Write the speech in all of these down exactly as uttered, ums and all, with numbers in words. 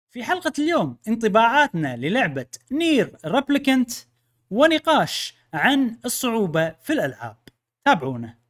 في حلقة اليوم انطباعاتنا للعبة نير ريبليكانت ونقاش عن الصعوبة في الألعاب. تابعونا.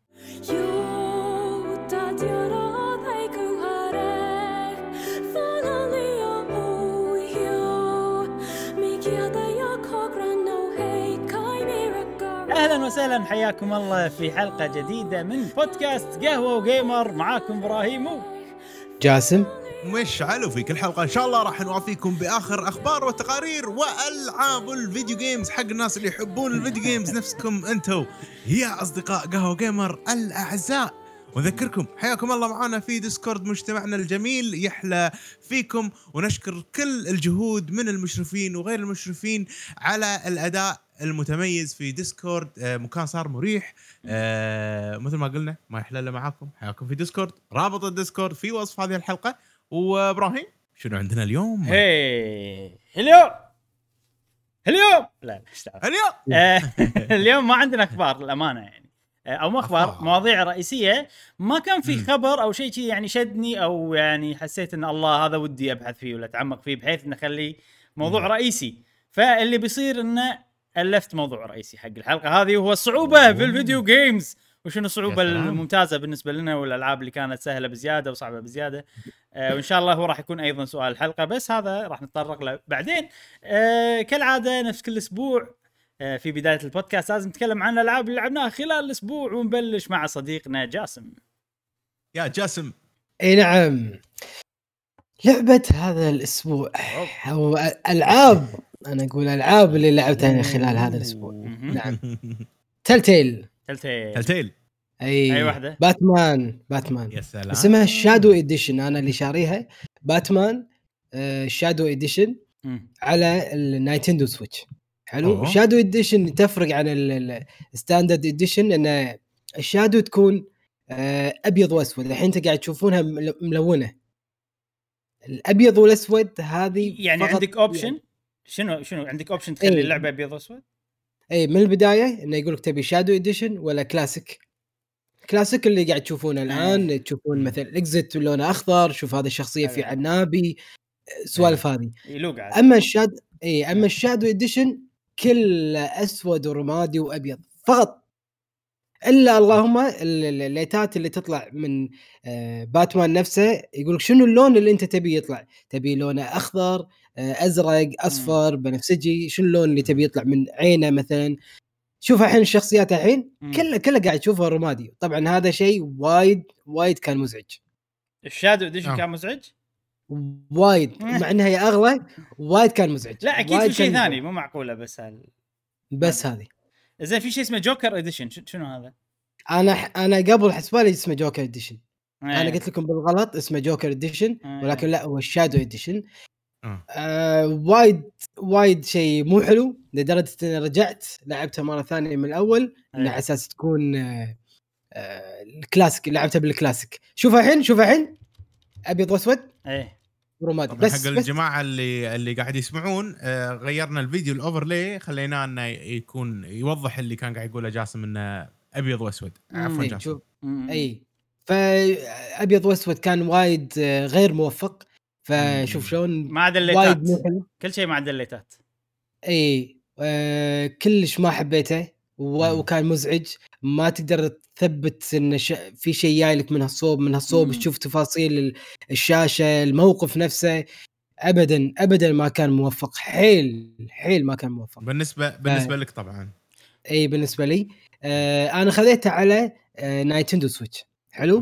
أهلا وسهلا، حياكم الله في حلقة جديدة من بودكاست قهوة وجيمر. معاكم إبراهيم جاسم مشعل. في كل حلقة إن شاء الله راح نوافيكم بآخر أخبار وتقارير وألعاب الفيديو جيمز حق الناس اللي يحبون الفيديو جيمز نفسكم أنتو يا أصدقاء قهوة جيمر الأعزاء. وذكركم حياكم الله معنا في ديسكورد مجتمعنا الجميل يحلى فيكم، ونشكر كل الجهود من المشرفين وغير المشرفين على الأداء المتميز في ديسكورد. مكان صار مريح، آه مثل ما قلنا ما يحلى الا معاكم. حياكم في ديسكورد، رابط الديسكورد في وصف هذه الحلقة. وابراهيم شنو عندنا اليوم؟ هي اليوم اليوم لا لا اليوم اليوم ما عندنا اخبار للامانه، يعني او ما اخبار أفا. مواضيع رئيسيه. ما كان في خبر او شيء يعني شدني، او يعني حسيت ان الله هذا ودي ابحث فيه ولا اتعمق فيه بحيث ان اخليه موضوع مم. رئيسي. فاللي بيصير انه الفت موضوع رئيسي حق الحلقه هذه، وهو الصعوبه أوه. في الفيديو جيمز، وشنو الصعوبه الممتازه بالنسبه لنا والالعاب اللي كانت سهله بزياده وصعبه بزياده. آه وان شاء الله هو راح يكون ايضا سؤال الحلقه، بس هذا راح نتطرق له بعدين. آه كالعاده نفس كل اسبوع آه في بدايه البودكاست لازم نتكلم عن الالعاب اللي لعبناها خلال الاسبوع، ونبلش مع صديقنا جاسم. يا جاسم. اي نعم، لعبه هذا الاسبوع او العاب، انا اقول العاب اللي لعبتها خلال هذا الاسبوع. نعم، تلتيل تلتيل تلتيل اي اي واحده. باتمان باتمان يا سلام، اسمها شادو اديشن، انا اللي شاريها باتمان آه شادو اديشن على النايتندو سويتش. حلو. أوه. شادو اديشن تفرق عن الستاندرد اديشن ان الشادو تكون آه ابيض واسود. الحين انت قاعد تشوفونها ملونه، الابيض والاسود هذه يعني عندك اوبشن. شنو شنو عندك اوبشن تخلي ايه. اللعبه ابيض واسود. اي من البدايه انه يقولك تبي شادو اديشن ولا كلاسيك. كلاسيك اللي قاعد تشوفونه الان، ايه. تشوفون مثلا اكزيت لونه اخضر، شوف هذه الشخصيه في عنابي، سوالف هذه. اما الشاد اي اما الشادو اديشن كل اسود ورمادي وابيض فقط، الا اللهم الليتات اللي تطلع من باتمان نفسه يقولك شنو اللون اللي انت تبي يطلع. تبي لونه اخضر، ازرق، اصفر، بنفسجي، شنو اللون اللي تبي يطلع من عينه مثلا. شوف الحين الشخصيات الحين كلها كلها قاعد تشوفها رمادي. طبعا هذا شيء وايد وايد كان مزعج. الشادو اديشن كان مزعج وايد، مع انها هي اغلى، وايد كان مزعج. لا اكيد في شيء ثاني مو معقوله، بس هال بس هذه زين. في شيء اسمه جوكر اديشن، شنو هذا؟ انا انا قبل حسبالي اسمه جوكر اديشن. ايه. انا قلت لكم بالغلط اسمه جوكر اديشن، ايه. ولكن لا، هو الشادو اديشن. آه وايد وايد شيء مو حلو، لدرجه اني رجعت لعبتها مره ثانيه من الاول. ايه. على اساس تكون آه آه الكلاسيك، لعبتها بالكلاسيك. شوف الحين شوف الحين ابيض واسود ايه ورمادي. بس حق الجماعه اللي اللي قاعد يسمعون، آه غيرنا الفيديو الاوفرلي، خليناه انه يكون يوضح اللي كان قاعد يقوله جاسم انه ابيض واسود. عفوا ايه. جاسم. اي فابيض واسود كان وايد غير موفق. فشوف شلون مع دليتات، كل شيء مع دليتات. اي آه كلش ما حبيته، وكان مزعج. ما تقدر تثبت ان ش... في شيء جاي لك من هالصوب من هالصوب تشوف تفاصيل الشاشه، الموقف نفسه. ابدا ابدا ما كان موفق، حيل حيل ما كان موفق بالنسبه بالنسبه ف... لك طبعا. اي بالنسبه لي آه انا خذيتها على آه نايتندو سويتش. حلو.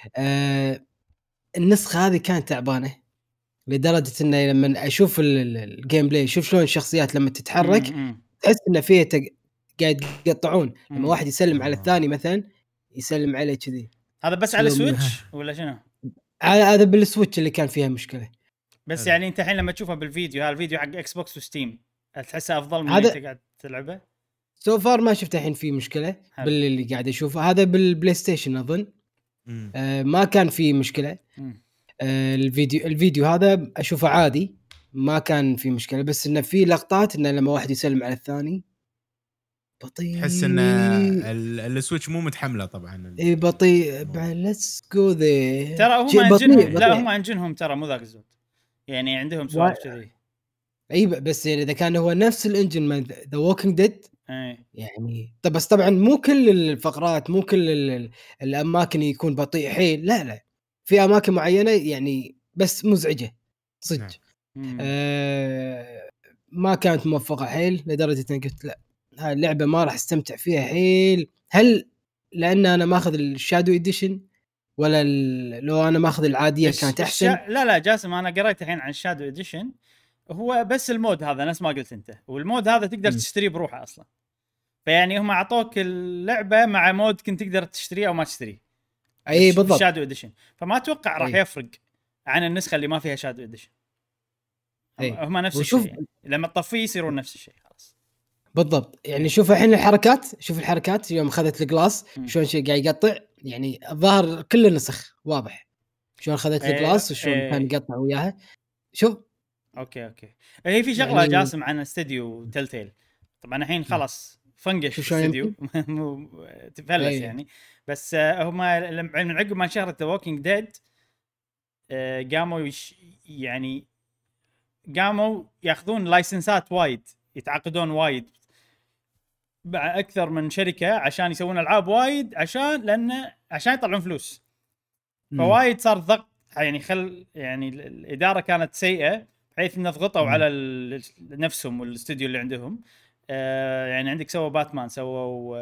آه النسخه هذه كانت تعبانه لدرجه انه لما اشوف الجيم بلاي، شوف شلون الشخصيات لما تتحرك مم. تحس ان فيها تق... قاعد يقطعون. لما واحد يسلم على الثاني مثلا يسلم عليه كذي. هذا بس على سويتش ولا شنو؟ هذا بالسويتش اللي كان فيها مشكله. بس يعني انت الحين لما تشوفها بالفيديو، هذا الفيديو حق اكس بوكس وستيم، تحسها افضل من اللي انت قاعد تلعبه؟ سو فار ما شفت الحين في مشكله باللي قاعد اشوفه. هذا بالبلاي ستيشن اظن آه ما كان في مشكله. آه الفيديو الفيديو هذا اشوفه عادي، ما كان في مشكله. بس انه في لقطات انه لما واحد يسلم على الثاني بطيء، تحس ان السويتش مو متحمله طبعا. اي بطيء. ليتس جو ذي. ترى هم انجنهم، لا هم انجنهم ترى مو ذاك الزود. يعني عندهم سوالف كذي. اي بس يعني اذا كان هو نفس الانجن من ذا ووكينج ديد اي يعني طب بس طبعا مو كل الفقرات مو كل ال- الاماكن يكون بطيء حيل، لا لا في اماكن معينه يعني بس مزعجه صدق. نعم. مم. آه ما كانت موفقه حيل لدرجه اني قلت لا هاي اللعبه ما راح استمتع فيها حيل. هل لان انا ماخذ الشادو اديشن ولا ال- لو انا ماخذ العاديه الش- كانت الش- احسن؟ لا لا جاسم، انا قريت الحين عن الشادو اديشن، هو بس المود هذا نفس ما قلت انت، والمود هذا تقدر مم. تشتريه بروحه اصلا. فيعني هم اعطوك اللعبه مع مود كنت تقدر تشتريه او ما تشتريه. اي بالضبط. بالشادو اديشن، فما اتوقع راح أي. يفرق عن النسخه اللي ما فيها شادو اديشن. أي. هم نفس وشوف- الشيء يعني. لما تطفيه يصيرون نفس الشيء خلاص. بالضبط يعني شوف الحين الحركات، شوف الحركات يوم اخذت الجلاس مم. شلون شيء قاعد يقطع، يعني الظاهر كل النسخ واضح شلون اخذت إيه، الجلاس وشلون إيه. كان يقطع وياها. شوف اوكي اوكي هي في شغله يعني- جاسم عن استديو تلتيل. طبعا الحين خلاص فنقش شوف شلون الاستديو مو تفلس أي. يعني. بس آه، هم لم- من عقب ما شهرت ذا ووكينج ديد قاموا يش يعني قاموا ياخذون لايسنسات وايد، يتعاقدون وايد مع اكثر من شركه عشان يسوون العاب وايد، عشان لانه عشان يطلعون فلوس. مم. فوايد صار ضغط يعني خل يعني ال- الاداره كانت سيئه بحيث ان ضغطوا مم. على ال- نفسهم والاستوديو اللي عندهم. آه يعني عندك سووا باتمان، سووا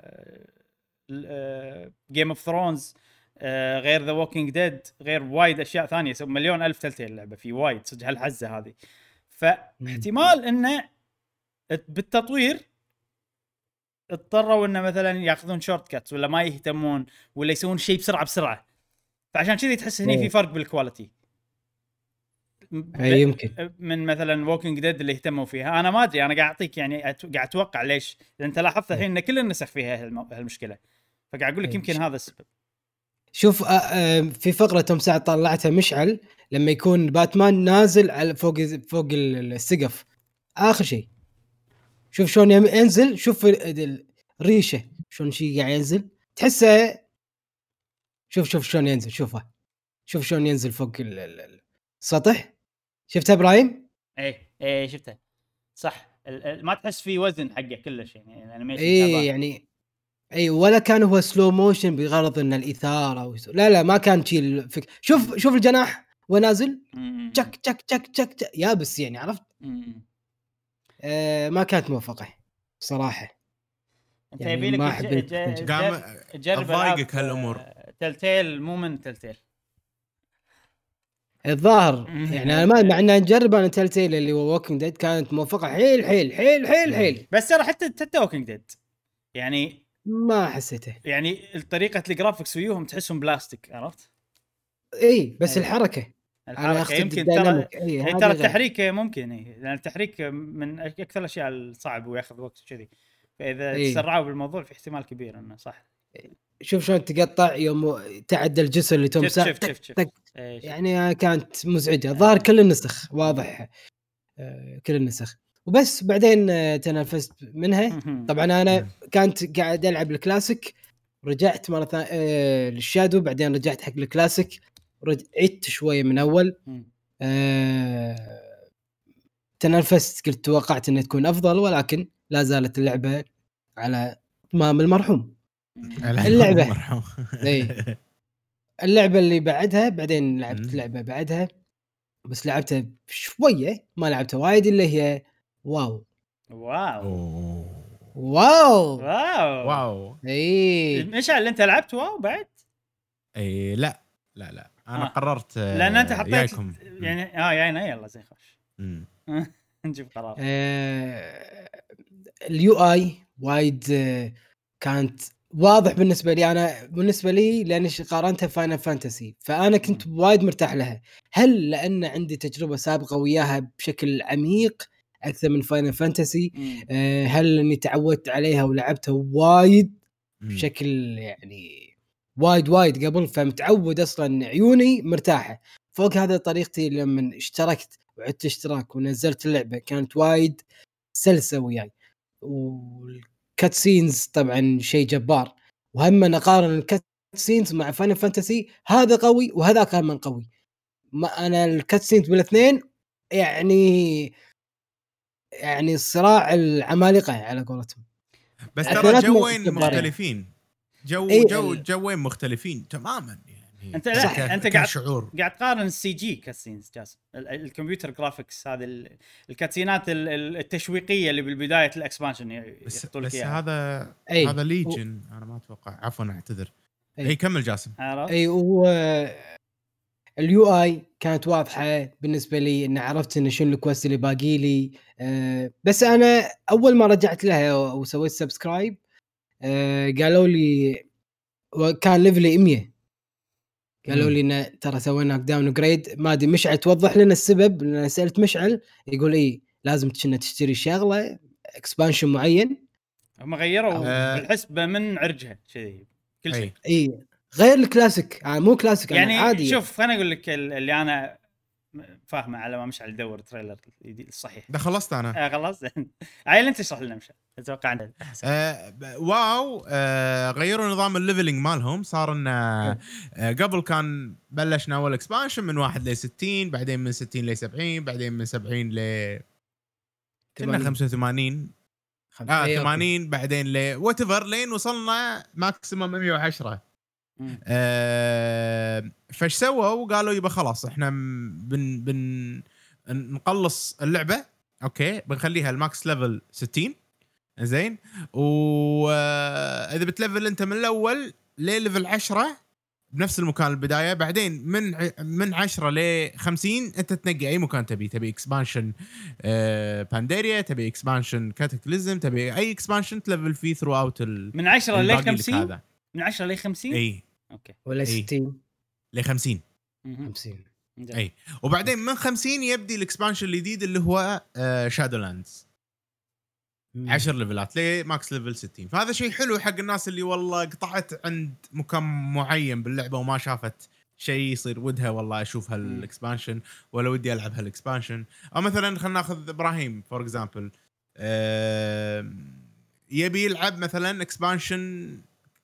جيم اوف ثرونز، غير ذا ووكينج ديد، غير وايد اشياء ثانيه، سووا مليون الف تلتين اللعبه في وايد صدق هالحزه هذه. فاحتمال انه بالتطوير اضطروا انه مثلا ياخذون شورت كاتس ولا ما يهتمون ولا يسوون شيء بسرعه بسرعه، فعشان كذي تحس هني في فرق بالكواليتي ب- اي يمكن من مثلا ووكينج ديد اللي اهتموا فيها. انا ما ادري، انا قاعد اعطيك يعني أت- قاعد اتوقع ليش، لان انت لاحظت الحين ان كل النسخ فيها هالم- هالمشكله، فقاعد اقول لك إيه. يمكن هذا السبب. شوف آه، آه، في فقره توم سعد طلعتها مشعل لما يكون باتمان نازل على فوق فوق ال- السقف اخر شيء. شوف شلون يم- ينزل، شوف ال- ال- الريشه شلون شيء قاعد ينزل تحسه. شوف شوف شلون ينزل، شوفه شوف شلون ينزل فوق ال- ال- السطح. شفتها ابراهيم؟ ايه ايه شفتها صح. ال- ال- ما تحس في وزن حقه كلش يعني الانيميشن اي تعبان. يعني اي ولا كان هو سلو موشن بغرض ان الاثاره ويسو. لا لا ما كان شيء الفك... شوف شوف الجناح ونازل م- م- تشك تشك تشك تشك تشك يابس يعني عرفت. م- م. آه ما كانت موفقه صراحه. انت يعني يبي لك ما تج- حبيت تج- التنجيم. قام تجرب تضايقك ألعاب، هالأمور. آه، تلتيل مو من تلتيل. الظاهر يعني انا ما مع ان نجرب انا تلتيل اللي هو ووكينج ديد كانت موفقه حيل حيل حيل حيل حيل. بس ترى حتى حتى ووكينج ديد يعني ما حسيته. يعني طريقه الجرافكس وياهم تحسهم بلاستيك، عرفت؟ اي بس أي. الحركه انا الحركه اقصد يمكن ترى الديناميك. اي إيه هذه ترى غير. التحريك ممكن، إيه لان التحريك من اكثر الاشياء الصعب وياخذ وقت كذي، فاذا إيه. تسرعوا بالموضوع في احتمال كبير انه صح. شوف شلون تقطع يوم تعدى الجسر اللي توم شفت سعد شفت تك شفت شفت تك. إيه، شفت. يعني كانت مزعجه. ظاهر كل النسخ واضح آه، كل النسخ. وبس بعدين آه، تنافست منها. طبعا انا كانت قاعد العب الكلاسيك، رجعت مره ثانيه آه، للشادو، بعدين رجعت حق الكلاسيك، عدت شويه من اول. مم. آه، تنافست قلت توقعت انها تكون افضل، ولكن لا زالت اللعبه على طمام المرحوم. اللعبة. مرحوم. إيه. اللعبه اللي بعدها بعدين لعبت مم. لعبه بعدها بس لعبتها شويه ما لعبتها وايد، اللي هي واو. واو أوه. واو واو واو. اي مشعل اللي انت لعبت واو بعد؟ اي لا لا لا انا آه. قررت آه، لان انت حطيت جايكم. يعني اه يعني يلا زين خوش مم. نجيب قرار. آه اليو اي وايد آه كانت واضح بالنسبه لي. انا بالنسبه لي لاني قارنتها فاينل فانتسي فانا كنت وايد مرتاح لها. هل لان عندي تجربه سابقه وياها بشكل عميق اكثر من فاينل فانتسي؟ مم. آه هل اني تعودت عليها ولعبتها وايد مم. بشكل يعني وايد وايد قبل، فمتعود اصلا عيوني مرتاحه. فوق هذا طريقتي لما اشتركت وعدت اشتراك ونزلت اللعبه كانت وايد سلسه وياي. والكات سينز طبعا شيء جبار، وهم نقارن الكات سينز مع فاينل فانتسي هذا قوي وهذا كان من قوي. ما انا الكاتسينز بالاثنين يعني يعني الصراع العمالقه على قولتهم. بس ترى اثنيناتهم جوين جبارين. مختلفين، جو إيه جو ال- جوين مختلفين تماما يعني. انت صح. لا انت قاعد شعور قاعد تقارن السي جي كاتسينز جاسم، ال- ال- الكمبيوتر جرافيكس، هذه ال- الكاتسينات ال- ال- التشويقيه اللي بالبدايه الاكسبانشن بس, يحطوا لك بس اياها. هذا أي. هذا ليجن انا ما اتوقع، عفوا اعتذر. أي. اي كمل جاسم. عرفت؟ اي و اليو اي كانت واضحه بالنسبه لي، ان عرفت ان شنو الكويست اللي باقي لي. أه بس انا اول ما رجعت لها وسويت سبسكرايب أه قالوا لي وكان ليفلي مية، قالوا لي ان ترى سوينا داون جريد. ما ادري مشعل توضح لنا السبب، لان سالت مشعل يقول اي لازم كنا تشتري شغله اكسبانشن معين. هم غيروا آه. الحسبه من عرجها كذي كل شيء. اي غير الكلاسيك، آه مو كلاسيك يعني عادي. شوف خليني اقول لك ال- اللي انا فاهمه على ما مشعل يدور تريلر الصحيح. ده خلصت انا. آه خلاص عيل انت اشرح لنا مشعل، اتوقع عندك احسن. آه ب- واو آه غيروا نظام الليفلينج مالهم. صار ان آه قبل كان بلشنا اول اكسبانشن من واحد ل ستين، بعدين من ستين ل سبعين، بعدين من سبعين ل كنا خمسة وثمانين، خم... اه أي ثمانين، بعدين ل وات ايفر لين وصلنا ماكسيمم مية وعشرة. آه فايش سووا؟ قالوا يبقى خلاص احنا بن بن نقلص اللعبه، اوكي بنخليها الماكس ليفل ستين زين، واذا بتلفل انت من الاول لليفل عشرة بنفس المكان البدايه، بعدين من ع- من عشرة ل خمسين انت تنقي اي مكان تبي. تبي اكسبانشن آه بانديريا، تبي اكسبانشن كاتاكليزم، تبي اي اكسبانشن تلفل فيه ثرو اوت ال من عشرة ل الباقي لك خمسين، هذا. من عشرة ل خمسين. اي اوكي ولا أي. ستين ل خمسين. مهم. خمسين. زين. اي وبعدين من خمسين يبدي الاكسبانشن الجديد اللي هو آه شادولاندز، عشر ليفلات ليه ماكس ليفل ستين. فهذا شيء حلو حق الناس اللي والله قطعت عند مكان معين باللعبه وما شافت شيء يصير ودها والله اشوف هالاكسبانشن ولا ودي العب هالاكسبانشن. او مثلا خلينا ناخذ ابراهيم فور اكزامبل، يبي يلعب مثلا اكسبانشن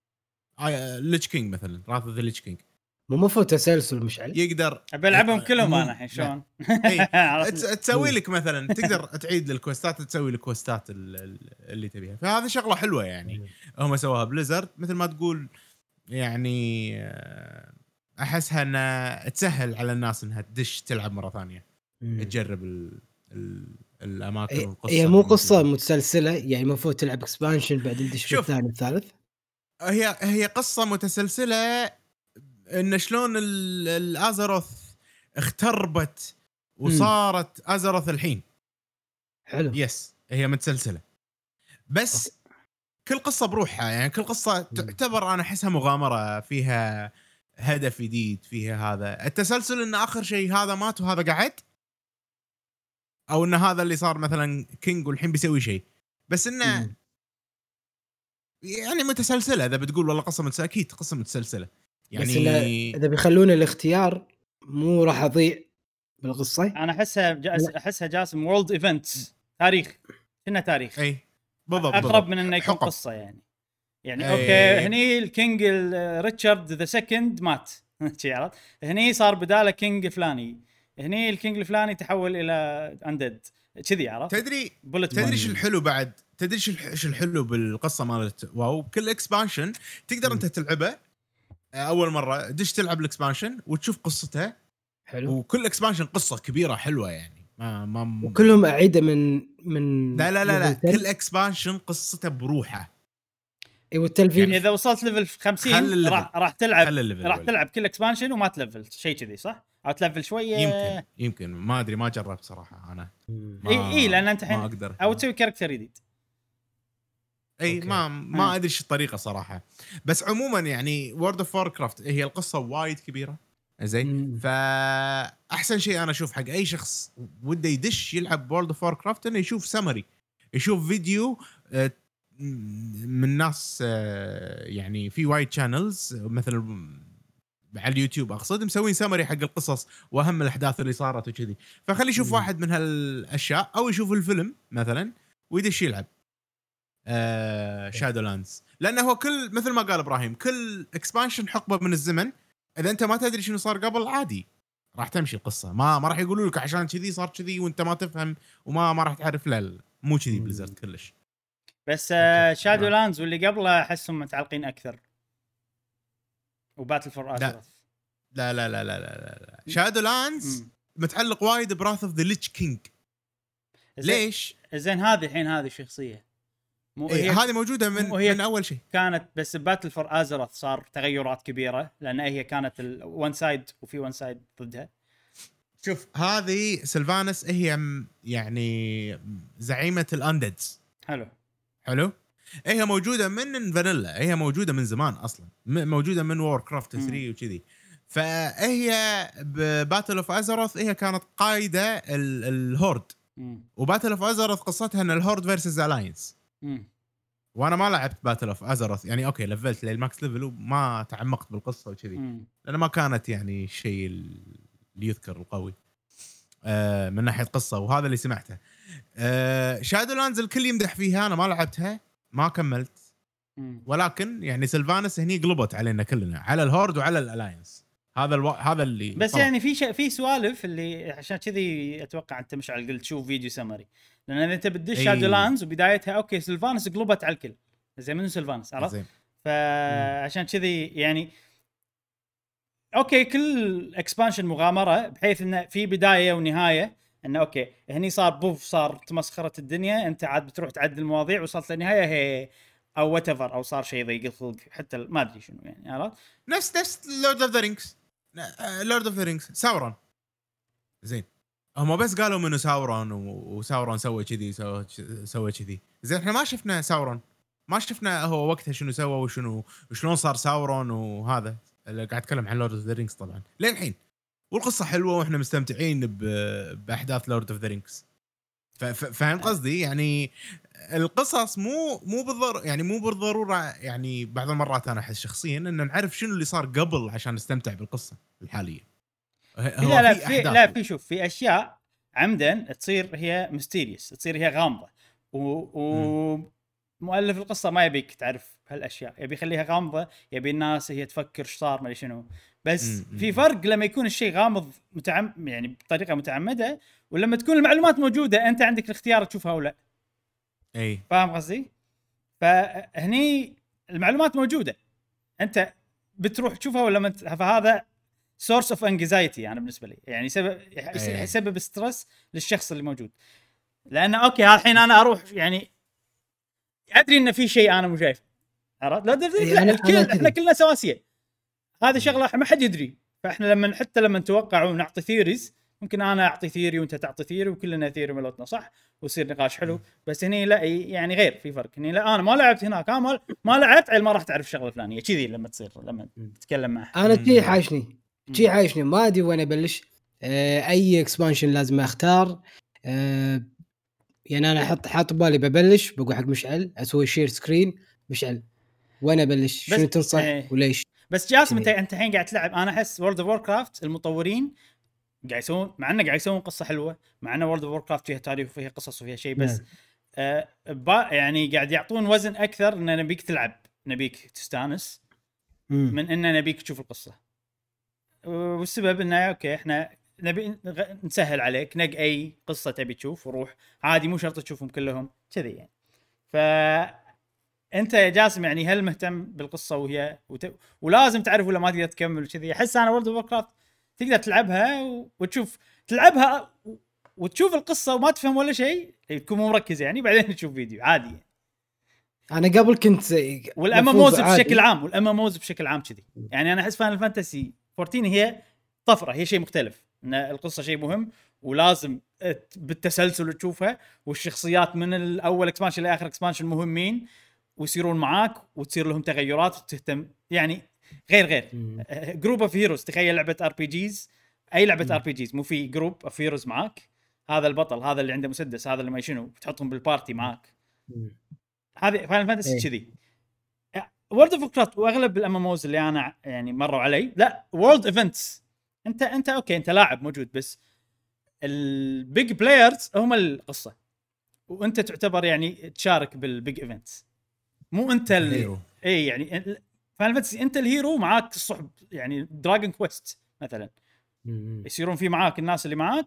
ليتش كينج مثلا، راث ذا ليتش كينج، مو مفروض تسلسل مشعل. يقدر ابي العبهم كلهم مو- انا الحين شلون؟ اي تس- تسوي لك مثلا تقدر تعيد للكوستات، تسوي الكوستات ال- ال- اللي تبيها. فهذا شغله حلوه يعني هم سووها بليزرد مثل ما تقول يعني. آه، احسها انها تسهل على الناس انها تدش تلعب مره ثانيه، تجرب ال ال الاماكن هي- والقصه. هي مو قصه متسلسله يعني، المفروض تلعب اكسبانشن بعدين تدش في شوف. الثاني الثالث. هي هي قصه متسلسله، ان شلون ال- الازاروث اختربت وصارت ازاروث الحين. حلو. يس هي متسلسله، بس كل قصه بروحها يعني. كل قصه تعتبر انا احسها مغامره، فيها هدف جديد، فيها هذا التسلسل ان اخر شيء هذا مات وهذا قعد، او ان هذا اللي صار مثلا كينج والحين بيسوي شيء، بس انه مم. يعني متسلسله. اذا بتقول والله قصه متسلسله، اكيد قصه متسلسله يعني بس يعني. اذا بيخلون الاختيار مو راح اضيع بالقصه. انا احسها جاس احسها جاسم وورلد ايفنتس، تاريخ كنا تاريخ اي بالضبط، اقرب بالضبط. من انه يكون حقب. قصه يعني. يعني أي. اوكي هني الكينج ال- ريتشارد ذا سكند مات شي عرفت، هني صار بداله كينج فلاني، هني الكينج الفلاني تحول الى اندد كذي عرفت. تدري Bullet تدري point. شو الحلو بعد؟ تدري شو الح- شو الحلو بالقصه مالت واو؟ كل اكسبانشن تقدر انت تلعبه اول مره، دش تلعب الاكسبانشن وتشوف قصته. حلو. وكل اكسبانشن قصه كبيره حلوه يعني. ما ما وكلهم اعيده من من لا لا لا, لا. level ten. كل اكسبانشن قصته بروحه. اي والتلفيل يعني اذا وصلت ليفل خل خمسين الليفل. راح راح تلعب خل الليفل راح أول. تلعب كل اكسبانشن وما تلفل شيء كذي صح؟ او تلفل شويه يمكن يمكن ما ادري، ما جربت صراحه انا. ما- اي اي لان انت ما الحين اقدر او تسوي كاركتر جديد. اي أوكي. ما ما ها. ادري شو الطريقه صراحه. بس عموما يعني وورد اوف واركرافت هي القصه وايد كبيره زين. مم. فاحسن شيء انا اشوف حق اي شخص وده يدش يلعب وورد اوف واركرافت انه يشوف سمري، يشوف فيديو آه، من ناس آه، يعني في وايد شانلز مثلا على اليوتيوب اقصد مسوين سمري حق القصص واهم الاحداث اللي صارت وكذي. فخلي يشوف مم. واحد من هالاشياء او يشوف الفيلم مثلا ويدش يلعب آه شادولاندز. لانه هو كل مثل ما قال ابراهيم كل اكسبانشن حقبه من الزمن. اذا انت ما تدري شنو صار قبل عادي راح تمشي القصه ما ما راح يقولوا لك عشان كذي صار كذي وانت ما تفهم وما ما راح تعرف. لا لا مو كذي بليزرد كلش. بس شادو لاندز واللي قبله احسهم متعلقين اكثر وباتل فور ازرث. لا لا لا لا لا لا شادو لاندز متعلق وايد براث اوف ذا ليتش كينج. ليش زين هذه الحين هذه الشخصيه مو إيه هذه موجوده من من اول شيء كانت، بس باتل فور ازرث صار تغيرات كبيره لان هي كانت الون سايد وفي ون سايد ضدها. شوف هذه سيلفانس هي يعني زعيمه الانددز. حلو حلو هي موجوده من فانيلا، هي موجوده من زمان اصلا، موجوده من وور كرافت ثري وكذي. فهي بباتل اوف ازرث هي كانت قايده الهورد، وباتل اوف ازرث قصتها ان الهورد فيرسز الاينس. وانا ما لعبت باتل اوف ازرث يعني اوكي لفلت للماكس ليفل وما تعمقت بالقصه وكذي لان ما كانت يعني الشيء اللي يذكر القوي آه من ناحيه قصه، وهذا اللي سمعته. آه شادو لاندز الكل يمدح فيها، انا ما لعبتها ما كملت، ولكن يعني سيلفانس هني قلبت علينا كلنا على الهورد وعلى الالاينس. هذا الو... هذا اللي بس طلع. يعني في ش... في سوالف اللي عشان كذي اتوقع انت مش على قلت شوف فيديو سمري، لان اذا انت بدش شادو لاندز وبدايتها اوكي سيلفانس قلبت على الكل زي من سيلفانس عرفت، فعشان كذي يعني اوكي كل اكسبانشن مغامره بحيث انه في بدايه ونهايه، انه اوكي هني صار بوف صار تمسخره الدنيا، انت عاد بتروح تعدل المواضيع وصلت للنهايه هي او وات ايفر او صار شيء ضيق الخلق حتى ما ادري شنو يعني عرفت. نفس نفس لورد اوف ذا رينجز لورد اوف ذا رينجز ساورون زين، هم بس قالوا منه ساورون وساورون سوى كذي سوى سوى كذي. زين احنا ما شفنا ساورون، ما شفنا هو وقتها شنو سوى وشنو وشلون صار ساورون، وهذا اللي قاعد اتكلم عن لورد اوف ذا رينجز طبعا لين الحين، والقصه حلوه واحنا مستمتعين باحداث لورد اوف ذا رينجز. فاهم قصدي؟ يعني القصص مو مو بالضر يعني مو بالضروره يعني بعض المرات انا احس شخصيا ان نعرف شنو اللي صار قبل عشان نستمتع بالقصه الحاليه. لا لا في لا في شوف في اشياء عمدا تصير هي ميستيريوس، تصير هي غامضه، ومؤلف القصه ما يبيك تعرف هالاشياء، يبي يخليها غامضه، يبي الناس هي تفكر ايش صار ما شنو. بس م- في فرق لما يكون الشيء غامض متعم يعني بطريقه متعمده، ولما تكون المعلومات موجوده انت عندك الاختيار تشوفها او لا. اي فاهم قصدي؟ فهني المعلومات موجوده انت بتروح تشوفها ولا ما. فهذا سورس اوف انكزايتي يعني بالنسبه لي، يعني سبب يسبب ستريس للشخص اللي موجود، لانه اوكي الحين انا اروح يعني ادري ان في شيء انا مو شايف عرفت. لا لا الكل احنا كلنا سواسيه، هذه شغله ما حد يدري. فاحنا لما حتى لما نتوقع ونعطي ثيوريز ممكن انا اعطي ثيوري وانت تعطي ثيوري وكلنا ثيوري ملوتنا صح ويصير نقاش حلو. بس هني لا يعني غير في فرق. هني لا انا ما لعبت هناك ما ما لعبت ما راح تعرف شغله فلانيه كذي لما تصير لما تتكلم معه. انا تي حايشني تي حايشني ما ادري وين ابلش. آه اي اكسبانشن لازم اختار. آه يعني انا احط حاط بالي ببلش بقول حق مشعل اسوي شير سكرين مشعل وين ابلش شنو تنصح ايه. وليش. بس جاسم انت انت الحين قاعد تلعب. انا احس وورلد اوف ووركرافت المطورين قاعد يسوون مع انه قاعد يسوون قصه حلوه، مع انه وورلد اوف ووركرافت فيها تاريخ وفيها قصص وفيها شيء، بس آه يعني قاعد يعطون وزن اكثر ان نبيك تلعب نبيك تستانس مم. من ان نبيك تشوف القصه. والسبب انه اوكي احنا نبي نسهل عليك نق اي قصه تبي تشوف وروح عادي مو شرط تشوفهم كلهم كذي يعني. ف انت يا جاسم يعني هل مهتم بالقصه وهي وت... ولازم تعرف ولا ما تقدر تكمل كذي؟ احس انا وورلد اوف ووركرافت تقدر تلعبها وتشوف تلعبها وتشوف القصه وما تفهم ولا شيء تكون مو مركز يعني بعدين تشوف فيديو عادي. انا قبل كنت والاماموز بشكل عام والاماموز بشكل عام كذي يعني. انا احس فاينل فانتسي فورتين هي طفره، هي شيء مختلف، ان القصه شيء مهم ولازم بالتسلسل تشوفها، والشخصيات من الاول اكسبانشن لاخر اكسبانشن مهمين ويصيرون معاك وتصير لهم تغيرات وتهتم يعني غير غير جروب اوف هيروز. تخيل لعبه ار بي جيز، اي لعبه ار بي جيز مو في جروب اوف هيروز معاك، هذا البطل هذا اللي عنده مسدس هذا اللي ما شنو بتحطهم بالبارتي معاك. هذه فاينل فانتسي كذي. وورلد اوف ووركرافت واغلب الاماموز اللي انا يعني مروا علي لا وورلد ايفنتس. انت انت اوكي انت لاعب موجود بس البيج بلايرز هم القصه وانت تعتبر يعني تشارك بالبيج ايفنتس مو انت الهيرو. اي يعني فاينل فانتسي انت الهيرو معاك الصحب يعني دراجون كويست مثلا يصيرون في معاك الناس اللي معاك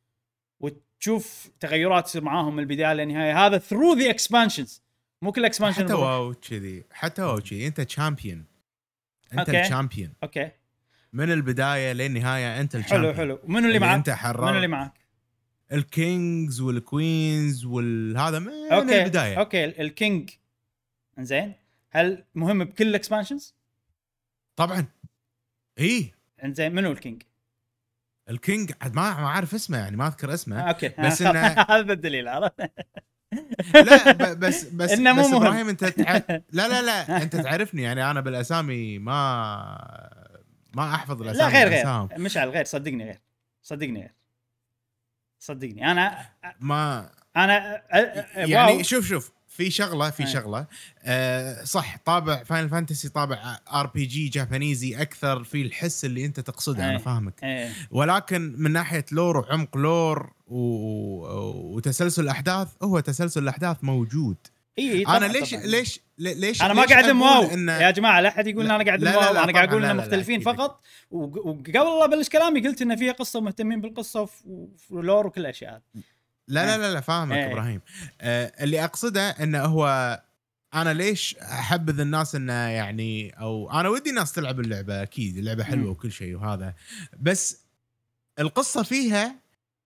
وتشوف تغيرات تصير معاهم من البدايه للنهايه. هذا ثرو ذا اكسبانشنز، مو كل اكسبانشن حتى واو كذي، حتى واو كذي انت تشامبيون، انت الشامبيون اوكي من البدايه للنهايه، انت حلو الشامبيون. حلو. منو اللي معاك؟ منو اللي معاك؟ الكينجز والكوينز والهذا من أوكي. البدايه. اوكي الكينج انزين، هل مهم بكل الاكسبانشنز؟ طبعا اي. انزين منو الكينج؟ الكينج ما ما عارف اسمه يعني، ما اذكر اسمه. آه، اوكي بس انه هذا الدليل. عرفت؟ لا ب- بس بس إنه مو بس مهم. ابراهيم انت تع... لا لا لا انت تعرفني يعني، انا بالاسامي ما ما احفظ لا الاسامي. غير أنساهم. غير مشعل غير، صدقني غير، صدقني غير، صدقني انا ما انا أ- أ- يعني واو. شوف شوف في شغله في أي. شغله آه صح، طابع فاينل فانتسي طابع ار بي جي جابانيزي اكثر، في الحس اللي انت تقصده. أي. انا فاهمك. إيه. ولكن من ناحيه لور وعمق لور و... وتسلسل الاحداث، هو تسلسل الاحداث موجود. إيه انا طبعاً ليش طبعاً. ليش ليش انا ما ليش قاعد أقول مواو إن... يا جماعه، لا احد يقول ان انا قاعد لا لا مواو، لا انا قاعد طبعاً اقول لا ان لا لا مختلفين أكيد فقط. وق- وقبل لا ابلش كلامي قلت ان فيها قصه ومهتمين بالقصه وف- ولور وكل الاشياء. لا لا لا لا فاهمك إيه. ابراهيم. آه اللي اقصده انه هو انا ليش احبذ الناس انه يعني، او انا ودي الناس تلعب اللعبه، اكيد اللعبه حلوه مم. وكل شيء وهذا، بس القصه فيها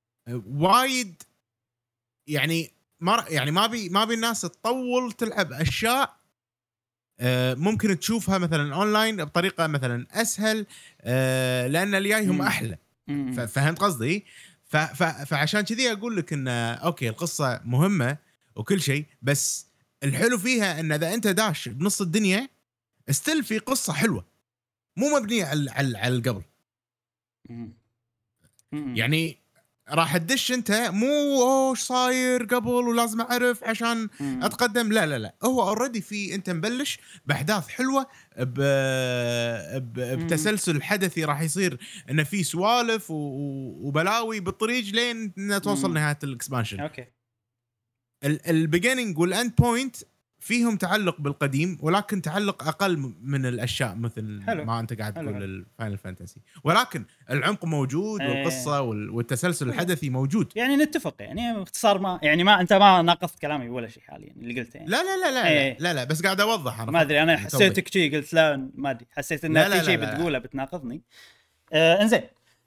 وايد يعني ما يعني ما بي ما بي الناس تطول تلعب اشياء آه ممكن تشوفها مثلا اونلاين بطريقه مثلا اسهل، آه لان اللي جايهم مم. احلى. مم. ف- فهمت قصدي؟ ف- ف- فعشان كذي اقول لك ان اوكي القصه مهمه وكل شيء، بس الحلو فيها ان اذا انت داش بنص الدنيا استل في قصه حلوه مو مبنيه على على على القبل. مم. مم. يعني راح تدش انت مو اوش صاير قبل ولازم اعرف عشان مم. اتقدم، لا لا لا، هو اوريدي في انت مبلش باحداث حلوه ب... ب... بتسلسل حدثي راح يصير، انه في سوالف و... وبلاوي بالطريق لين انها توصل مم. نهايه الاكسبانشن. اوكي البيجيننج والاند بوينت فيهم تعلق بالقديم، ولكن تعلق اقل من الاشياء مثل حلو. ما انت قاعد حلو. تقول الفاينل فانتسي، ولكن العمق موجود ايه. والقصه وال- والتسلسل الحدثي موجود. يعني نتفق يعني باختصار، ما يعني ما انت ما ناقضت كلامي ولا شيء حاليا اللي قلته يعني. لا لا لا لا, ايه. لا لا لا بس قاعد اوضح انا. ما ادري انا يعني حسيتك شيء قلت لا ما ادري، حسيت ان لا لا في شيء لا لا. بتقوله بتناقضني. آه انزين.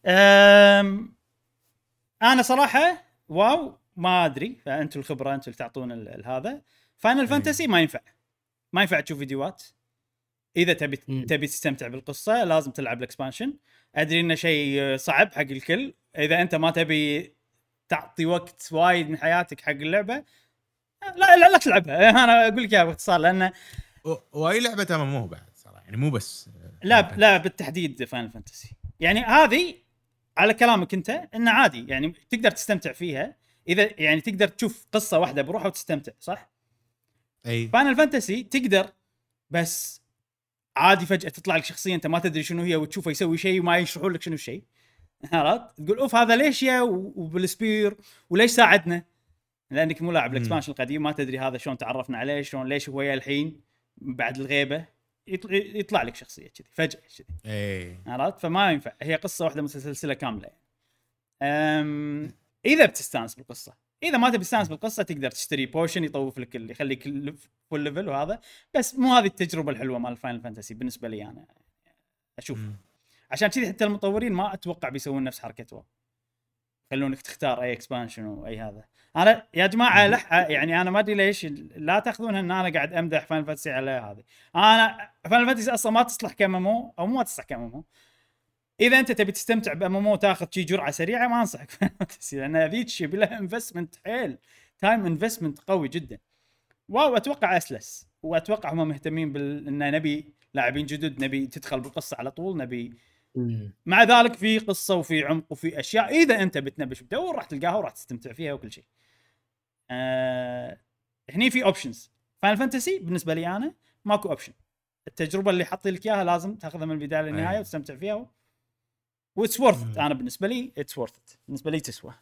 آم، انا صراحه واو ما ادري، فانتم الخبره انتم اللي تعطون ال- ال- هذا. فاينل فانتسي ما ينفع ما ينفع تشوف فيديوهات. اذا تبي مم. تبي تستمتع بالقصه لازم تلعب الاكسبانشن. ادري انه شيء صعب حق الكل. اذا انت ما تبي تعطي وقت وايد من حياتك حق اللعبه لا لا, لا تلعبها. انا اقول لك يا باختصار، لان و- واي لعبه تمام مو بعد صراحه يعني، مو بس لا لا بالتحديد فاينل فانتسي يعني هذه على كلامك انت انه عادي يعني تقدر تستمتع فيها اذا يعني تقدر تشوف قصه واحده بروحها وتستمتع صح. اي فاينل فانتسي تقدر بس عادي فجاه تطلع لك شخصيه انت ما تدري شنو هي وتشوفه يسوي شيء وما يشرحوا لك شنو الشيء. عرفت تقول اوف هذا ليش يا و- وبالسبير وليش ساعدنا، لانك مو لاعب مم. الاكسبانشن القديم ما تدري هذا شلون تعرفنا عليه، شلون ليش هو يا الحين بعد الغيبه يطلع, يطلع لك شخصيه كذي فجاه كذي. اي عرفت فما ينفع هي قصه واحده متسلسله كامله يعني. أم اذا بتستانس بالقصه، اذا ما تبي تستانس بالقصه تقدر تشتري بوشن يطوف لك اللي يخليك فول ليفل وهذا، بس مو هذه التجربه الحلوه مال فاينل فانتسي بالنسبه لي انا اشوف. مم. عشان كذي حتى المطورين ما اتوقع بيسوون نفس حركه واو، خلونك تختار اي اكسبانشن واي هذا. انا يا جماعه لح يعني انا ما ادري ليش لا تاخذونها ان انا قاعد امدح فاينل فانتسي على هذه. انا فاينل فانتسي اصلا ما تصلح كممو او ما تصلح كممو. اذا انت تبي تستمتع باممو تاخذ شي جرعه سريعه ما انصحك فاينل فانتسي، لان هذيك يبي لها انفستمنت حيل، تايم انفستمنت قوي جدا. واو اتوقع اسلس، واتوقع هم مهتمين بال ان نبي لاعبين جدد، نبي تدخل بالقصه على طول، نبي مم. مع ذلك في قصه وفي عمق وفي اشياء اذا انت بتنبش بدور راح تلقاها وراح تستمتع فيها وكل شيء. آه هني في اوبشنز. فاينل فانتسي بالنسبه لي انا ماكو اوبشن، التجربه اللي حاطين لك اياها لازم تاخذها من البدايه للنهايه وتستمتع فيها واتس وورث. انا بالنسبه لي اتس وورث، بالنسبه لي تسوى.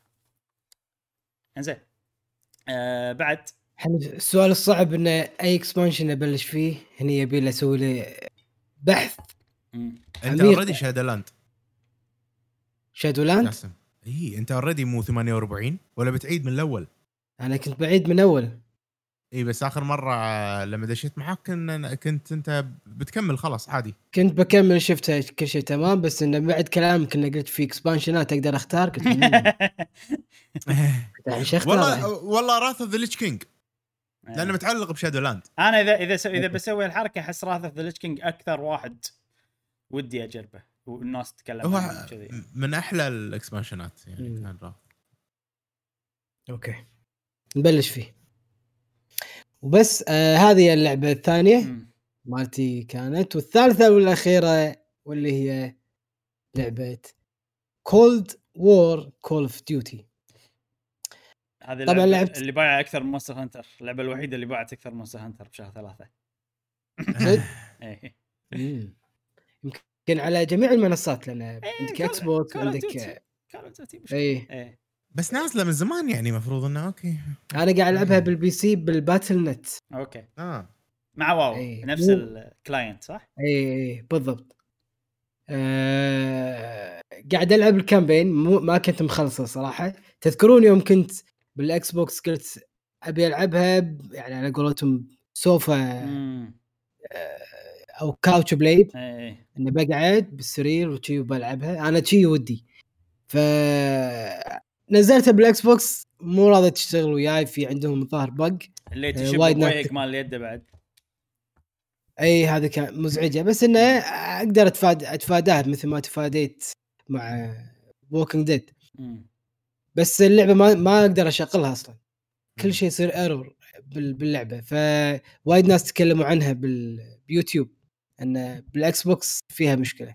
انزين آه بعد السؤال الصعب انه اي اكسبانشن ابلش فيه هني يبي له اسوي له بحث. مم. انت عميق. اوريدي شادولاند شادو لاند جاسم اي انت اوريدي مو ثمانية وأربعين ولا بتعيد من الاول؟ انا كنت بعيد من اول. اي بس اخر مره لما دشيت معاك كن- كنت انت بتكمل خلاص عادي. كنت بكمل شفتها كل شيء تمام، بس انه بعد كلامك كنا قلت في اكسبانشنات اقدر اختار، قلت مم، يعني شو اختار والله الحين؟ والله راث اوف ذا ليتش كينج لانه متعلق بشادو لاند. انا اذا اذا سو... اذا بسوي الحركه احس راث اوف ذا ليتش كينج اكثر واحد ودي اجربه والناس تتكلم هو عنه كذي. من احلى الاكسبانشنات يعني مم. كان راث. اوكي نبلش فيه وبس. آه هذه اللعبه الثانيه مم. مالتي كانت، والثالثه والاخيره واللي هي لعبه كولد وور كول اوف ديوتي. هذه طبعاً اللعبة لعبت- اللي بايعه اكثر من مونستر هانتر، اللعبه الوحيده اللي باعت اكثر من مونستر هانتر بشهر ثلاثة. صدق؟ ايه مم. يمكن على جميع المنصات، لان عندك كول- اكس بوكس كول أوف عندك ديوتي. كول أوف ديوتي مشكلة. ايه. ايه بس نازله من زمان يعني مفروض انه اوكي. انا قاعد العبها بالبي سي بالباتل نت. اوكي اه مع واو إيه. نفس مو- الكلاينت صح؟ اي اي بالضبط. آه... قاعد العب الكامبين، مو ما كنت مخلصه صراحه. تذكرون يوم كنت بالاكس بوكس قلت ابي العبها ب- يعني على قولتهم سوفا امم او كاوتش بلاي، ايه اني بقعد بالسرير وشي وبلعبها. انا شي ودي، ف نزلتها بالاكس بوكس مو راضي تشتغل وياي، في عندهم ظاهر بق. اللي آه، تشب وايد ناس بويهك مال اليد بعد. اي هذا كان مزعجه، بس انه اقدر اتفاد اتفاداها مثل ما تفاديت مع ووكينج ديد. مم. بس اللعبه ما ما اقدر اشغلها اصلا، كل شيء يصير ايرور باللعبه. فوايد ناس تكلموا عنها باليوتيوب ان بالاكس بوكس فيها مشكله.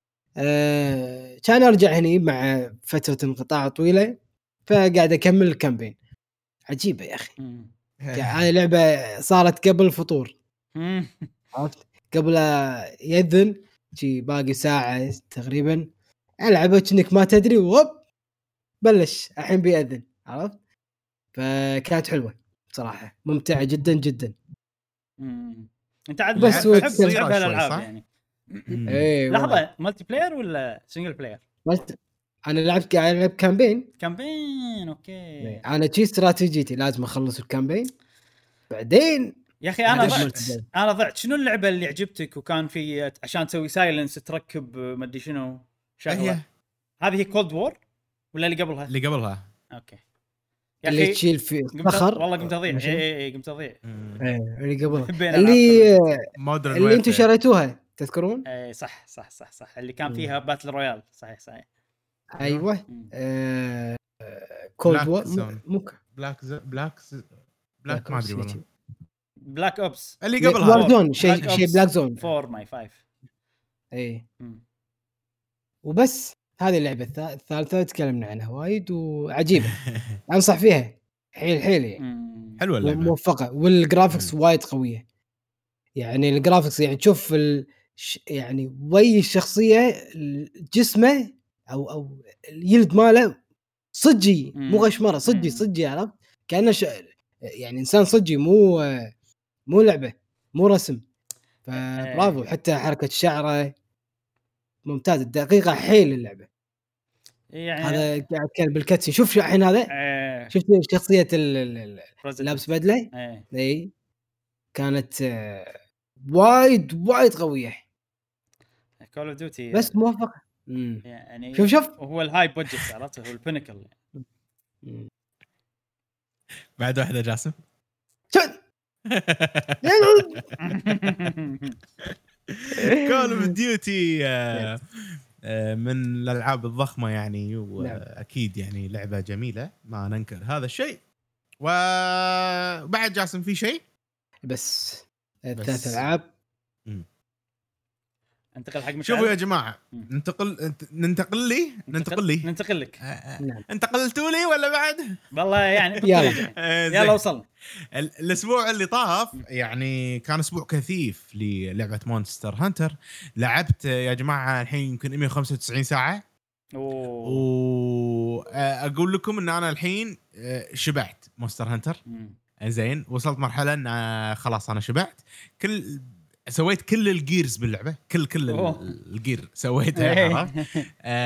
أه كان ارجع هني مع فتره انقطاع طويله، فقاعد اكمل الكامبين. عجيبه يا اخي، مم. هاي لعبه صارت قبل الفطور، مم. عرفت؟ قبل يذن شي باقي ساعة تقريبا ألعبه كأنك ما تدري، وهوب بلش الحين بيأذن، عرفت؟ فكانت حلوة بصراحة، ممتعة جدا جدا. مم. انت عاد بس تحب هو تحب قصيرة تحب شوي، هالالعاب صح؟ يعني. مم. ايه وايد. لحظه مالتي بلاير ولا سنجل بلاير؟ قلت أنا لعبت قاعد ألعب كامبين. كامبين اوكي. أنا شي استراتيجيتي لازم أخلص الكامبين بعدين. يا اخي انا ليش؟ ضعت انا ضعت شنو اللعبه اللي عجبتك وكان في عشان تسوي سايلنس تركب ما ادري شنو شغله؟ هي هذه هي كولد وور ولا اللي قبلها؟ اللي قبلها. اوكي يا اللي اخي تشيل في قمت صخر. والله قمت اضيع. ماشي. اي اي اي قمت اضيع. مم. ايه اللي قبلها بين اللي ألعاب مودرن اللي انتم ويرفير. شريتوها تذكرون؟ اي صح صح صح صح اللي كان مم. فيها باتل رويال. صحيح صحيح. ايوه. مم. آه... كولد Black وور Zone. مو بلاك ز... بلاك ز... بلاك ما ادري والله. بلاك اوبس اللي قبلها وار زون، شيء Black شيء Ops بلاك زون. فور ماي فايف. اي مم. وبس. هذه اللعبه الث- الثالثه تكلمنا عنها وايد وعجيبه، انصح فيها حيل حيل يعني. مم. حلوه اللعبه. موفقه والجرافكس وايد قويه. يعني الجرافكس يعني تشوف ال... ش- يعني وي الشخصيه جسمه او او اليلد ماله صجي، مو مم. غشمره، صجي مم. صجي، عرفت؟ كانه ش... يعني انسان صجي، مو مو لعبه، مو رسم. فبرافو، حتى حركه شعره ممتاز، دقيقه حيل اللعبه. يعني هذا قاعد كان بالكاتسين. شوف شو الحين هذا، ايه شفت شخصيه ال- ال- ال- President. لابس بدله، ايه اي كانت آه، وايد وايد قويه، كول اوف ديوتي بس موفقه. مم. يعني شوف شوف هو الهاي بودجت عرفت، هو البينكل. مم. بعد واحده جاسم. شو كول اوف ديوتي من الالعاب الضخمه يعني، واكيد يعني لعبه جميله ما ننكر هذا الشيء. وبعد جاسم في شيء بس بس. ثلاث العاب. انتقل حق مشعل. شوفوا يا جماعه، مم. ننتقل انت- ننتقل لي ننتقل لي ننتقل لك. آه، نعم. انتقلتوا لي ولا بعد؟ والله يعني يلا. بالطريق. آه، يلا زين. وصلنا. ال- الاسبوع اللي طاف يعني كان اسبوع كثيف للعبه مونستر هانتر. لعبت يا جماعه الحين يمكن مية وخمسة وتسعين ساعه. اوه واقول لكم ان انا الحين آه، شبعت مونستر هانتر. مم. زين، وصلت مرحله ان آه، خلاص انا شبعت. كل سويت كل الجيرز باللعبه، كل كل أوه. الجير سويتها. عرفت؟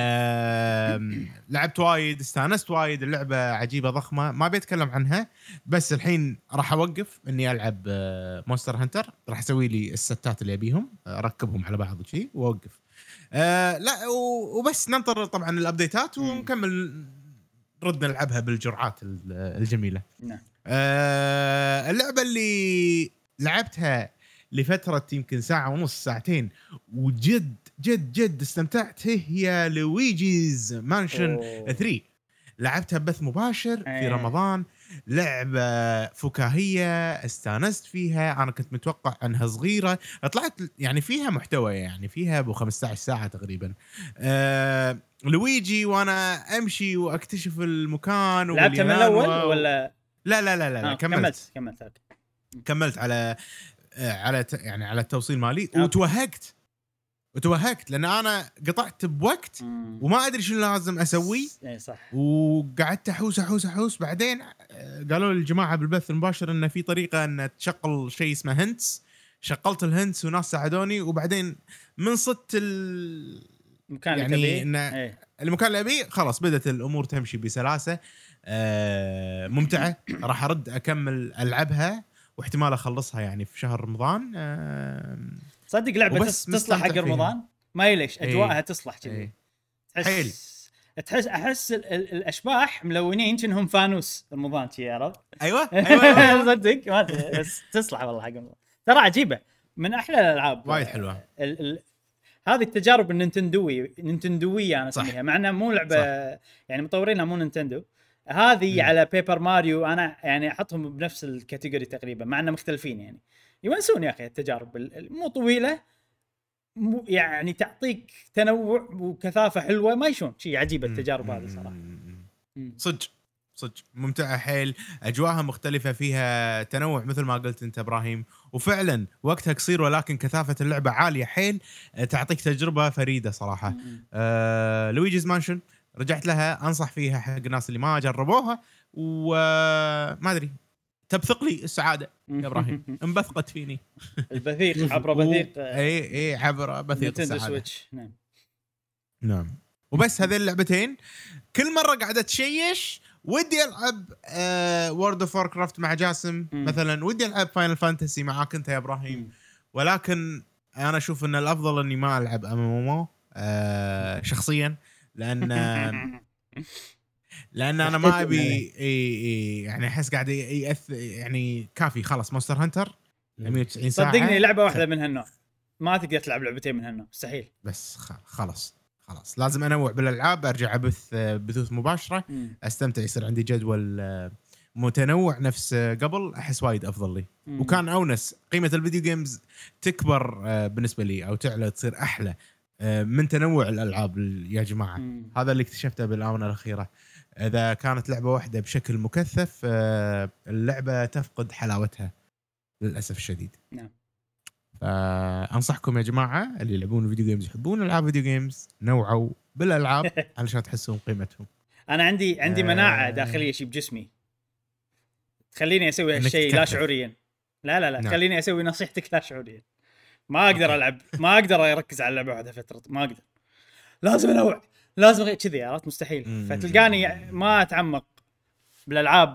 آم، لعبت وايد، استانست وايد. اللعبه عجيبه ضخمه، ما بيتكلم عنها. بس الحين راح اوقف اني العب مونستر هانتر، راح اسوي لي الستات اللي ابيهم، اركبهم على بعض وشي واوقف. آه لا و- وبس ننطر طبعا الابديتات ونكمل رد نلعبها بالجرعات ال- الجميله. نعم. آه اللعبه اللي لعبتها لفتره يمكن ساعه ونص ساعتين وجد جد جد استمتعت هي لويجيز مانشن أوه. ثلاثة. لعبتها بث مباشر في أيه. رمضان. لعبة فكاهية استانست فيها. أنا كنت متوقع أنها صغيرة، طلعت يعني فيها محتوى، يعني فيها أبو خمسة عشر ساعة تقريبا. أه لويجي وأنا أمشي وأكتشف المكان. لعبتها من الأول و... ولا لا لا لا لا, لا. آه. كملت كملت كملت كملت على على يعني على التوصيل مالي. أوكي. وتوهقت وتوهقت لأن أنا قطعت بوقت مم. وما أدري شو لازم أسوي. اي صح. وقعدت احوس احوس احوس. بعدين قالوا لي الجماعه بالبث المباشر ان في طريقه ان تشغل شيء اسمه هنتس. شغلت الهنتس وناس ساعدوني. وبعدين من صدت ال... المكان يعني اللي تبيه إن ايه. المكان اللي ابيه خلاص بدت الامور تمشي بسلاسه. آه ممتعه. راح ارد اكمل العبها واحتمال اخلصها يعني في شهر رمضان. آه صدق لعبه تص... تصلح حق رمضان. ما يليش اجواءها تصلح كذي. تحس تحس احس ال... ال... الاشباح ملونين كأنهم فانوس رمضان شي. عرفت؟ ايوه ايوه صدق ما ادري بس تصلح والله حق رمضان. ترى عجيبه من احلى الالعاب وايد حلوه. ال... ال... هذه التجارب النينتندوي نينتندويه انا اسميها، مع انها مو لعبه صح. يعني مطورينها مو نينتندو. هذه م. على بيبر ماريو انا يعني احطهم بنفس الكاتيجوري تقريبا، مع انهم مختلفين. يعني يونسون يا اخي التجارب مو طويله، مو يعني تعطيك تنوع وكثافه حلوه، ما يشون شيء عجيبه التجارب هذه صراحه. صدق صدق ممتعه حيل. اجواءها مختلفه، فيها تنوع مثل ما قلت انت ابراهيم، وفعلا وقتها قصير ولكن كثافه اللعبه عاليه حيل، تعطيك تجربه فريده صراحه. آه لويجيز مانشن رجعت لها، انصح فيها حق الناس اللي ما جربوها وما ادري تبثق لي السعاده يا ابراهيم. انبثقت فيني البثيق عبر بثيق. اي اي عبر بثيق السعاده. سويتش. نعم نعم. وبس هذين اللعبتين. كل مره قاعده تشيش ودي العب وورد اوف واركرافت مع جاسم م. مثلا، ودي العب فاينل فانتسي معاك انت يا ابراهيم م. ولكن انا اشوف ان الافضل اني ما العب ام ام او شخصيا، لان لان انا ما ابي اي اي يعني احس قاعد يأثر يعني كافي خلاص. مونستر هانتر مية وتسعين ساعه صدقني لعبه واحده من هالنوع ما تقدر تلعب لعبتين من هالنوع، مستحيل. بس خلاص خلاص لازم انوع بالالعاب، ارجع ابث بثوث مباشره مم. استمتع، يصير عندي جدول متنوع نفس قبل، احس وايد افضل لي. مم. وكان اونس قيمه الفيديو جيمز تكبر بالنسبه لي او تعلى تصير احلى من تنوع الالعاب يا جماعه. مم. هذا اللي اكتشفته بالاونه الاخيره. اذا كانت لعبه واحده بشكل مكثف اللعبه تفقد حلاوتها للاسف الشديد. نعم. فأنصحكم يا جماعة اللي يلعبون فيديو جيمز يحبون ألعاب فيديو جيمز نوعوا بالألعاب علشان تحسون قيمتهم. أنا عندي عندي مناعة داخلية شيء بجسمي تخليني أسوي هالشيء لا شعوريا. لا لا لا نعم. خليني أسوي نصيحتك لا شعوريا. ما أقدر ألعب، ما أقدر أركز على اللعبة واحدة فترة، ما أقدر. لازم أنوع، لازم غير كذي، عرفت؟ مستحيل. فتلقاني ما أتعمق بالألعاب،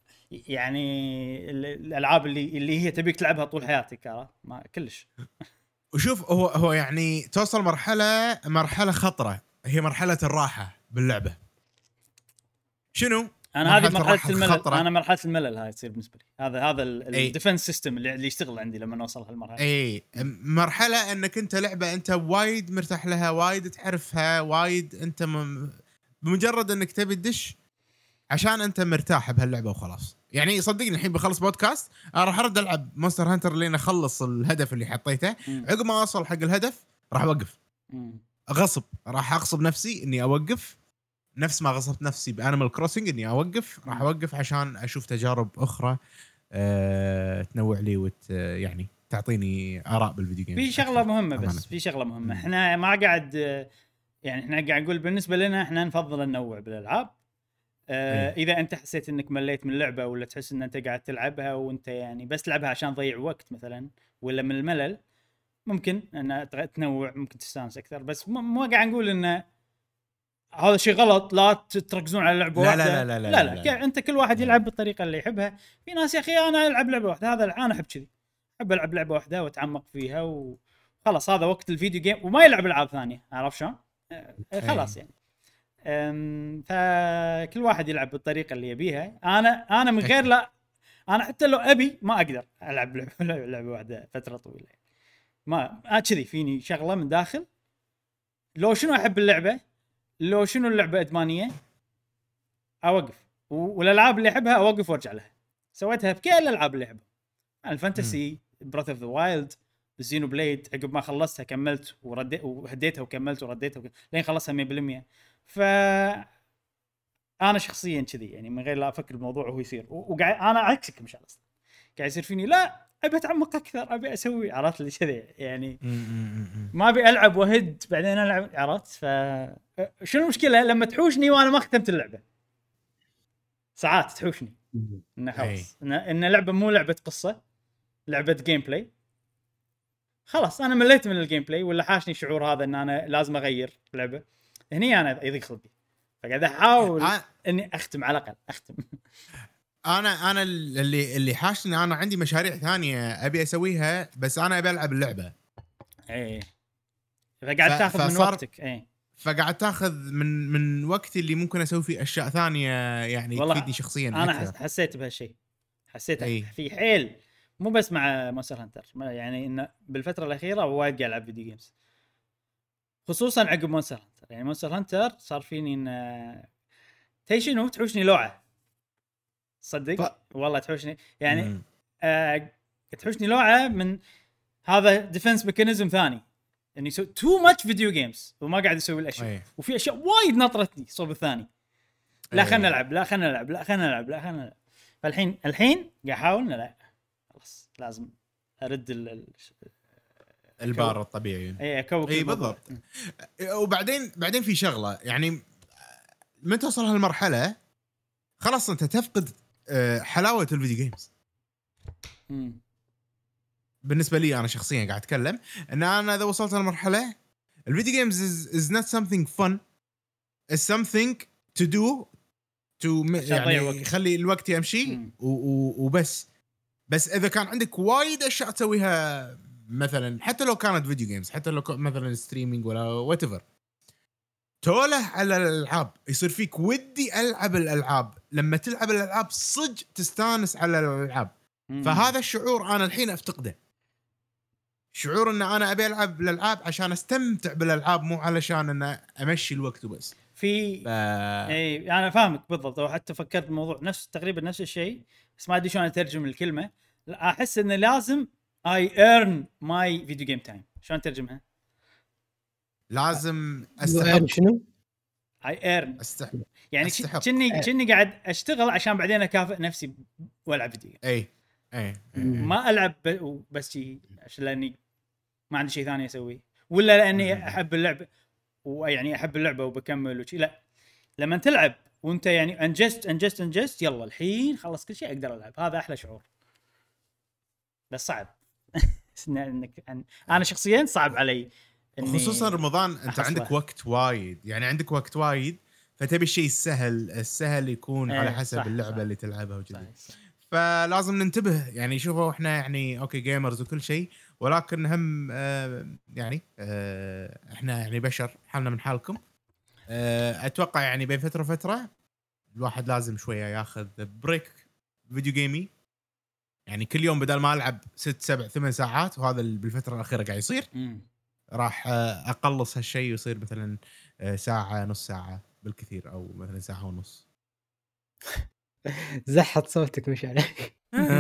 يعني الالعاب اللي اللي هي تبيك تلعبها طول حياتك، عرفت؟ ما كلش. وشوف هو هو يعني توصل مرحله مرحله خطره، هي مرحله الراحه باللعبه. شنو انا هذه مرحله الملل خطرة. انا مرحله الملل هاي تصير بالنسبه لي. هذا هذا الديفنس سيستم اللي, اللي يشتغل عندي لما نوصل هالمرحله. اي مرحله انك انت لعبه انت وايد مرتاح لها، وايد تعرفها، وايد انت م... بمجرد انك تبي تدش عشان انت مرتاح بهاللعبه وخلاص. يعني صدقني الحين بخلص بودكاست راح ارد العب مونستر هانتر لين اخلص الهدف اللي حطيته. عقب ما اوصل حق الهدف راح اوقف غصب، راح اغصب نفسي اني اوقف، نفس ما غصبت نفسي بانيمال كروسنج اني اوقف. راح اوقف عشان اشوف تجارب اخرى أه تنوع لي وت يعني تعطيني اراء بالفيديو جيم. في شغله مهمه بس أمانة. في شغله مهمه مم. احنا ما قاعد يعني احنا قاعد نقول بالنسبه لنا احنا نفضل ننوع بالالعاب. آه إذا أنت حسيت إنك مليت من اللعبة ولا تحس إن أنت قاعد تلعبها وأنت يعني بس تلعبها عشان تضيع وقت مثلاً ولا من الملل، ممكن ان تنوع ممكن تستانس اكثر بس مو قاعد نقول انه هذا شيء غلط لا تركزون على لعبه لا واحده لا لا لا لا, لا, لا, لا, لا. انت كل واحد يلعب بالطريقه اللي يحبها. في ناس يا اخي انا العب لعبه واحده هذا انا احب كذي احب العب لعبه واحده واتعمق فيها وخلاص هذا وقت الفيديو جيم وما يلعب العاب ثانيه عرفت شلون خلاص يعني أم فكل واحد يلعب بالطريقه اللي يبيها. انا انا من غير لا انا حتى لو ابي ما اقدر العب لعبه لعبه واحده فتره طويله ما كذي فيني شغله من داخل لو شنو احب اللعبه لو شنو اللعبه ادمانيه اوقف والالعاب اللي احبها اوقف وارجع لها. سويتها بكل الالعاب اللي احبها الفانتسي براث اوف ذا وايلد الزينو بليد عقب ما خلصتها كملت ورديت وهديتها وكملت ورديتها وك... لين خلصها مية بالمية. ف انا شخصيا كذي يعني من غير لا افكر بالموضوع وهو يصير وقاعد انا عكسك مش اصلا قاعد يصير فيني لا ابي اتعمق اكثر ابي اسوي عرفت اللي كذا يعني ما ابي العب وهد بعدين العب عرفت. ف شنو المشكله لما تحوشني وانا ما ختمت اللعبه ساعات تحوشني انه خلاص ان إن لعبه مو لعبه قصه لعبه جيم بلاي خلاص انا مليت من الجيم بلاي ولا حاشني شعور هذا ان انا لازم اغير لعبه هني انا يضيق خلقي فقاعد احاول آه. اني اختم على الاقل اختم. انا انا اللي اللي حاشني انا عندي مشاريع ثانيه ابي اسويها بس انا ابي العب اللعبه ايه فقاعد ف... تاخذ من وقتك ايه فقاعد تاخذ من من وقتي اللي ممكن اسوي فيه اشياء ثانيه يعني تفيدني شخصيا انا أكثر. حسيت بهالشيء حسيت أي. في حيل مو بس مع مونستر هانتر يعني انه بالفتره الاخيره وايد قاعد العب فيديو جيمز خصوصا عقب مونستر هانتر. يعني مونستر هانتر صار فيني ان تيشنو تحوشني لوعه صدق ف... والله تحوشني يعني آه... تحوشني لوعه من هذا ديفنس ميكانيزم ثاني اني سو تو ماتش فيديو جيمز وما قاعد اسوي الاشياء أيه. وفي اشياء وايد نطرتني صوب الثاني لا خلنا أيه. نلعب لا خلنا نلعب لا خلنا نلعب لا خلنا نلعب. فالحين الحين قاعد احاول لا خلاص لازم ارد ال... البار الطبيعي اي اكوك اي بالضبط. وبعدين بعدين في شغله يعني من توصل هالمرحله خلاص انت تفقد حلاوه الفيديو جيمز. امم بالنسبه لي انا شخصيا قاعد اتكلم ان انا اذا وصلت للمرحله الفيديو جيمز is, is not something fun it's something to do to يعني يخلي الوقت يمشي وبس. بس اذا كان عندك وايد اشياء تسويها مثلا حتى لو كانت فيديو جيمز حتى لو مثلا ستريمينج ولا وات ايفر توله على الالعاب يصير فيك ودي العب الالعاب لما تلعب الالعاب صج تستانس على الالعاب. فهذا الشعور انا الحين افتقده شعور ان انا ابي العب الالعاب عشان استمتع بالالعاب مو علشان ان امشي الوقت وبس. في ف... اي انا فاهمك بالضبط وحتى فكرت بالموضوع نفس تقريبا نفس الشيء بس ما ادري شلون اترجم الكلمه. لا احس انه لازم I earn my video game time. شلون ترجمها؟ لازم استحق شنو؟ I earn استحق يعني كني كني قاعد اشتغل عشان بعدين اكافئ نفسي والعب فيديو. اي اي ما العب بس شيء عشان لاني ما عندي شيء ثاني اسويه ولا لاني احب اللعبه ويعني احب اللعبه وبكمل وشي. لا لما تلعب وانت يعني انجست انجست انجست يلا الحين خلص كل شيء اقدر العب هذا احلى شعور. بس صعب انك انا شخصيا صعب علي خصوصا رمضان انت أحصله. عندك وقت وايد يعني عندك وقت وايد فتبي الشيء السهل السهل يكون ايه على حسب صح اللعبه صح. اللي تلعبها وكذا. فلازم ننتبه يعني شوفوا احنا يعني اوكي جيمرز وكل شيء ولكن هم آه يعني آه احنا يعني بشر حالنا من حالكم. آه اتوقع يعني بين فتره وفتره الواحد لازم شويه ياخذ بريك فيديو جيمي يعني كل يوم بدل ما العب ست سبع ثمان ساعات وهذا بالفتره الاخيره قاعد يصير مم. راح اقلص هالشيء ويصير مثلا ساعه نص ساعه بالكثير او مثلا ساعه ونص. زحت صوتك مش عليك.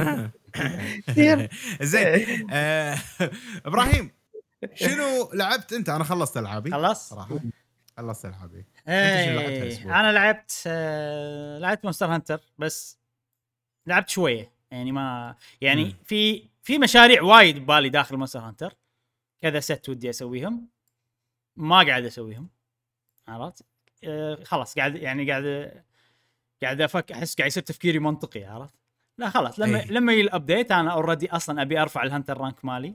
زين آه، ابراهيم شنو لعبت انت؟ انا خلصت العابي خلاص صراحه خلصت العابي. ايه انا لعبت آه... لعبت مونستر هانتر بس لعبت شويه يعني ما يعني م. في في مشاريع وايد ببالي داخل مونستر هانتر كذا ست ودي اسويهم ما قاعد اسويهم عرفت. آه خلاص قاعد يعني قاعد قاعد افكر احس قاعد يصير تفكيري منطقي عرفت. لا خلاص لما أي. لما يجي الابديت انا اوريدي اصلا ابي ارفع الهانتر رانك مالي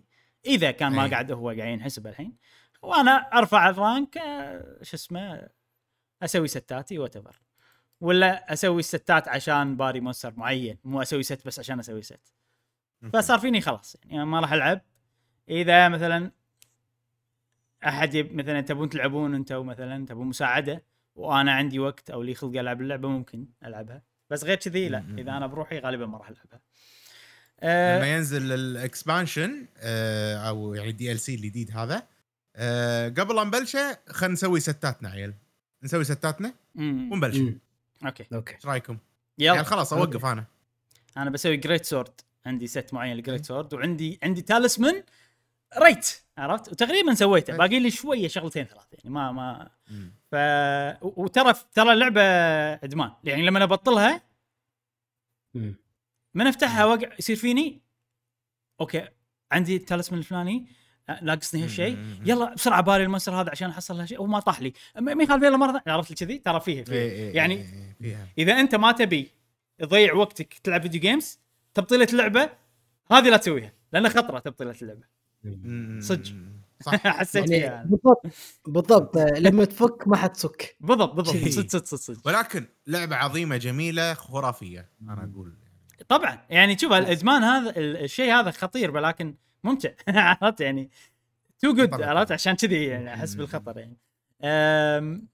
اذا كان ما أي. قاعد هو قاعد ينحسب الحين، وانا ارفع الرانك شو اسمه اسوي ستاتي واتفر، ولا اسوي ستات عشان باري مونستر معين، مو اسوي ست بس عشان اسوي ست. فصار فيني خلاص يعني ما راح العب. اذا مثلا احد يب مثلا تبون تلعبون انتم مثلا تبون مساعده وانا عندي وقت او لي خلق العب اللعبه ممكن العبها، بس غير كذي لا. اذا انا بروحي غالبا ما راح العبها. أه لما ينزل الاكسبانشن أه او يعني الدي ال سي الجديد هذا أه قبل لا نبلشه خلينا نسوي ستاتنا عيل، نسوي ستاتنا ونبلش. اوكي اوكي ايش رايكم؟ يلا يعني خلاص اوقف. انا انا بسوي جريت سورد، عندي ست معين لجريت سورد، وعندي عندي تالسمن ريت عرفت، وتقريبا سويته، باقي لي شويه شغلتين ثلاث يعني ما ما مم. ف وترى ترى اللعبه ادمان يعني. لما ابطلها مم. من افتحها وقع يصير فيني اوكي عندي التالسمن الفلاني ناقصني هالشيء، يلا بسرعه باري المونستر هذا عشان احصل هالشيء وما طاح لي، ما يخالف يلا مره عرفت لي كذي. ترى فيها فيه إيه إيه يعني إيه فيها. اذا انت ما تبي تضيع وقتك تلعب فيديو جيمز، تبطيله اللعبه هذه لا تسويها لانها خطره. تبطيله اللعبه صدق صح. حسيت يعني فيها بالضبط بالضبط لما تفك ما حتسك. بالضبط بالضبط صدق صدق صدق صدق. ولكن لعبه عظيمه جميله خرافيه انا اقول طبعا يعني شوف الادمان هذا الشيء هذا خطير ولكن ممتع عرفت يعني تو جود عرفت، عشان كذي يعني احس بالخطر يعني. أم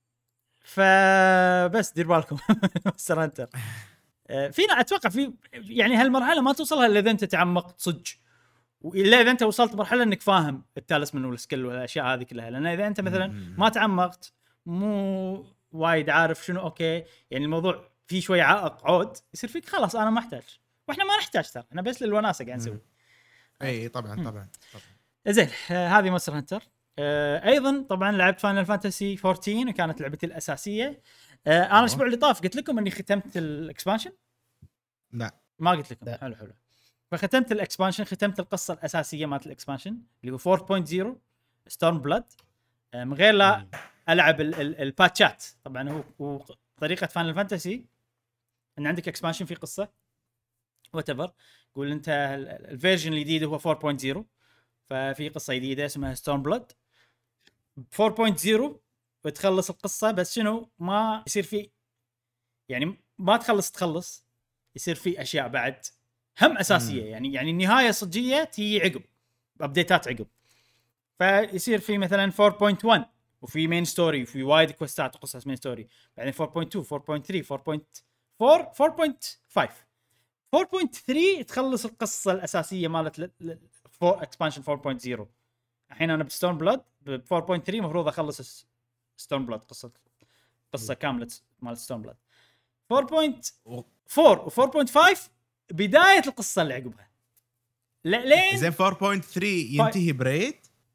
فبس دير بالكم مونستر هانتر فينا اتوقع في يعني هالمرحله ما توصلها الا اذا انت تعمقت صدق، والا اذا انت وصلت مرحله انك فاهم التالسمن والسكيل والاشياء هذه كلها. لان اذا انت مثلا ما تعمقت مو وايد عارف شنو اوكي يعني الموضوع فيه شويه عائق عود يصير فيك خلاص انا ما احتاج، واحنا ما نحتاج ترى احنا بس للوناسه قاعد نسوي. اي طبعا طبعا طبعا. زين آه هذه مونستر هانتر. آه ايضا طبعا لعبت فاينل فانتسي أربعة عشر وكانت لعبتي الاساسيه. آه انا الاسبوع اللي طاف قلت لكم اني ختمت الاكسبانشن. لا ما قلت لكم. لا. حلو حلو. فختمت الاكسبانشن، ختمت القصه الاساسيه مالت الاكسبانشن اللي هو أربعة صفر ستورم بلاد، آه من غير لا العب ال- ال- الباتشات. طبعا هو, هو طريقه فاينل فانتسي ان عندك اكسبانشن في قصه واتيفر، قول انت الفيرجن الجديد هو أربعة صفر، ففي قصه جديده اسمها ستورم بلاد أربعة صفر وتخلص القصه. بس شنو ما يصير في يعني ما تخلص تخلص يصير في اشياء بعد هم اساسيه. يعني يعني النهايه صجيه تي عقب ابديتات عقب، فيصير في مثلا أربعة واحد وفي مين ستوري وفي وايد كوستات وقصص مين ستوري، بعدين أربعة اثنين أربعة ثلاثة أربعة أربعة أربعة خمسة أربعة ثلاثة تخلص القصه الاساسيه مالت اكسبانشن أربعة صفر. الحين انا بستون بلاد ب أربعة ثلاثة المفروض اخلص ستون بلاد قصه قصه كامله مال ستون بلاد. أربعة أربعة و أربعة خمسة بدايه القصه اللي عقبها. لا لين زين أربعة ثلاثة ينتهي بريد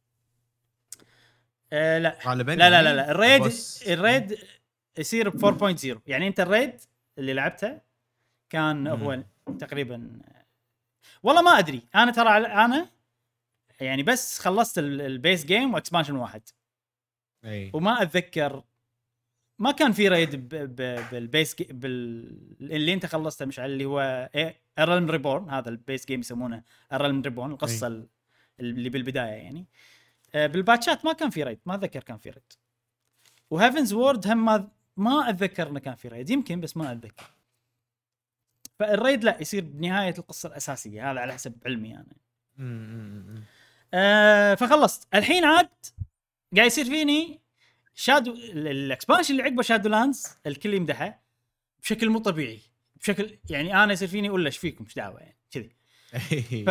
آه لا غالبا. لا لا لا, لا. الريد بس... الريد يصير ب أربعة صفر. يعني انت الريد اللي لعبته كان مم. هو تقريبا والله ما ادري انا ترى انا يعني بس خلصت البيس جيم واكسبانشن واحد اي وما اتذكر ما كان في ريد بالبيس بال اللي انت خلصته مش على اللي هو ايرلم ريبورن. هذا البيس جيم يسمونه ايرلم ريبورن القصه أي. اللي بالبدايه يعني بالباتشات ما كان في ريد، ما اتذكر كان في ريد. وهيفنز وورد هم ما ما اتذكر انه كان في ريد، يمكن بس ما اتذكر. فالريد لا يصير بنهايه القصه الاساسيه، هذا على حسب علمي يعني. امم آه فخلصت الحين عاد قاعد يصير فيني شادو الاكسبانشن اللي عقبه شادو لاندز الكل يمدحه بشكل مو طبيعي، بشكل يعني انا يصير فيني اقول ايش فيكم ايش دعوه يعني كذي. ف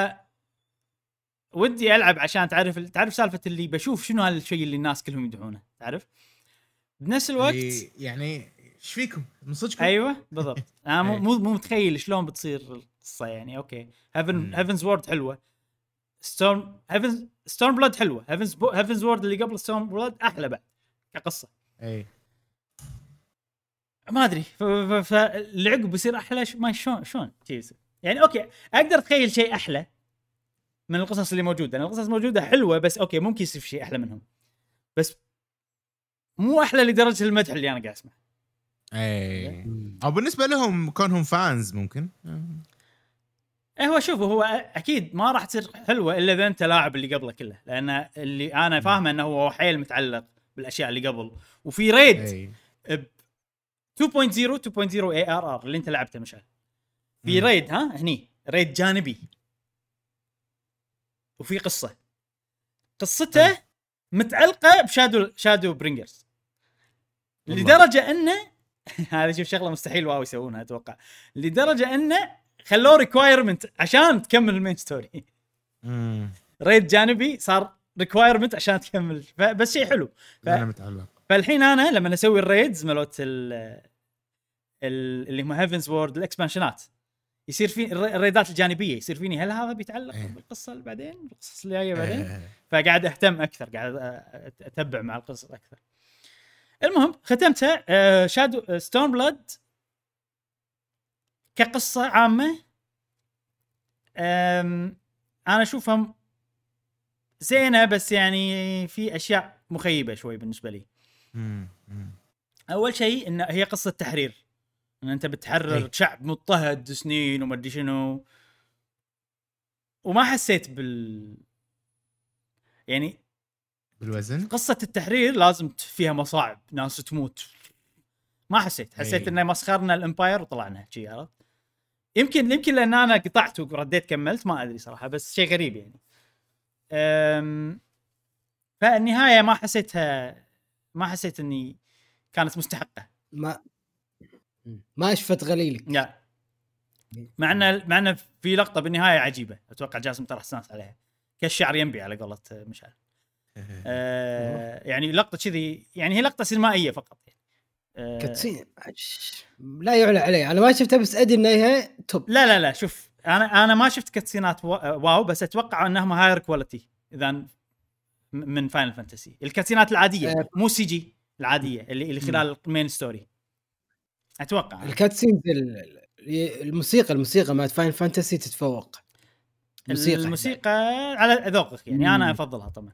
ودي العب عشان تعرف تعرف سالفه اللي بشوف شنو هالشيء اللي الناس كلهم يمدحونه تعرف بنفس الوقت يعني ايش فيكم من صدقكم. ايوه بالضبط. انا مو مو متخيل شلون بتصير القصه يعني. اوكي هيفن هيفنز وورد حلوه، ستورم هيفنز ستورم بلاد حلوه، هيفنز بو... هيفنز وورد اللي قبل ستورم بلاد احلى بعد كقصه. اي ما ادري فاللي عقب بيصير احلى ش... ما شلون شلون تيس يعني. اوكي اقدر اتخيل شيء احلى من القصص اللي موجوده، لان القصص موجوده حلوه بس اوكي ممكن يصير شيء احلى منهم، بس مو احلى لدرجه المدح اللي انا قاعد اسمعه. اي او بالنسبه لهم كونهم فانز ممكن إيه هو شوف هو اكيد ما راح تصير حلوه الا اذا انت لاعب اللي قبله كله، لان اللي انا فاهمه انه هو حيل متعلق بالاشياء اللي قبل. وفي ريد اي ب اثنين نقطة صفر اثنين نقطة صفر اي ار ار اللي انت لعبته مشعل، في مم. ريد ها هني ريد جانبي وفي قصه قصته متعلقه بشادو شادو برينجرز والله. لدرجه انه هذا شوف شغله مستحيل واو يسوونها اتوقع، لدرجه انه خلوه ريكوايرمنت عشان تكمل المين ستوري. امم ريد جانبي صار ريكوايرمنت عشان تكمل، بس شيء حلو. ف... انا متعلق. فالحين انا لما اسوي الريدز مالوت ال... ال... اللي هم هيفنز وورد الاكسبانشنات يصير في الريدات الجانبيه يصير فيني هل هذا بيتعلق إيه. بالقصه اللي بعدين القصص اللي جايه بعدين. إيه. فقاعد اهتم اكثر، قاعد اتبع مع القصص اكثر. المهم ختمتها. آه شادو ستون بلاد كقصه عامه انا اشوفها زينه، بس يعني في اشياء مخيبه شوي بالنسبه لي. مم. مم. اول شيء ان هي قصه تحرير، ان انت بتحرر أي. شعب مضطهد سنين وما ادري شنو، وما حسيت بال يعني بالوزن قصه التحرير لازم فيها مصاعب ناس تموت. ما حسيت حسيت أي. انه مسخرنا الامباير وطلعنا شي. عرفت؟ يمكن يمكن لان انا قطعت ورديت كملت ما ادري صراحه، بس شيء غريب يعني. أم... فالنهايه ما حسيتها، ما حسيت اني كانت مستحقه. ما ما اشفت غليلك. لا مع ان مع ان في لقطه بالنهايه عجيبه اتوقع جاسم ترى استانس عليها، كالشعر ينبي على قولة مشعل. أه... يعني لقطه كذي، يعني هي لقطه سينمائيه فقط. أه... كاتسين لا يعلى عليه، انا ما شفتها بس ادري انها توب. لا لا لا شوف انا انا ما شفت كاتسينات واو، بس اتوقع انهم هاير كواليتي اذا من فاينل فانتسي. الكاتسينات العاديه أه مو سي جي العاديه اللي اللي خلال المين ستوري اتوقع. الكاتسين الموسيقى الموسيقى مع فاين فانتسي تتفوق. الموسيقى, الموسيقى على ذوقك يعني. مم. انا افضلها طبعا.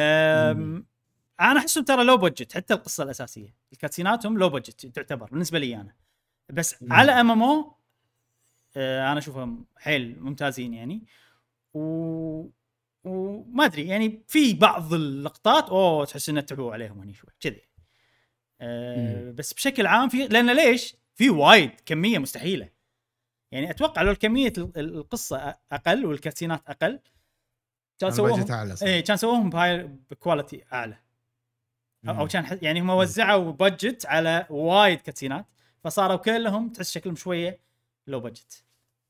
انا احسهم ترى لو بادجت، حتى القصه الاساسيه الكاتسيناتهم لو بادجت تعتبر بالنسبه لي انا، بس مم. على ام ام او انا اشوفهم حيل ممتازين يعني. و وما ادري يعني في بعض اللقطات اوه تحس انه تعبوا عليهم هني شوي كذي. أه بس بشكل عام في، لان ليش في وايد كميه مستحيله يعني. اتوقع لو الكميه القصه اقل والكاتسينات اقل كان سووهم ايه كان سووهم بهاي بكواليتي اعلى، او, أو كان يعني هم وزعوا بادجت على وايد كاتسينات فصاروا كلهم تحس شكلهم شويه لو بادجت.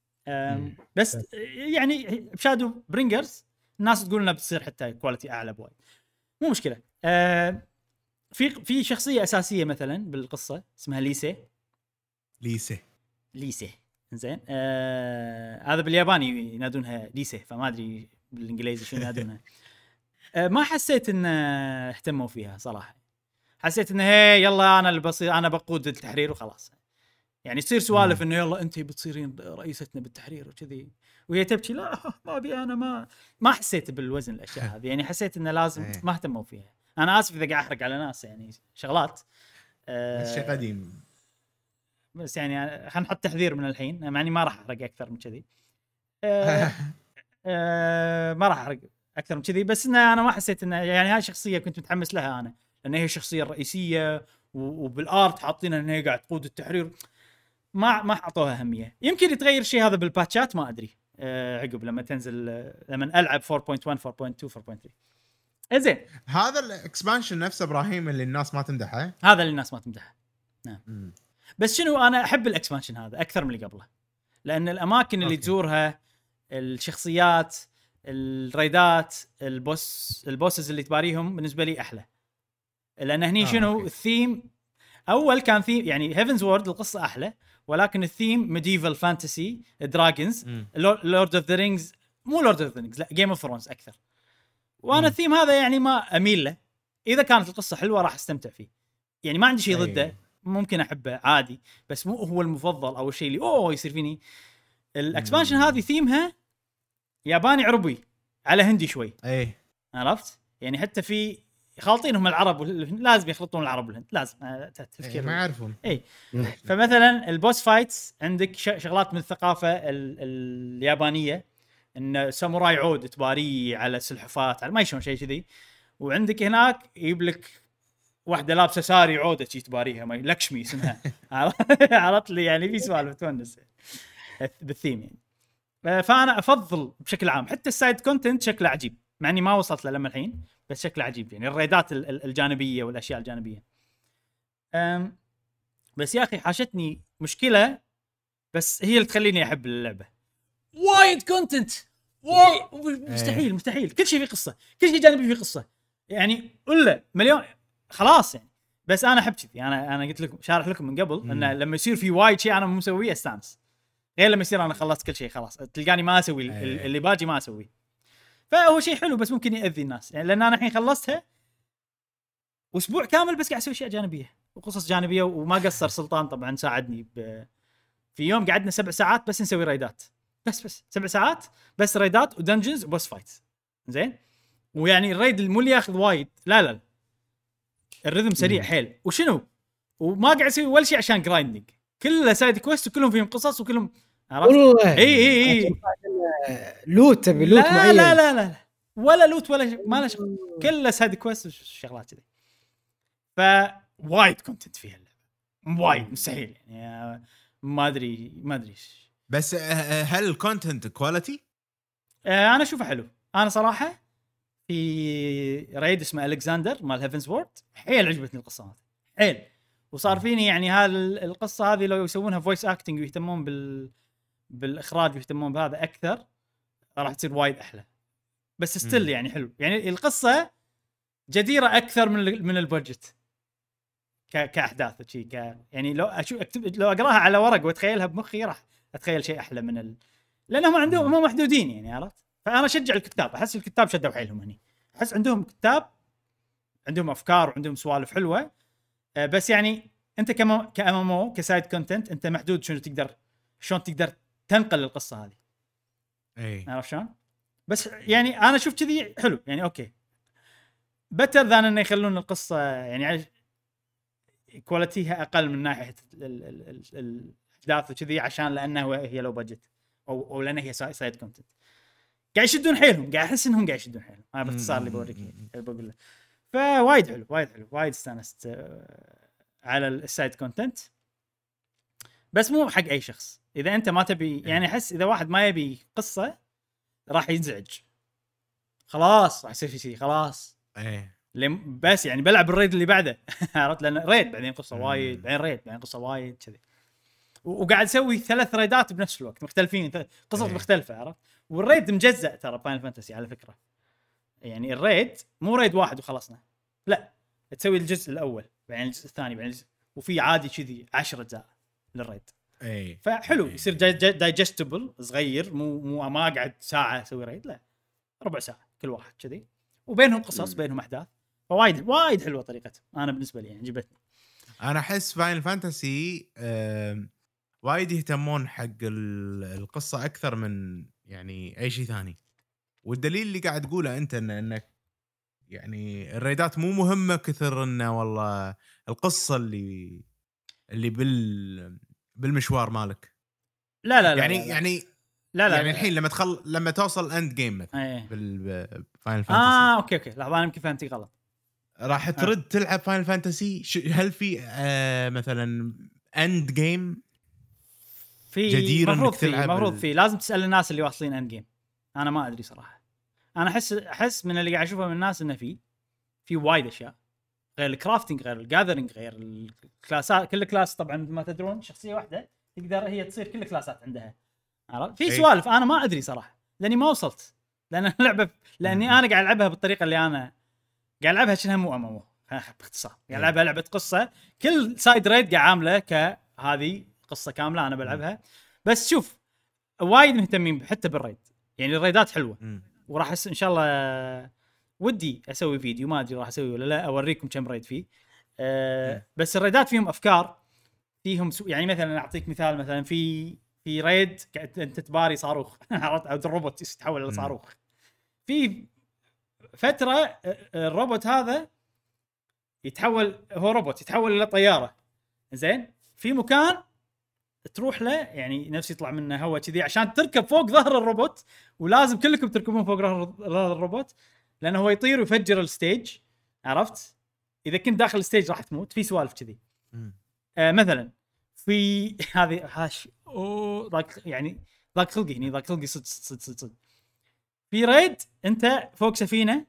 بس يعني بشادو برينجرز الناس تقول لنا بتصير حتى كواليتي اعلى بوايد، مو مشكله. أه في في شخصيه اساسيه مثلا بالقصه اسمها ليسي ليسي ليسي زين. أه هذا بالياباني ينادونها ليسي، فما ادري بالانجليزي شو ينادونها. أه ما حسيت ان اهتموا فيها صراحه. حسيت ان هي يلا انا اللي بصير انا بقود التحرير وخلاص يعني. تصير سوالف انه يلا انت بتصيرين رئيستنا بالتحرير وكذي وهي تبكي لا ما ابي انا ما ما حسيت بالوزن الاشياء هذه يعني. حسيت انه لازم ما اهتموا فيها. انا اسف اذا قاعد احرق على ناس يعني شغلات أه شيء قديم، بس يعني خلينا نحط تحذير من الحين، يعني ما راح احرق اكثر من كذي. أه أه ما راح احرق اكثر من كذي، بس إن انا ما حسيت انه يعني هاي شخصيه كنت متحمس لها انا، لان هي الشخصيه الرئيسيه وبالارت حاطينها ان هي قاعد تقود التحرير. ما ما حطوها اهميه. يمكن يتغير شيء هذا بالباتشات ما ادري أه عقب لما تنزل لما العب أربعة نقطة واحد أربعة نقطة اثنين أربعة نقطة ثلاثة. زين هذا الاكسبانشن نفسه ابراهيم اللي الناس ما تمدحه، هذا اللي الناس ما تمدحه. نعم م. بس شنو انا احب الاكسبانشن هذا اكثر من اللي قبله، لان الاماكن اللي أوكي. تزورها، الشخصيات، الريدات، البوس البوسز اللي تباريهم بالنسبه لي احلى. لان هني آه شنو أوكي. الثيم اول كان ثيم يعني هيفنز وورد القصه احلى، ولكن الثيم ميديفال فانتسي دراجونز لورد اوف ذا رينجز، مو لورد اوف ذا رينجز لا جيم اوف ثرونز اكثر. وانا م. الثيم هذا يعني ما اميل له. اذا كانت القصه حلوه راح استمتع فيه يعني، ما عندي شيء ضده أيه. ممكن احبه عادي، بس مو هو المفضل او الشيء اللي اوه يصير فيني. الاكسبانشن هذه ثيمها ياباني عربي على هندي شوي اي عرفت يعني. حتى في خالطينهم العرب والهند، لازم يخلطون العرب والهند لازم آه، تفكير ما يعرفون. اي فمثلا البوس فايتس عندك شغلات من الثقافه ال- اليابانيه، ان ساموراي عود تباريه على سلحفات على ما يشون شيء كذي، وعندك هناك يجيب لك واحده لابسه ساري عوده شي تباريها ما لكشمي اسمها عرفت لي يعني في سوالف تونس بالثيم يعني. فانا افضل بشكل عام حتى السايد كونتنت شكله عجيب مع اني ما وصلت له لما الحين، بس شكله عجيب يعني الريدات الجانبيه والاشياء الجانبيه. أم بس يا اخي حاشتني مشكله بس هي اللي تخليني احب اللعبه، وايد كونتنت وايد مستحيل مستحيل كل شيء فيه قصه، كل شيء جانبي فيه قصه يعني ولا مليون خلاص يعني. بس انا احب كذي، انا انا قلت لكم شارح لكم من قبل ان لما يصير في وايد شيء انا مو مسويه استانس، غير لما يصير انا خلصت كل شيء خلاص تلقاني ما اسوي اللي باجي ما اسويه. فهو شيء حلو بس ممكن يأذي الناس يعني، لان انا الحين خلصتها اسبوع كامل بس قاعد اسوي اشياء جانبيه وقصص جانبيه، وما قصر سلطان طبعا ساعدني ب... في يوم قعدنا سبع ساعات بس نسوي ريدات، بس بس سبع ساعات بس ريدات ودنجنز وبوس فايت زين. ويعني الريد مو اللي ياخذ وايد، لا لا الرذم سريع حيل وشنو، وما قاعد اسوي ولا شيء عشان جرايندنج، كله سايد كويست وكلهم فيهم قصص وكلهم عرفت والله اي اي اي لوت تبي لوت لا معين لا لا لا ولا لوت ولا ش... ما له شغل، كله سايد كويست وشغلات كذي. ف وايد كونتنت فيها اللعبه وايد مستحيل يعني ما ادري ما ادري ايش. بس هل الكونتنت كواليتي؟ آه انا اشوفه حلو انا صراحه. في ريد اسمه الكساندر مال هيفنز وورد حيل عجبتني القصه هذه حيل، وصار فيني يعني هالقصه هذه لو يسوونها فويس اكتنج ويهتمون بال بالاخراج ويهتمون بهذا اكثر راح تصير وايد احلى. بس ستيل يعني حلو يعني القصه جديره اكثر من من البادجت ك كاحداث شيء ك يعني لو اشوف اكتب لو اقراها على ورق واتخيلها بمخي راح اتخيل شيء احلى من ال... لانهم عندهم هم محدودين يعني عرفت. فانا اشجع الكتاب، احس الكتاب شدوا حيلهم هني، احس عندهم كتاب عندهم افكار وعندهم سوالف حلوه. بس يعني انت كم كامامو كسايد كونتنت انت محدود شنو تقدر شلون تقدر تنقل القصه هذه اي عرفت شلون. بس يعني انا اشوف كذي حلو يعني اوكي بتر ذان انه يخلون القصه يعني كواليتيها اقل من ناحيه الاحداث وكذي عشان لانه هي لو بادجت او او لانه هي سايد كونتنت قاعد يشدون حيلهم، قاعد احس انهم قاعد يشدون حيلهم. انا باختصار اللي بوريك بقول له فوايد حلو وايد حلو وايد استانست على السايد كونتنت. بس مو حق اي شخص، اذا انت ما تبي يعني احس اذا واحد ما يبي قصه راح ينزعج خلاص راح يصير في شيء خلاص ايه بس يعني بلعب الريد اللي بعده عرفت لان ريد بعدين قصه وايد بعدين ريد بعدين قصه وايد كذي، وقاعد اسوي ثلاث ريدات بنفس الوقت مختلفين قصص أيه. مختلفه عرفت. والريد مجزء ترى فاينل فانتسي على فكره يعني الريد مو ريد واحد وخلصنا لا تسوي الجزء الاول بعدين الجزء الثاني بعدين الجزء وفي عادي كذي عشرة اجزاء للريد. اي فحلو يصير دايجستبل صغير مو مو ما اقعد ساعه اسوي ريد لا ربع ساعه كل واحد كذي وبينهم قصص بينهم احداث. فوايد وايد حلوه طريقتها انا بالنسبه لي يعني عجبتني. انا احس فاينل فانتسي أه وايد يهتمون حق القصه اكثر من يعني اي شيء ثاني، والدليل اللي قاعد تقوله انت إن انك يعني الريدات مو مهمه كثر انه والله القصه اللي اللي بال بالمشوار مالك. لا لا لا يعني لا لا. يعني لا لا يعني لا. الحين لما تخل لما توصل اند جيم مثلا أيه. بالفاينل فانتسي اه اوكي اوكي لحظه انا يمكن فهمتي غلط. راح ترد آه. تلعب فاينل فانتسي هل في آه مثلا اند جيم في جدير مفروض انك تلعب في مفروض ال... في لازم تسال الناس اللي واصلين اند جيم. انا ما ادري صراحه، انا احس احس من اللي قاعد اشوفه من الناس انه في في وايد اشياء غير الكرافتنج غير الجاذرينج غير الكلاسات. كل كلاس طبعا ما تدرون شخصيه واحده تقدر هي تصير كل كلاسات عندها عرفت. في سوالف انا ما ادري صراحه لاني ما وصلت لان اللعبه لاني انا قاعد العبها بالطريقه اللي انا قاعد العبها شنها مو امامه باختصار قاعد العبها لعبه قصه كل سايد ريد قاعد عامله كهذه قصه كامله انا بلعبها. بس شوف وايد مهتمين حتى بالريد يعني الريدات حلوه وراح ان شاء الله ودي اسوي فيديو ما ادري راح اسوي ولا لا اوريكم كم ريد فيه أه بس الريدات فيهم افكار فيهم سو... يعني مثلا اعطيك مثال مثلا في في ريد انت تباري صاروخ عرفت او الروبوت يتحول الى صاروخ. في فتره الروبوت هذا يتحول هو روبوت يتحول الى طياره زين في مكان تروح له يعني نفس يطلع منه هواء كذي عشان تركب فوق ظهر الروبوت ولازم كلكم تركبون فوق ظهر الروبوت لانه هو يطير ويفجر الستيج عرفت اذا كنت داخل الستيج راح تموت في سوالف كذي آه مثلا في هذه هاش او ضاق يعني ضاق خلقي هني ضاق خلقي صد صد صد صد في ريد انت فوق سفينه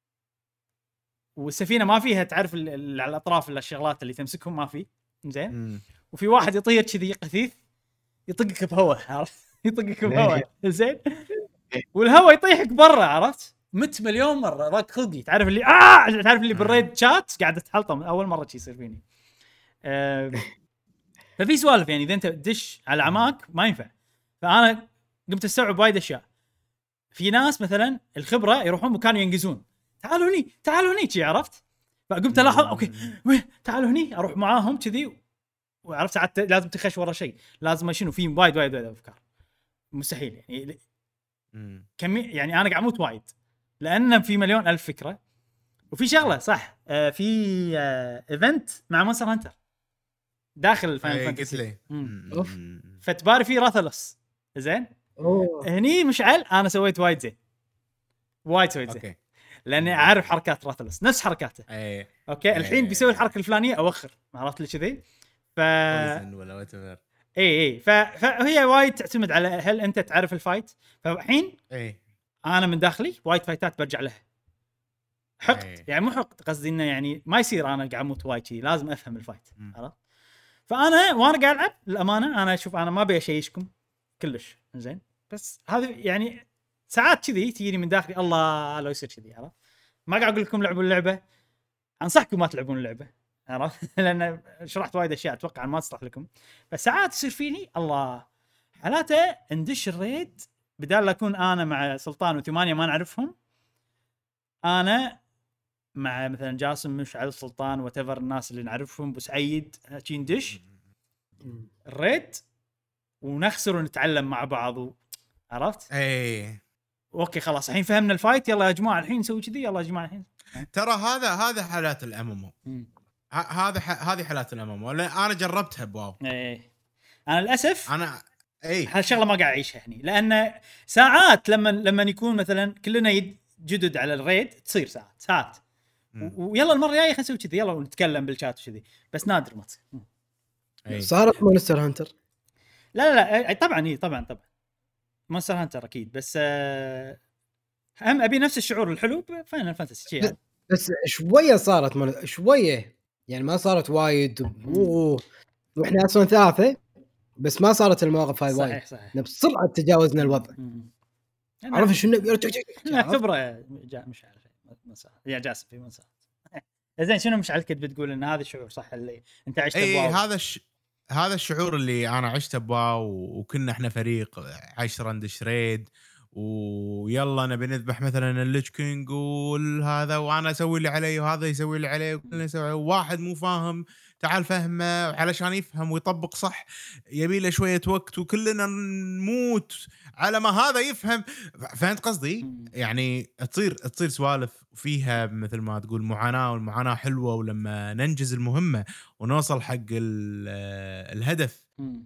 والسفينه ما فيها تعرف اللي على الاطراف الا الشغلات اللي تمسكهم ما في زين وفي واحد يطير كذي قثيث يطقك بهواء عرفت يطقك بهواء زين والهواء يطيحك برا عرفت مت مليون مره ضاق خلقي تعرف اللي اه تعرف اللي بالريد شات قاعده تحلطم اول مره شي يصير فيني أه ففي سوالف يعني اذا انت تدش على عماك ما ينفع فانا قمت استوعب وايد اشياء في ناس مثلا الخبره يروحون مكان ينقزون تعالوا هني تعالوا هني شي عرفت فقمت الاحظ اوكي تعالوا هني اروح معاهم كذي وعرفت ساعات لازم تخش ورا شيء لازم شنو في وايد وايد وايد افكار مستحيل يعني كم يعني انا قاعد اموت وايد لان في مليون الف فكره وفي شغله صح آه في آه ايفنت مع مونستر هانتر داخل فاين فانتسي اوف فتباري في راثلوس زين هني مشعل انا سويت وايد زين وايد سويت زين أوكي. لاني اعرف حركات راثلوس نفس حركاته أي. اوكي أي. الحين بيسوي الحركه الفلانيه اوخر عرفت لي كذي ف ولا واتفر اي اي ف... فهي وايد تعتمد على هل انت تعرف الفايت فالحين اي انا من داخلي وايد فايتات برجع لها حقد أي. يعني مو حقد قصدي انه يعني ما يصير انا قاعد اموت وايد شيء لازم افهم الفايت عرفت فانا وانا قاعد العب الامانه انا اشوف انا ما ابي اشيشكم كلش زين بس هذا يعني ساعات كذي تجيني من داخلي الله لو يصير كذي عرفت ما قاعد اقول لكم لعبوا اللعبه انصحكم ما تلعبون اللعبه عرفت لان شرحت وايد اشياء اتوقع ما تصلح لكم بس ساعات يصير فيني الله حالاته اندش الريد بدال لا اكون انا مع سلطان وثمانيه ما نعرفهم انا مع مثلا جاسم مشعل سلطان وتفر الناس اللي نعرفهم بسعيد شي ندش الريد ونخسر ونتعلم مع بعض و... عرفت اي اوكي خلاص الحين فهمنا الفايت يلا يا جماعه الحين نسوي كذي يلا يا جماعه الحين ترى هذا هذا حالات الامامو هذا هذه حالات الامامو انا جربتها بواو اي انا للاسف انا اي هالشغله ما قاعد اعيشها هني لان ساعات لما لما يكون مثلا كلنا يد جدد على الريد تصير ساعات ساعات ويلا المره الجايه خلينا نسوي كذي يلا ونتكلم بالشات وكذي بس نادر ما تصير صارت مونستر هانتر لا لا لا طبعا اي طبعا طبعا مونستر هانتر اكيد بس هم ابي نفس الشعور الحلو بفاينل فانتسي شيء بس شويه صارت من... شويه يعني ما صارت وايد و... واحنا اصلا ثلاثه بس ما صارت المواقف هاي وايد بسرعه تجاوزنا الوضع عرفت شنو نعتبره جاء مش عارف يا جاسم في منصه زين شنو مش على كده بتقول ان هذا الشعور صح اللي انت عشته بواو اي هذا الش... هذا الشعور اللي انا عشته بواو وكنا احنا فريق عشرة ندش ريد ويلا نبي نذبح مثلا الليتش كينج وهذا وانا اسوي اللي علي وهذا يسوي اللي عليه وكلنا نسوي واحد مو فاهم تعال فهمه علشان يفهم ويطبق صح يبي له شويه وقت وكلنا نموت على ما هذا يفهم فهمت قصدي يعني تصير تصير سوالف فيها مثل ما تقول معاناه والمعاناه حلوه ولما ننجز المهمه ونوصل حق الهدف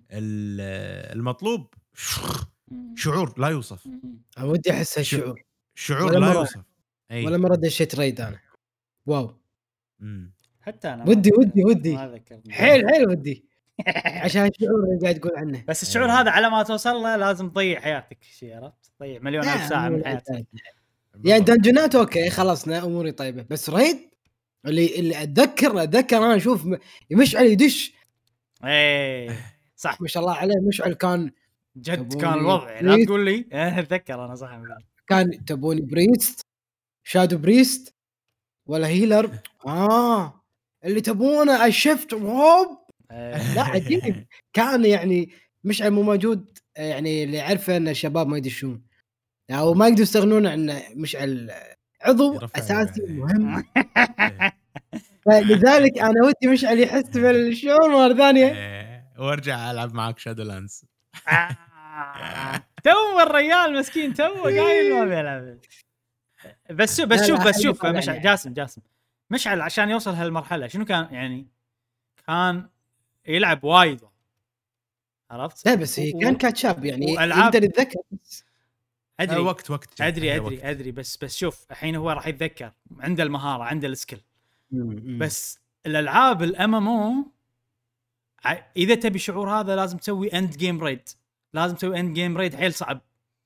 المطلوب شعور لا يوصف ودي احس هالشعور شعور لا يوصف أي. ولا مرة دشيت ريد انا واو مم. حتى انا ودي ودي ودي حيل حيل ودي عشان الشعور اللي قاعد تقول عنه بس الشعور هذا على ما توصل له لازم تضيع حياتك شيء عرفت تضيع مليون الف ساعه من حياتك يعني دنجنات اوكي خلصنا اموري طيبه بس ريد اللي اللي اتذكر اتذكر انا اشوف مشعل يدش ايه صح ما شاء الله عليه مشعل كان جد كان الوضع لا تقول لي اتذكر انا صح كان تبوني بريست شادو بريست ولا هيلر اه اللي تبونه الشفت هوب لا عجيب كان يعني مش مو موجود يعني اللي عرفه ان الشباب ما يدشون او ما يقدروا يستغنون عن مشعل عضو اساسي مهم فلذلك انا ودي مشعل يحس بالشعور مره ثانيه وارجع العب معك شادو لانس تو الرجال مسكين تو قايل ما بيلعب بس بس شوف بس شوف مش جاسم جاسم مشعل عشان يوصل هالمرحله شنو كان يعني كان يلعب وايد عرفت لا بس هي و- كان كاتشاب يعني وألعاب- يقدر يتذكر بس. ادري آه، وقت وقت جاي. ادري هي ادري وقت. ادري بس بس شوف الحين هو راح يتذكر عنده المهاره عنده السكيل بس الالعاب الام ام او اذا تبي شعور هذا لازم تسوي اند جيم ريد لازم تسوي اند جيم ريد حيل صعب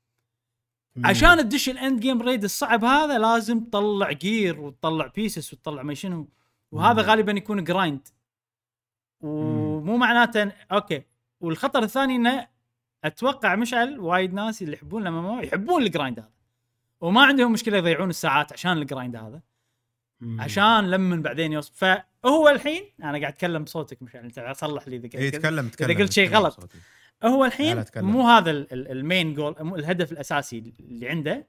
عشان تدش الاند جيم ريد الصعب هذا لازم تطلع جير وتطلع بيسس وتطلع ما شنو وهذا غالبا يكون جرايند ومو معناته إن- اوكي والخطر الثاني انه اتوقع مشعل وايد ناس اللي يحبون الام ام او يحبون الجرايند هذا وما عندهم مشكله يضيعون الساعات عشان الجرايند هذا عشان لما بعدين يوصل فهو الحين انا قاعد اتكلم بصوتك مشعل انت صلح لي اذا اي تكلم تكلم اذا قلت شيء تكلم غلط بصوتي. هو لا، الحين لا، تكلم. مو هذا ال- ال- المين جول مو الهدف الاساسي اللي عنده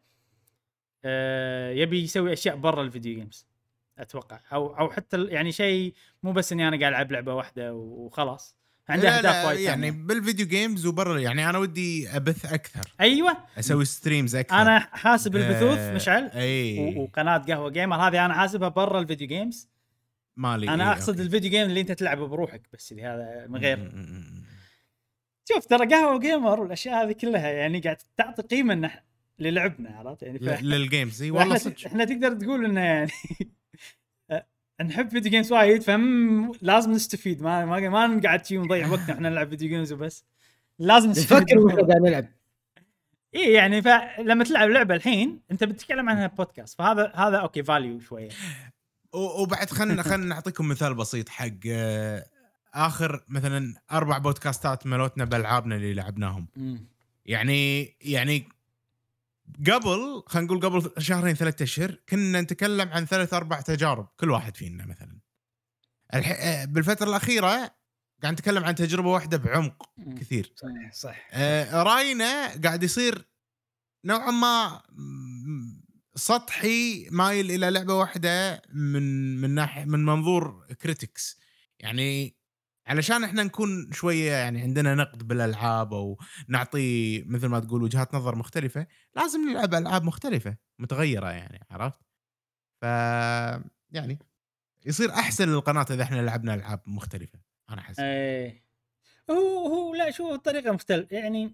آه يبي يسوي اشياء برا الفيديو جيمز اتوقع او او حتى ال- يعني شيء مو بس اني انا قاعد العب لعبه واحده وخلاص عنده لا، اهداف لا، وايد يعني ثانية. بالفيديو جيمز وبرا يعني انا ودي ابث اكثر ايوه اسوي ستريمز اكثر انا حاسب البثوث آه، مشعل اي و- وقناه قهوه جيمر هذه انا حاسبها برا الفيديو جيمز مالي انا إيه، اقصد أوكي. الفيديو جيم اللي انت تلعبه بروحك بس اللي هذا من غير م- م- م- م. شوف ترى قهوه جيمر والاشياء هذه كلها يعني قاعد تعطي قيمه إن إح- للعبنا عرفت يعني ف... ل- للجيمز اي والله احنا صدق احنا تقدر تقول انه يعني نحب فيديو جيمز وايد فهم لازم نستفيد ما ما ما نقعد شي ونضيع وقتنا احنا نلعب فيديو جيمز وبس لازم نستفيد نفكر واحنا قاعد نلعب. اي يعني فلما تلعب لعبه الحين انت بتتكلم عنها بودكاست فهذا هذا اوكي فاليو شويه و- وبعد خلنا خلنا نعطيكم مثال بسيط حق آه، اخر مثلا اربع بودكاستات ملوتنا بالعابنا اللي لعبناهم مم. يعني يعني قبل خلينا نقول قبل شهرين ثلاثة اشهر كنا نتكلم عن ثلاث اربع تجارب كل واحد فينا مثلا الح... آه، بالفتره الاخيره قاعد نتكلم عن تجربه واحده بعمق مم. كثير صح صح آه، راينا قاعد يصير نوعا ما م- سطحي مايل الى لعبه واحده من من ناحيه من منظور كريتكس يعني علشان احنا نكون شويه يعني عندنا نقد بالالعاب او نعطي مثل ما تقول وجهات نظر مختلفه لازم نلعب العاب مختلفه متغيره يعني عرفت ف يعني يصير احسن للقناه اذا احنا لعبنا العاب مختلفه انا احس ايه هو هو لا شو الطريقه مختلفه يعني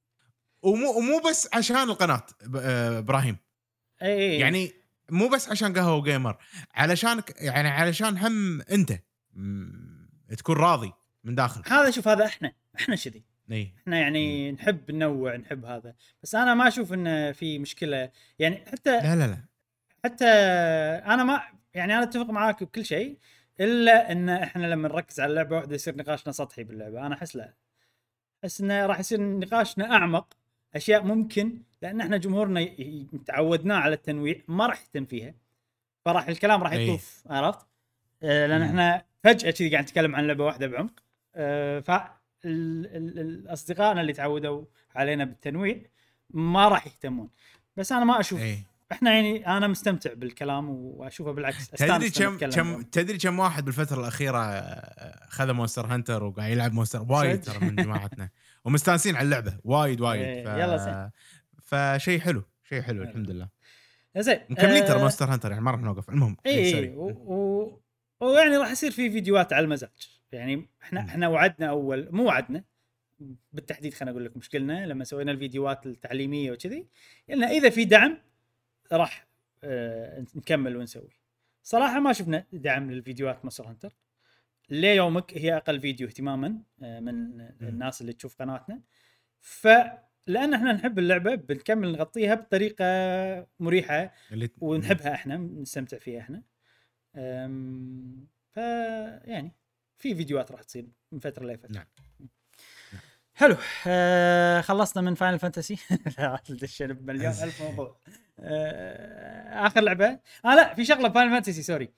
ومو ومو بس عشان القناه ب- آه، ابراهيم ايه يعني مو بس عشان قهوه جيمر علشان يعني علشان هم انت م- تكون راضي من داخل هذا شوف هذا احنا احنا شذي اي احنا يعني نحب ننوع نحب هذا بس انا ما اشوف انه في مشكله يعني حتى لا لا لا حتى انا ما يعني انا اتفق معاك بكل شيء الا ان احنا لما نركز على لعبه واحده يصير نقاشنا سطحي باللعبه انا احس لا احس انه راح يصير نقاشنا اعمق اشياء ممكن لان احنا جمهورنا ي- ي- تعودنا على التنويع ما راح يهتم فيها فراح الكلام راح أي. يطوف عرفت آه لان مم. احنا فجاه كذي قاعد نتكلم عن لعبه واحده بعمق آه ف ال- ال- الاصدقائنا اللي تعودوا علينا بالتنويع ما راح يهتمون بس انا ما اشوف اي احنا يعني انا مستمتع بالكلام واشوفه بالعكس تدري أستانس لما كم أتكلم كم معهم. تدري كم واحد بالفتره الاخيره آه، خذ مونستر هانتر وقاعد يلعب مونستر وايد صدق؟ ترى من جماعتنا ومستانسين على اللعبه وايد وايد إيه، ف... يلا زين. فشيء حلو شيء حلو حلو. الحمد لله زين مكملين ترى آه، مونستر هانتر يعني ما راح نوقف المهم اي إيه، اي سوري. و- و- ويعني راح يصير في فيديوهات على المزاج يعني احنا مم. احنا وعدنا اول مو وعدنا بالتحديد خلينا اقول لك مشكلنا لما سوينا الفيديوهات التعليميه وكذي قلنا اذا في دعم راح آه نكمل ونسوي صراحه ما شفنا دعم للفيديوهات مونستر هانتر ليومك هي اقل فيديو اهتماما آه من الناس اللي تشوف قناتنا فلان احنا نحب اللعبه بنكمل نغطيها بطريقه مريحه اللي ونحبها احنا نستمتع فيها احنا أم، ف يعني في فيديوهات راح تصير من فتره لفتره نعم. حلو آه خلصنا من فاينل فانتسي دشينا بمليون الف موضوع آه اخر لعبه اه لا في شغله فاينل فانتسي سوري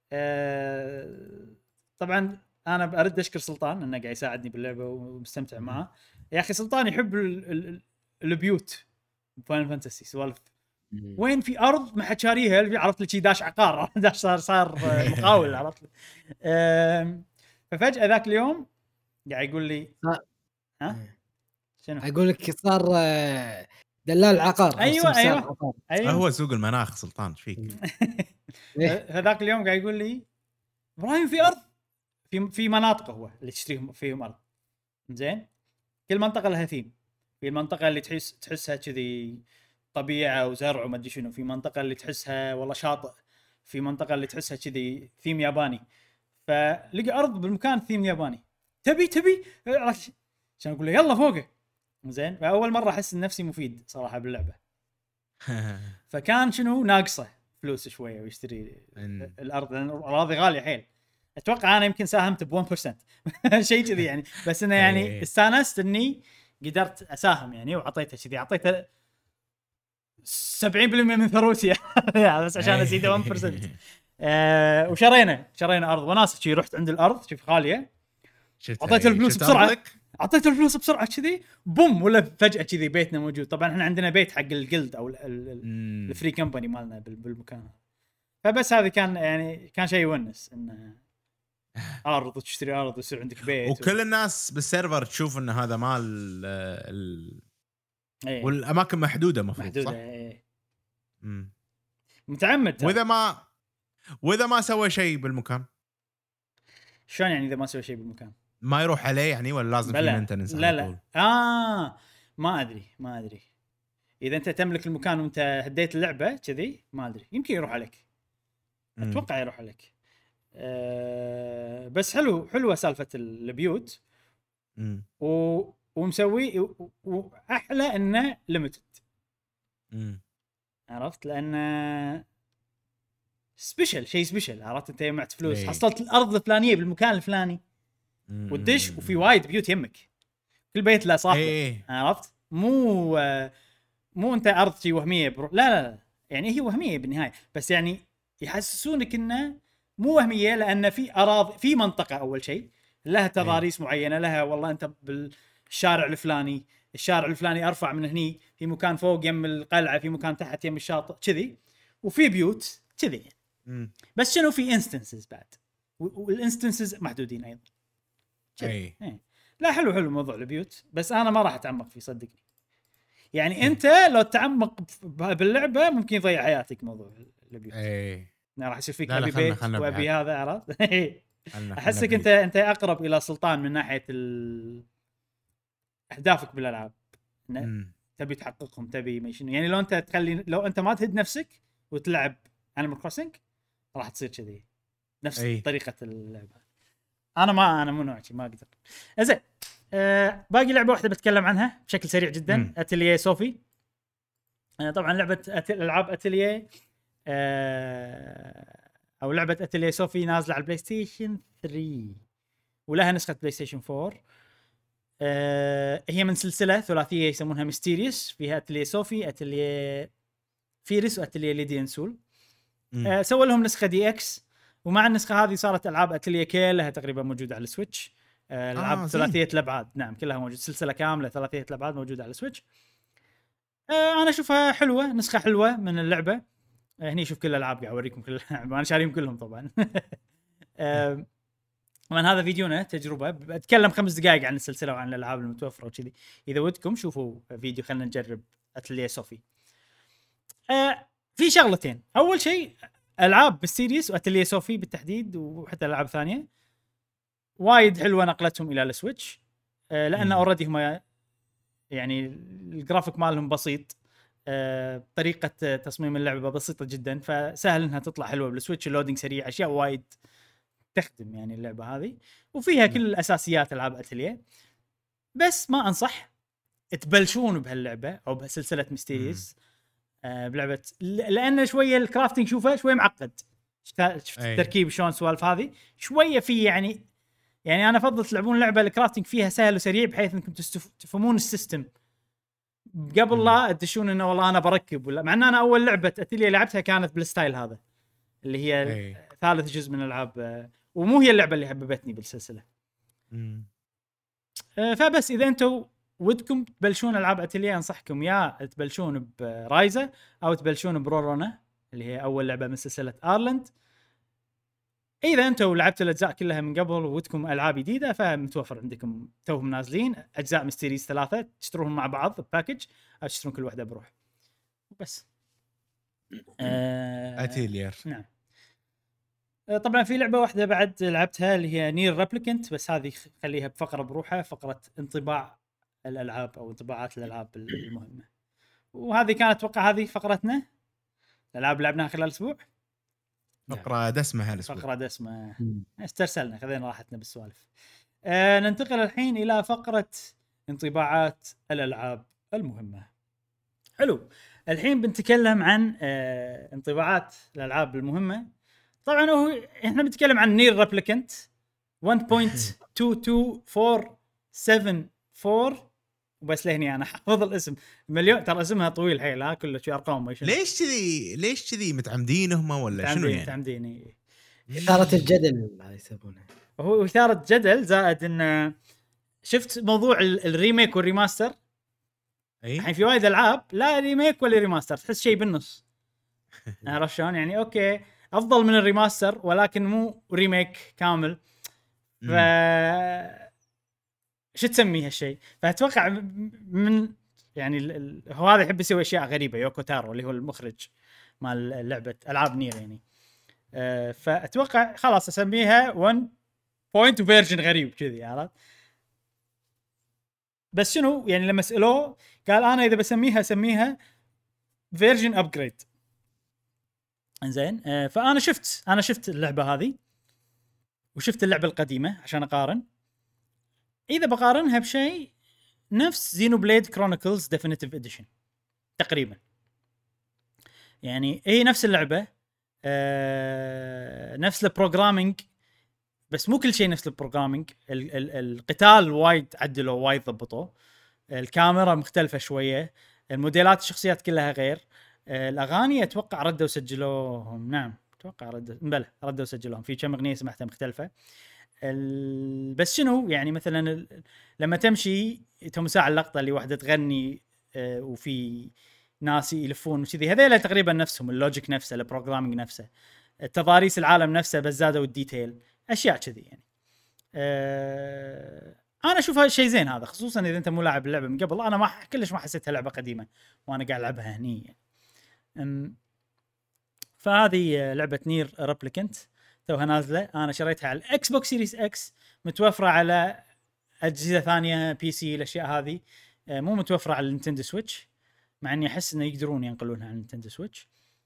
آه طبعا انا برد اشكر سلطان انه قاعد يساعدني باللعبه ومستمتع معه يا اخي سلطان يحب ال- ال- البيوت فاينل فانتسي سوالف وين في ارض ما حد شاريها اللي عرفت لي شي داش عقار داش صار صار مقاول عرفت لي أم، ففجاه ذاك اليوم قاعد يقول لي ها شنو اقول لك صار آه، دلال عقار أو أيوة، سمسار أيوة. عقار. ايوه هو سوق المناخ سلطان ايش فيك هذاك اليوم قاعد يقول لي ابراهيم في ارض في في مناطق هو اللي تشتريهم فيهم ارض زين كل منطقه لها ثيم في المنطقه اللي تحس تحسها كذي طبيعه وزرع وما ادري شنو في منطقه اللي تحسها والله شاطئ في منطقه اللي تحسها كذي ثيم ياباني فلقى ارض بالمكان ثيم ياباني تبي تبي عشان اقول له يلا فوقه زين فاول مره احس ان نفسي مفيد صراحه باللعبه فكان شنو ناقصه فلوس شويه ويشتري الارض لان الاراضي غاليه حيل اتوقع انا يمكن ساهمت ب واحد بالمية شيء كذي يعني بس انه يعني استانست اني قدرت اساهم يعني وعطيته كذي عطيته سبعين بالمية من ثروتي بس عشان ازيد واحد بالمية أه وشرينا شرينا ارض وناس شي رحت عند الارض شوف خاليه عطيت الفلوس بسرعه عطيت الفلوس بسرعه كذي بوم ولا فجاه كذي بيتنا موجود طبعا احنا عندنا بيت حق الجلد او الفري كمباني مالنا بالمكان فبس هذا كان يعني كان شيء يونس انه ارض تشتري ارض ويصير عندك بيت وكل و... الناس بالسيرفر تشوف ان هذا مال ال... ايه. والاماكن محدوده مفروض محدودة صح ايه. متعمد واذا ما واذا ما سوى شيء بالمكان شلون يعني اذا ما سوى شيء بالمكان ما يروح عليه يعني ولا لازم في مينتنس لا لا اه ما ادري ما ادري اذا انت تملك المكان وانت هديت اللعبه كذي ما ادري يمكن يروح عليك اتوقع يروح عليك أه بس حلو حلوه سالفه البيوت امم و... ومسوي واحلى انه ليميتد امم عرفت لانه سبيشل شيء سبيشل عرفت انت جمعت فلوس ليه. حصلت الارض الفلانيه بالمكان الفلاني والدش وفي وايد بيوت يمك كل بيت له صاحبه عرفت مو مو انت ارض شيء وهميه برو... لا لا لا يعني هي وهميه بالنهايه بس يعني يحسسونك انه مو وهميه لان في اراضي في منطقه اول شيء لها تضاريس معينه لها والله انت بالشارع الفلاني الشارع الفلاني ارفع من هني في مكان فوق يم القلعه في مكان تحت يم الشاطئ كذي وفي بيوت كذي بس شنو في انستنسز بعد والانستنسز محدودين ايضا اي لا حلو حلو موضوع البيوت بس انا ما راح اتعمق فيه صدقني يعني انت لو تعمق باللعبه ممكن يضيع حياتك موضوع البيوت اي انا راح يصير فيك ابي بيت وابي هذا عرفت احسك انت انت اقرب الى سلطان من ناحيه ال... اهدافك بالالعاب تبي تحققهم تبي ما شنو يعني لو انت تخلي لو انت ما تهد نفسك وتلعب انيمال كروسنج راح تصير كذي نفس أي. طريقه اللعبه انا ما انا مو نوعي ما اقدر زين أه باقي لعبه واحده بتكلم عنها بشكل سريع جدا م. اتيليه صوفي أه طبعا لعبه أتل... العاب اتيليه أه او لعبه اتيليه صوفي نازله على البلاي ستيشن ثري ولها نسخه بلاي ستيشن فور أه هي من سلسله ثلاثيه يسمونها ميستيريوس فيها اتيليه صوفي اتيليه فيرس واتيليه ليديان سول أه سووا لهم نسخه دي اكس ومع النسخه هذه صارت العاب اتيليه كي لها تقريبا موجوده على السويتش العاب آه ثلاثيه الابعاد نعم كلها موجوده سلسله كامله ثلاثيه الابعاد موجوده على السويتش آه انا اشوفها حلوه نسخه حلوه من اللعبه آه هني شوف كل الالعاب قاعد اوريكم كل الالعاب انا شاريهم كلهم طبعا آه طبعا هذا فيديونا تجربه بتكلم خمس دقائق عن السلسله وعن الالعاب المتوفره وكذي اذا ودكم شوفوا فيديو خلينا نجرب اتيليه صوفي آه في شغلتين اول شيء العاب بالسيريس واتيليه صوفي بالتحديد وحتى العاب ثانيه وايد حلوه نقلتهم الى السويتش آه لان اوريدي هم يعني الجرافيك مالهم بسيط آه طريقه تصميم اللعبه بسيطه جدا فسهل انها تطلع حلوه بالسويتش اللودينج سريع اشياء وايد تخدم يعني اللعبه هذه وفيها كل الاساسيات العاب اتيليه بس ما انصح تبلشون بهاللعبه او بسلسله ميستيريوس آه بلعبه لان شويه الكرافتنج شوفه شويه معقد شفت التركيب شلون سوالف هذه شويه في يعني يعني انا افضل تلعبون لعبه الكرافتنج فيها سهل وسريع بحيث انكم تفهمون السيستم قبل م. لا تدشون انه والله انا بركب ولا مع ان انا اول لعبه اتيليه لعبتها كانت بالستايل هذا اللي هي أي. ثالث جزء من الالعاب ومو هي اللعبه اللي حببتني بالسلسله م. فبس اذا انتم ودكم تبلشون العاب اتيليه انصحكم يا تبلشون برايزا او تبلشون برورونا اللي هي اول لعبه من سلسله ارلند اذا انتم لعبتوا الاجزاء كلها من قبل ودكم العاب جديده فمتوفر عندكم توهم نازلين اجزاء ميستيريز ثلاثه تشتروهم مع بعض بباكج او تشترون كل واحده بروح بس اتيلير نعم طبعا في لعبه واحده بعد لعبتها اللي هي نير ريبليكنت، بس هذه خليها بفقره بروحها، فقره انطباع الالعاب او انطباعات الالعاب المهمه. وهذه كانت اتوقع هذه فقرتنا الالعاب لعبناها خلال الاسبوع. فقره دسمه هالاسبوع، فقره دسمه استرسلنا خذينا راحتنا بالسوالف. آه ننتقل الحين الى فقره انطباعات الالعاب المهمه. حلو، الحين بنتكلم عن آه انطباعات الالعاب المهمه. طبعا هو احنا بنتكلم عن نير ريبليكنت واحد نقطة اثنين اثنين أربعة سبعة أربعة، وبس لهني انا حافظ الاسم مليون، ترى اسمها طويل حيل، ها كله شي ارقام ما شنو. ليش كذي ليش كذي متعمدين هم ولا متعمدين شنو يعني؟ متعمدين إثارة الجدل هذا يسمونه. هو إثارة جدل زائد ان شفت موضوع الريميك والريماستر. اي الحين في وايد العاب لا ريميك ولا ريماستر، تحس شيء بالنص. عرفت شلون يعني؟ اوكي افضل من الريماستر ولكن مو ريميك كامل. ف شو تسمي هالشيء؟ فاتوقع من يعني ال... ال... هو هذا يحب يسوي اشياء غريبه، يوكو تارو اللي هو المخرج مال لعبه العاب نير يعني. أه فاتوقع خلاص اسميها واحد بوينت فيرجن غريب كذي، عرفت؟ بس شنو يعني لما سالوه قال انا اذا بسميها اسميها فيرجن ابجريد. انزين أه فانا شفت انا شفت اللعبه هذه وشفت اللعبه القديمه عشان اقارن. اذا بقارنها بشيء نفس زينو بليد كرونيكلز ديفينيتيف اديشن تقريبا، يعني هي نفس اللعبه آه، نفس البروجرامينج، بس مو كل شيء نفس البروجرامينج. ال- ال- القتال وايد عدلوا وايد ضبطوه، الكاميرا مختلفه شويه، الموديلات الشخصيات كلها غير. آه، الاغاني اتوقع ردوا سجلوهم، نعم اتوقع ردوا بلى ردوا سجلوهم في كم اغنيه سمعتها مختلفه. ال... بس شنو يعني مثلا ال... لما تمشي تم ساعة اللقطة اللي واحدة تغني آه وفي ناس يلفون وكذي، هذيلا تقريبا نفسهم، اللوجيك نفسه، البروجرامينج نفسه، التضاريس العالم نفسه، بس زادوا الديتيل اشياء كذي يعني. آه... انا اشوف هذا الشيء زين هذا، خصوصا اذا انت مو لاعب اللعبه من قبل. انا ما كلش ما حسيتها لعبه قديمه وانا قاعد العبها هني يعني. أم... فهذه لعبه نير ريبليكنت توها نازله، انا شريتها على الاكس بوكس سيريس اكس، متوفره على اجهزه ثانيه بي سي، الاشياء هذه مو متوفره على النينتندو سويتش، مع اني احس انه يقدرون ينقلونها على النينتندو سويتش.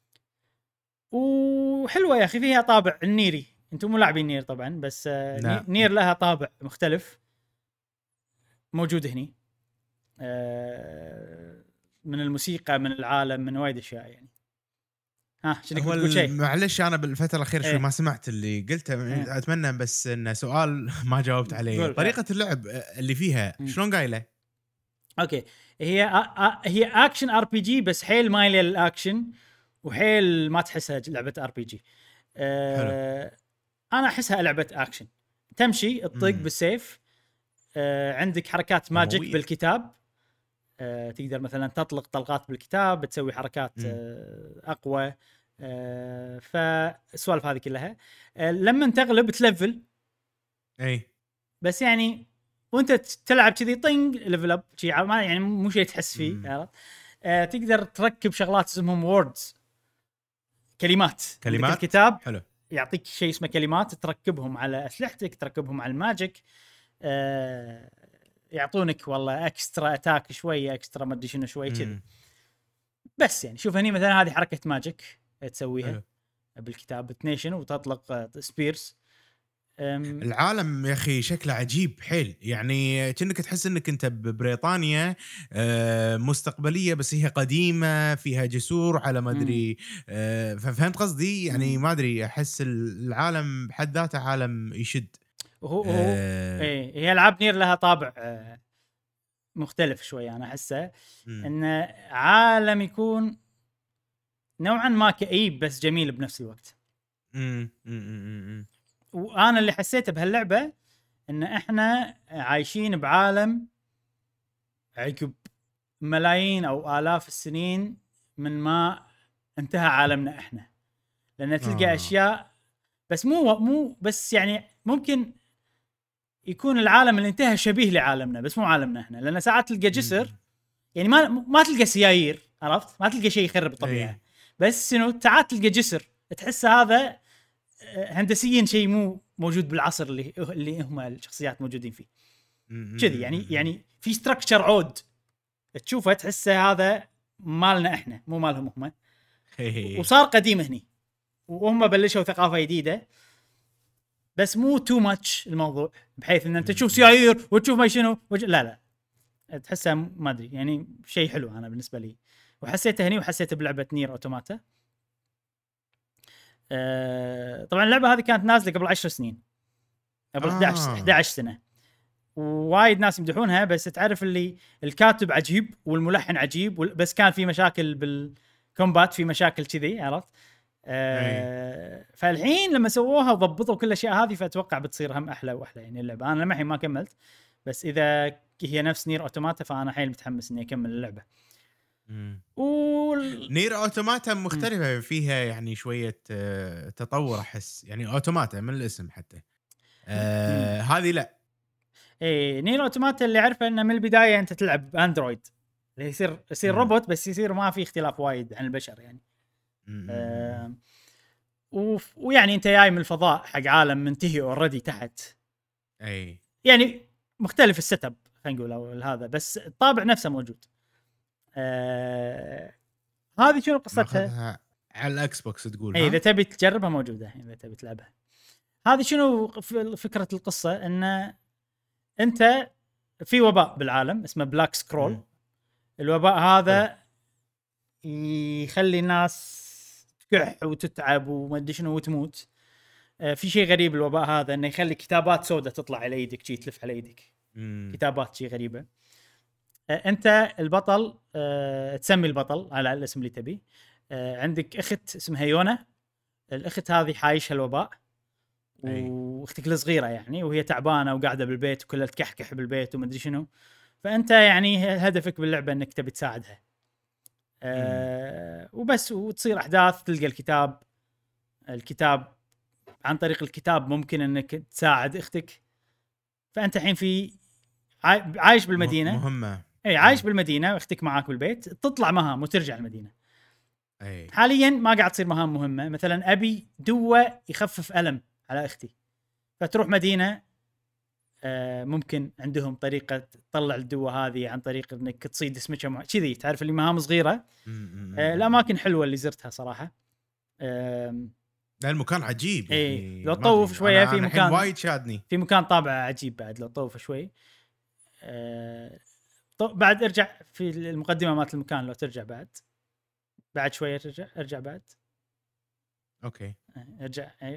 وحلوه يا اخي، فيها طابع النيري. انتم مو لاعبين نير طبعا، بس لا. نير لها طابع مختلف موجود هني، من الموسيقى، من العالم، من وايد اشياء يعني. ها شنو تقول شيء؟ معلش انا بالفتره الاخيره شوي ايه. ما سمعت اللي قلته. ايه. اتمنى بس انه سؤال ما جاوبت عليه، طريقه اللعب اللي فيها م. شلون قايله؟ اوكي هي آ... هي اكشن ار بي جي، بس حيل مايله للاكشن وحيل ما تحسها لعبه ار بي جي. أه... انا احسها لعبه اكشن، تمشي تطق بالسيف، أه... عندك حركات ماجيك موية. بالكتاب، أه... تقدر مثلا تطلق طلقات بالكتاب، تسوي حركات أه... اقوى، أه... فالسوالف هذه كلها أه... لما تغلب تلفل. اي بس يعني وانت تلعب كذي طنج ليفل اب شيء يعني مو شيء تحس فيه، عرفت؟ آه تقدر تركب شغلات اسمهم ووردز، كلمات كلمات الكتاب. حلو. يعطيك شيء اسمه كلمات تركبهم على اسلحتك، تركبهم على الماجيك، آه يعطونك والله اكسترا اتاك شويه، اكسترا ما ادري شنو شوي كذي. بس يعني شوف هني مثلا هذه حركه ماجيك تسويها حلو. بالكتاب تنيشن وتطلق سبيرز. العالم يا اخي شكله عجيب حيل، يعني كأنك تحس انك انت ببريطانيا مستقبليه بس هي قديمه، فيها جسور على ما ادري. ففهمت قصدي يعني؟ ما ادري، احس العالم بحد ذاته عالم يشد. هو آه ايه هي العاب نير لها طابع آه مختلف شوي، انا احسه ان عالم يكون نوعا ما كئيب بس جميل بنفس الوقت. امم وانا اللي حسيته بهاللعبه ان احنا عايشين بعالم عقب ملايين او آلاف السنين من ما انتهى عالمنا احنا، لان تلقى آه. اشياء بس مو مو بس يعني ممكن يكون العالم اللي انتهى شبيه لعالمنا بس مو عالمنا احنا، لان ساعات تلقى جسر يعني ما ما تلقى سيايير، عرفت؟ ما تلقى شيء يخرب الطبيعه. أي. بس شنو ساعات تلقى جسر تحس هذا هندسيا شيء مو موجود بالعصر اللي اللي هم الشخصيات موجودين فيه كذي. يعني يعني في ستراكشر عود تشوفه تحسه هذا مالنا احنا مو مالهم هم، وصار قديم هني وهم بلشوا ثقافه جديده، بس مو تو ماتش الموضوع بحيث ان انت تشوف سيايير وتشوف ما شنو وج... لا لا تحسها ما ادري يعني شيء حلو انا بالنسبه لي، وحسيته هني وحسيته بلعبه نير اوتوماتا. أه طبعا اللعبه هذه كانت نازله قبل عشر سنين، قبل آه. احد عشر احد عشر سنه، ووايد ناس يمدحونها، بس تعرف اللي الكاتب عجيب والملحن عجيب، بس كان في مشاكل بالكومبات، في مشاكل كذي عرفت. أه فالحين لما سووها وضبطوا كل الاشياء هذه فاتوقع بتصير هم احلى واحلى يعني اللعبه. انا لما الحين ما كملت، بس اذا هي نفس نير اوتوماتا فانا حيل متحمس اني اكمل اللعبه. وال... نير اوتوماتا مختلفه فيها يعني شويه آه تطور احس، يعني اوتوماتا من الاسم حتى آه هذه لا. ايه نير اوتوماتا اللي عارفه انه من البدايه انت تلعب اندرويد اللي يصير يصير روبوت، بس يصير ما في اختلاف وايد عن البشر يعني. آه وف... ويعني انت جاي من الفضاء حق عالم منتهي اوريدي تحت، اي يعني مختلف السيت اب خلينا نقول او هذا، بس الطابع نفسه موجود. آه... هذه شنو قصتها على الاكس بوكس تقول؟ اي اذا تبي تجربها موجوده، اذا تبي تلعبها. هذه شنو فكره القصه؟ ان انت في وباء بالعالم اسمه بلاك سكرول. م. الوباء هذا م. يخلي الناس تكح وتتعب وما ادري شنو وتموت. آه في شيء غريب الوباء هذا، انه يخلي كتابات سوداء تطلع على ايدك، شي تلف على ايدك م. كتابات شيء غريبه. آه انت البطل، آه تسمي البطل على الاسم اللي تبي. آه عندك اخت اسمها يونا، الاخت هذه حايشها الوباء، واختك الصغيره يعني، وهي تعبانه وقاعده بالبيت وكلها تكحكح بالبيت وما ادري شنو. فانت يعني هدفك باللعبه انك تبي تساعدها أه وبس، وتصير احداث، تلقى الكتاب الكتاب عن طريق الكتاب ممكن انك تساعد اختك. فانت الحين في عايش بالمدينه مهمه، اي عايش بالمدينه واختك معاك بالبيت، تطلع مهام وترجع المدينه. اي حاليا ما قاعد تصير مهام مهمه، مثلا ابي دواء يخفف الم على اختي، فتروح مدينه آه ممكن عندهم طريقه تطلع الدواء هذه عن طريق انك تصيد سمكه كذي، تعرف اللي مهام صغيره. آه الاماكن حلوه اللي زرتها صراحه. آه لا المكان عجيب يعني. ايه لو تطوف شويه أنا في أنا مكان وايد شادني، في مكان طابع عجيب بعد لو تطوف شوي. آه بعد ارجع في المقدمه مالت المكان، لو ترجع بعد بعد شويه ترجع ارجع بعد اوكي ارجع أي...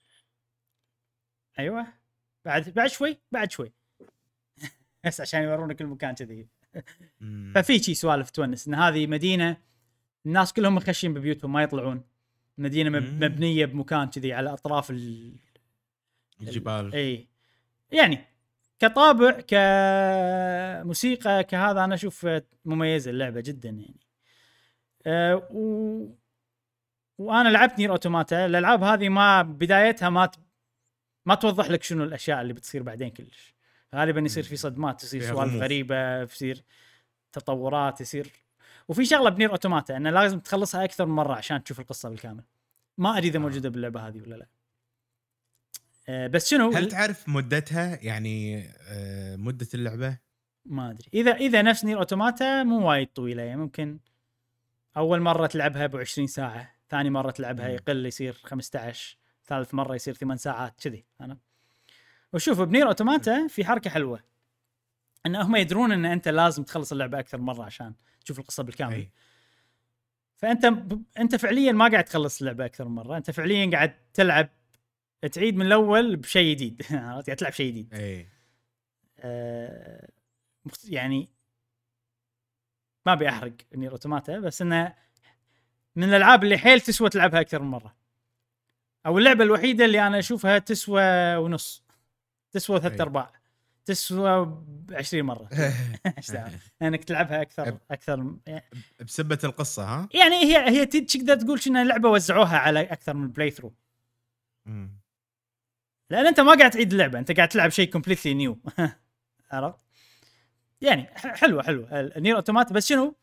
ايوه بعد بعد شوي بعد شوي بس عشان يورونك المكان كذي. ففي شيء سوالف تونس، ان هذه مدينه الناس كلهم مخشين ببيوتهم ما يطلعون، مدينه مبنيه بمكان كذي على اطراف ال... الجبال. اي يعني كطابع كموسيقى كهذا انا اشوف مميزه اللعبه جدا يعني. أه و... وانا لعبت نير اوتوماتا. الالعاب هذه ما بدايتها ما ت... ما توضح لك شنو الاشياء اللي بتصير بعدين كلش، غالبا يصير في صدمات، يصير سوالف غريبه، يصير تطورات، يصير. وفي شغله بنير اوتوماتا انه لازم تخلصها اكثر من مره عشان تشوف القصه بالكامل. ما ادري اذا موجوده باللعبه هذه ولا لا. أه بس شنو هل تعرف مدتها يعني أه مده اللعبه؟ ما ادري اذا اذا نفس نير اوتوماتا مو وايد طويله يعني، ممكن اول مره تلعبها ب عشرين ساعه، ثاني مره تلعبها يقل يصير خمسة عشر، ثالث مره يصير ثمان ساعات كذي. انا وشوف بنير اوتوماتا في حركه حلوه، ان هم يدرون ان انت لازم تخلص اللعبه اكثر مره عشان تشوف القصه بالكامل. أي. فانت ب... انت فعليا ما قاعد تخلص اللعبه اكثر من مره، انت فعليا قاعد تلعب تعيد من الاول بشيء جديد قاعد تلعب شيء جديد. اي آه... يعني ما ابي احرق نير اوتوماتا، بس انه من الالعاب اللي حيل تسوى تلعبها اكثر من مره، او اللعبه الوحيده اللي انا اشوفها تسوى ونص، تسوى ثلاثة ارباع، تسوى عشرين مره انك تلعبها اكثر اكثر بسبه القصه. ها يعني هي هي تقدر تقول انها لعبه وزعوها على اكثر من بلاي ثرو، لان انت ما قاعد تعيد اللعبه، انت قاعد تلعب شيء كومبليتلي نيو. عرفت يعني حلوه حلوه نير اوتومات. بس شنو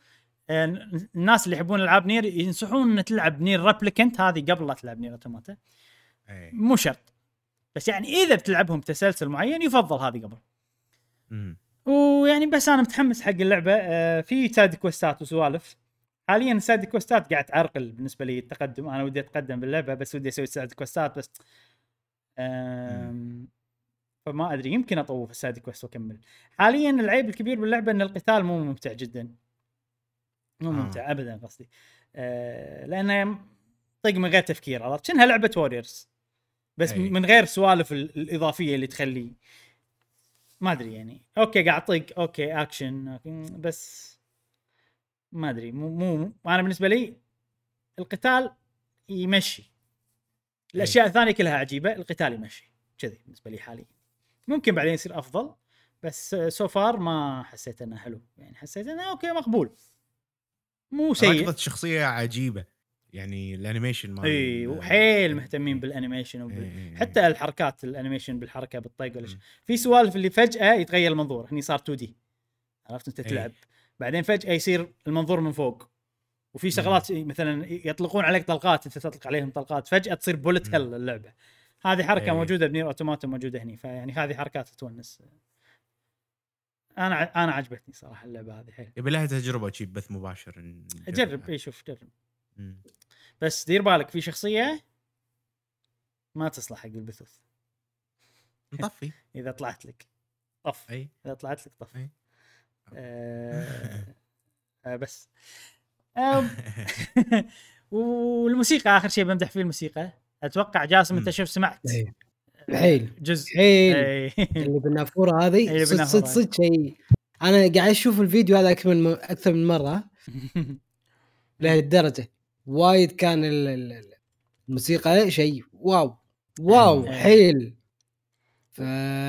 الناس اللي يحبون العاب نير ينصحون ان تلعب نير ريبليكنت هذه قبل لا تلعب نير اوتوماتا. أي. مو شرط، بس يعني اذا بتلعبهم تسلسل معين يفضل هذه قبل. امم ويعني بس انا متحمس حق اللعبه. آه في سايد كويستات وسوالف. حاليا السايد كويستات قاعد تعرقل بالنسبه لي التقدم. انا ودي اتقدم باللعبه بس ودي اسوي سايد كويستات بس. آم فما ادري يمكن اطوف السايد كويست واكمل. حاليا العيب الكبير باللعبه ان القتال مو ممتع جدا، مو ممتع آه. ابدا قصدي. آه لانه طق من غير تفكير، عرفت شنها لعبه ووريرز بس أي. من غير سوالف الاضافيه اللي تخلي ما ادري يعني. اوكي قاعد طق اوكي اكشن بس ما ادري مو مو انا بالنسبه لي القتال يمشي، الاشياء الثانيه كلها عجيبه، القتال يمشي كذي بالنسبه لي حاليا. ممكن بعدين يصير افضل بس سو فار ما حسيت انه حلو، يعني حسيت انه اوكي مقبول مو سيء. ركضة شخصية عجيبة يعني الانيميشن مال اي وحيل مهتمين بالانيميشن وبال... إيه. حتى الحركات الانيميشن بالحركه بالطق ولا شيء. في سوالف اللي فجاه يتغير المنظور، هني صار تو دي عرفت انت تلعب إيه. بعدين فجاه يصير المنظور من فوق، وفي شغلات مثلا يطلقون عليك طلقات انت تطلق عليهم طلقات فجاه تصير بولت هيل اللعبه. هذه حركه إيه. موجوده بنير اوتوماتا موجوده هني، فيعني هذه حركات تونس. انا ع- انا عجبتني صراحه اللعبه هذه حيل. يبي لها تجربة شيء بث مباشر نجربها. جرب اي شوف جرب مم. بس دير بالك في شخصيه ما تصلح حق البثوث نطفي اذا طلعت لك طف. اي اذا طلعت لك طف. أي. آه آه بس آه والموسيقى اخر شيء بمدح فيه الموسيقى. اتوقع جاسم انت شوف سمعت إيه. حيل جزء حيل أي. اللي بالنافوره هذه اللي صد صد بالنافورة. صد شيء. انا قاعد اشوف الفيديو هذا اكثر من اكثر من مره لهالدرجه. وايد كان ال- ال- الموسيقى شيء واو واو أي. حيل. ف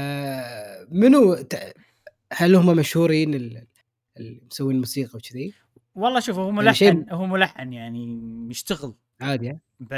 منو ت- هل هم مشهورين ال- اللي مسوين الموسيقى وكذي؟ والله شوف هو يعني ملحن شيء- هو ملحن يعني يشتغل عادي ها؟ ب...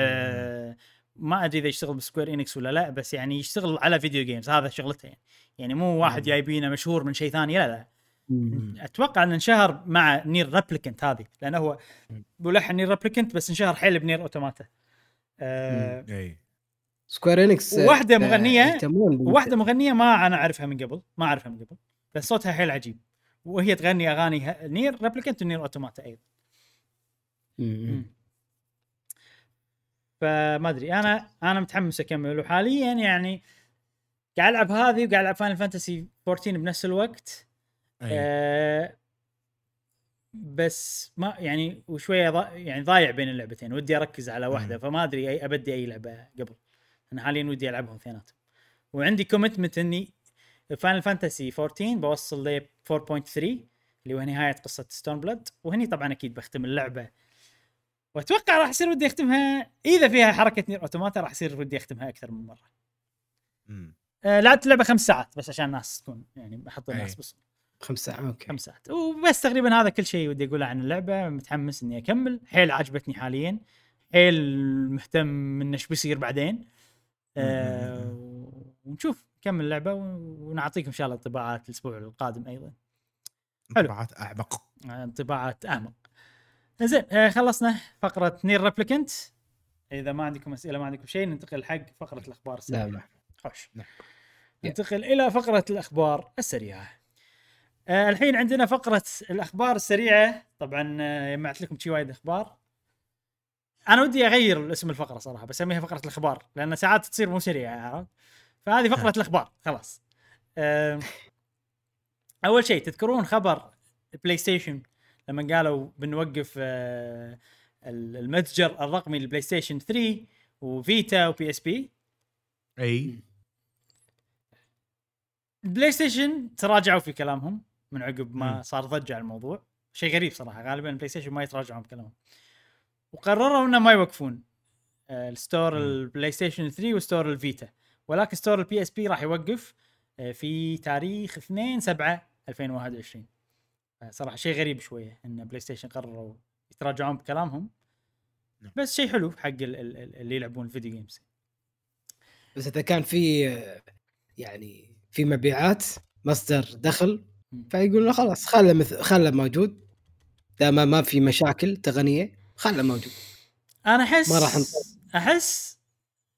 ما ادري اذا يشتغل بسكوير انكس ولا لا بس يعني يشتغل على فيديو جيمز هذا شغلته يعني. يعني مو واحد جايبينه مشهور من شيء ثاني لا لا. مم. اتوقع انه انشهر مع نير ريبليكنت هذه لانه هو ملحن نير ريبليكنت بس انشهر حيل بنير اوتوماتا. آه اي سكوير انكس واحدة مغنية يهتمون بال- واحدة مغنية ما انا اعرفها من قبل ما اعرفها من قبل بس صوتها حيل عجيب وهي تغني اغاني ه- نير ريبليكنت ونير اوتوماتا ايضا. مم. فما ادري انا انا متحمس اكمل وحاليا يعني قاعد العب هذه وقاعد العب فاينل فانتسي أربعة عشر بنفس الوقت. آه بس ما يعني وشويه ضا يعني ضايع بين اللعبتين ودي اركز على واحده فما ادري اي ابدي اي لعبه قبل. انا حاليا ودي العبهم اثنيناتهم وعندي كوميتمنت اني فاينل فانتسي أربعة عشر بوصل ل أربعة فاصلة ثلاثة اللي هو نهايه قصه ستون بلاد وهني طبعا اكيد بختم اللعبه واتوقع راح يصير ودي اختمها اذا فيها حركه نير اوتوماتا راح يصير ودي اختمها اكثر من مره. امم آه لعبت اللعبه خمس ساعات بس عشان الناس تكون يعني احط الناس أي. بس خمس ساعات اوكي خمس ساعات وبس تقريبا هذا كل شيء ودي اقوله عن اللعبه. متحمس اني اكمل حيل عجبتني حاليا حيل مهتم من ايش بيصير بعدين. آه ونشوف نكمل اللعبه ونعطيكم ان شاء الله انطباعات الاسبوع القادم ايضا. انطباعات اعمق انطباعات اعمق. زين آه خلصنا فقره نير ريبليكنت. اذا ما عندكم اسئله ما عندكم شيء ننتقل حق فقره الاخبار السريعه. لا خوش نعم. ننتقل الى فقره الاخبار السريعه. آه الحين عندنا فقره الاخبار السريعه. طبعا آه جمعت لكم شي وايد اخبار. انا ودي اغير اسم الفقره صراحه بسميها فقره الاخبار لان ساعات تصير مو سريعه عرفت. فهذه فقره الاخبار خلاص. آه اول شيء تذكرون خبر بلاي ستيشن لما قالوا بنوقف آه المتجر الرقمي للبلاي ستيشن ثلاثة وفيتا وبي اس بي. اي البلاي ستيشن تراجعوا في كلامهم من عقب ما م. صار ضجة على الموضوع. شيء غريب صراحة غالبا البلاي ستيشن ما يتراجعون بكلامهم وقرروا انه ما يوقفون آه الستور البلاي ستيشن ثلاثة وستور الفيتا ولكن ستور البي اس بي راح يوقف آه في تاريخ اثنين سبعة ألفين وواحد وعشرين. صراحة شيء غريب شوية ان بلاي ستيشن قرروا يتراجعون بكلامهم بس شيء حلو حق اللي يلعبون الفيديو جيمز. بس اذا كان في يعني في مبيعات مصدر دخل فيقول له خلاص خله مث... خله موجود دام ما في مشاكل تقنيه خله موجود. انا احس ما راح نطلع. احس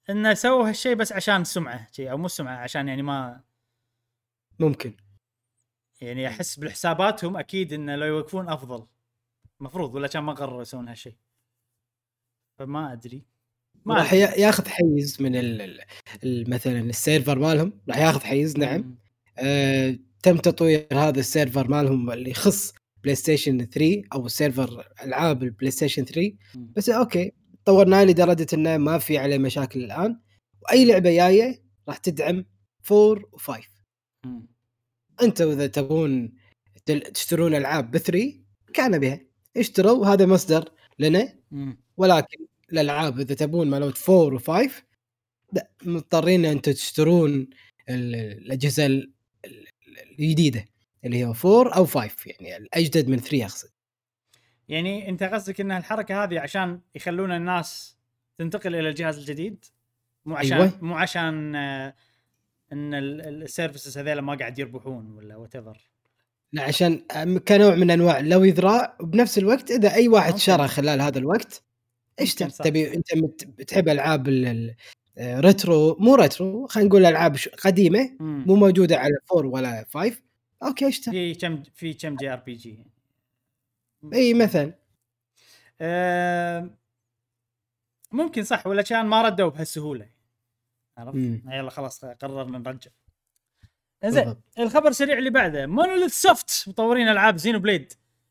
انه سووا هالشيء بس عشان السمعه شيء او مو السمعه عشان يعني ما ممكن يعني احس بالحساباتهم اكيد انه لو يوقفون افضل مفروض ولا كان ما قرروا يسوون هالشيء فما ادري ما راح أدري. ياخذ حيز من ال ال- ال- مثلا السيرفر مالهم راح ياخذ حيز نعم. مم. آه تم تطوير هذا السيرفر مالهم اللي يخص بلاي ستيشن ثري او سيرفر العاب البلاي ستيشن ثري مم. بس اوكي طورناه لدرجه انه ما في عليه مشاكل الان واي لعبه جايه راح تدعم فور وفايف. مم. انتوا اذا تبون تل- تشترون العاب بثري كان بها اشتروا هذا مصدر لنا مم. ولكن الالعاب اذا تبون مالوت فور وفايف لا مضطرين انتم تشترون ال- الاجهزه ال- ال- الجديده اللي هي فور او فايف يعني الاجدد من ثري اقصد. يعني انت قصدك ان الحركه هذه عشان يخلون الناس تنتقل الى الجهاز الجديد مو عشان أيوة. مو عشان آه، ان السيرفيسز هذول ما قاعد يربحون ولا وات ايفر. لا عشان كنوع من انواع لو يذراع وبنفس الوقت اذا اي واحد ممكن. شرى خلال هذا الوقت اشتر صح. تبي انت مت- بتحب العاب ال- ال- آه، ريترو مو ريترو خلينا نقول العاب ش- قديمه مم. مو موجوده على فور ولا فايف اوكي اشتر في كم في كم جي ار بي جي اي مثلا أه ممكن صح ولا كان ما ردوا بهالسهوله عرفت مم. يلا خلاص قررنا نرجع. زين بالضبط. الخبر السريع اللي بعده مونوليث سوفت مطورين العاب زينو بليد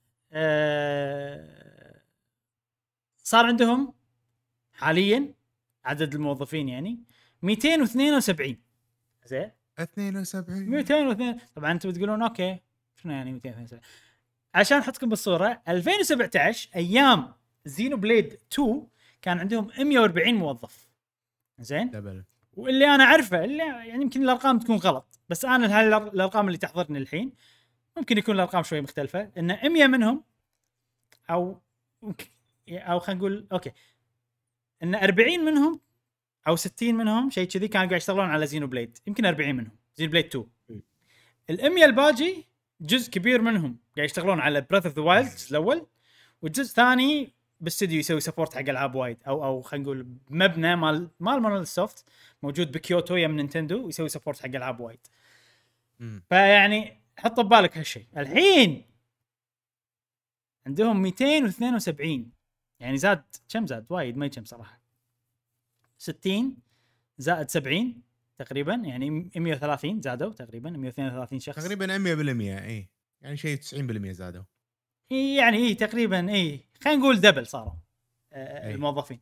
أه صار عندهم حاليا عدد الموظفين يعني مئتين واثنين وسبعين. زين اثنين وسبعين مئتين واثنين طبعا انتم بتقولون اوكي شنو يعني مئتين واثنين وسبعين عشان احطكم بالصوره ألفين وسبعة عشر ايام زينو بليد تو كان عندهم مئة وأربعين موظف. زين دبل واللي انا اعرفه اللي يعني يمكن الارقام تكون غلط بس انا هاي الارقام اللي تحضرني الحين ممكن يكون الارقام شوي مختلفه ان مئة منهم او او خلينا نقول اوكي ان أربعين منهم او ستين منهم شيء كذي كانوا قاعد يشتغلون على زينو بليد يمكن أربعين منهم زينو بليد تو. الأمية الباجي جزء كبير منهم قاعد يشتغلون على براث اوف ذا وايلد الاول والجزء الثاني باستديو يسوي سبورت حق العاب وايد او او خلينا نقول مبنى مال مال مونوليث سوفت موجود بكيوتو يم نينتندو ويسوي سبورت حق العاب وايد. مم. فيعني حط ببالك هالشيء الحين عندهم مئتين واثنين وسبعين يعني زاد كم زاد وايد ما يجم صراحه ستين زائد سبعين تقريبا يعني مئة وثلاثين زادوا تقريبا مئة واثنين وثلاثين شخص تقريبا مية بالمية اي يعني شيء تسعين بالمية زادوا يعني ايه تقريبا ايه خلينا نقول دبل صاروا آه أي. الموظفين.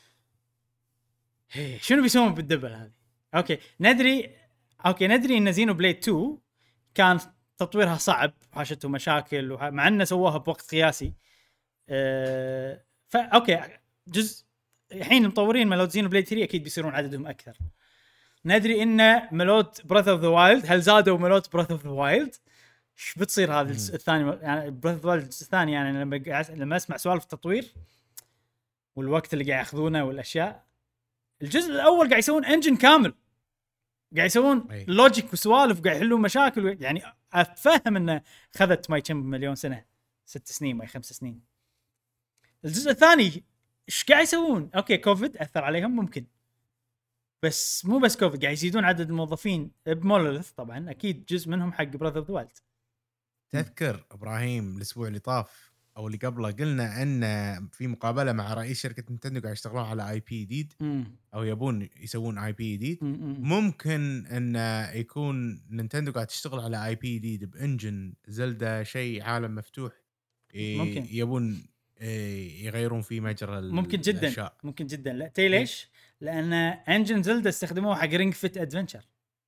إيه شنو بيسوون بالدبل هذه؟ اوكي ندري اوكي ندري ان زينو بليد تو كان تطويرها صعب وحاشته مشاكل وح... مع انه سووها بوقت قياسي. آه فا اوكي جزء الحين مطورين ملود زينو بليد ثري اكيد بيصيرون عددهم اكثر. ندري ان ملود براث اوف ذا وايلد هل زادوا ملود براث اوف ذا وايلد؟ ايش بتصير هذا الثاني يعني براث اوف ذا وايلد الثاني يعني لما لما اسمع سوالف التطوير والوقت اللي قاعد ياخذونه والاشياء. الجزء الاول قاعد يسوون انجن كامل قاعد يسوون أي. لوجيك وسوالف قاعد يحلون مشاكل يعني افهم انه اخذت ما كم مليون سنه ست سنين ما خمس سنين. الجزء الثاني ايش قاعد يسوون؟ اوكي كوفيد اثر عليهم ممكن بس مو بس كوفيد قاعد يزيدون عدد الموظفين بمونوليث طبعا اكيد جزء منهم حق براذر اوف ذا وايلد. تذكر ابراهيم الاسبوع اللي طاف او اللي قبله قلنا ان في مقابله مع رئيس شركه نينتندو قاعد يشتغلون على اي بي جديد او يبون يسوون اي بي جديد. ممكن ان يكون نينتندو قاعد تشتغل على اي بي جديد بانجن زلدا شيء عالم مفتوح ممكن يبون يغيرون فيه مجرى ممكن جدا الأشياء. ممكن جدا لا تي ليش لان انجن زلدا استخدموه حق رينج فيت ادفنتشر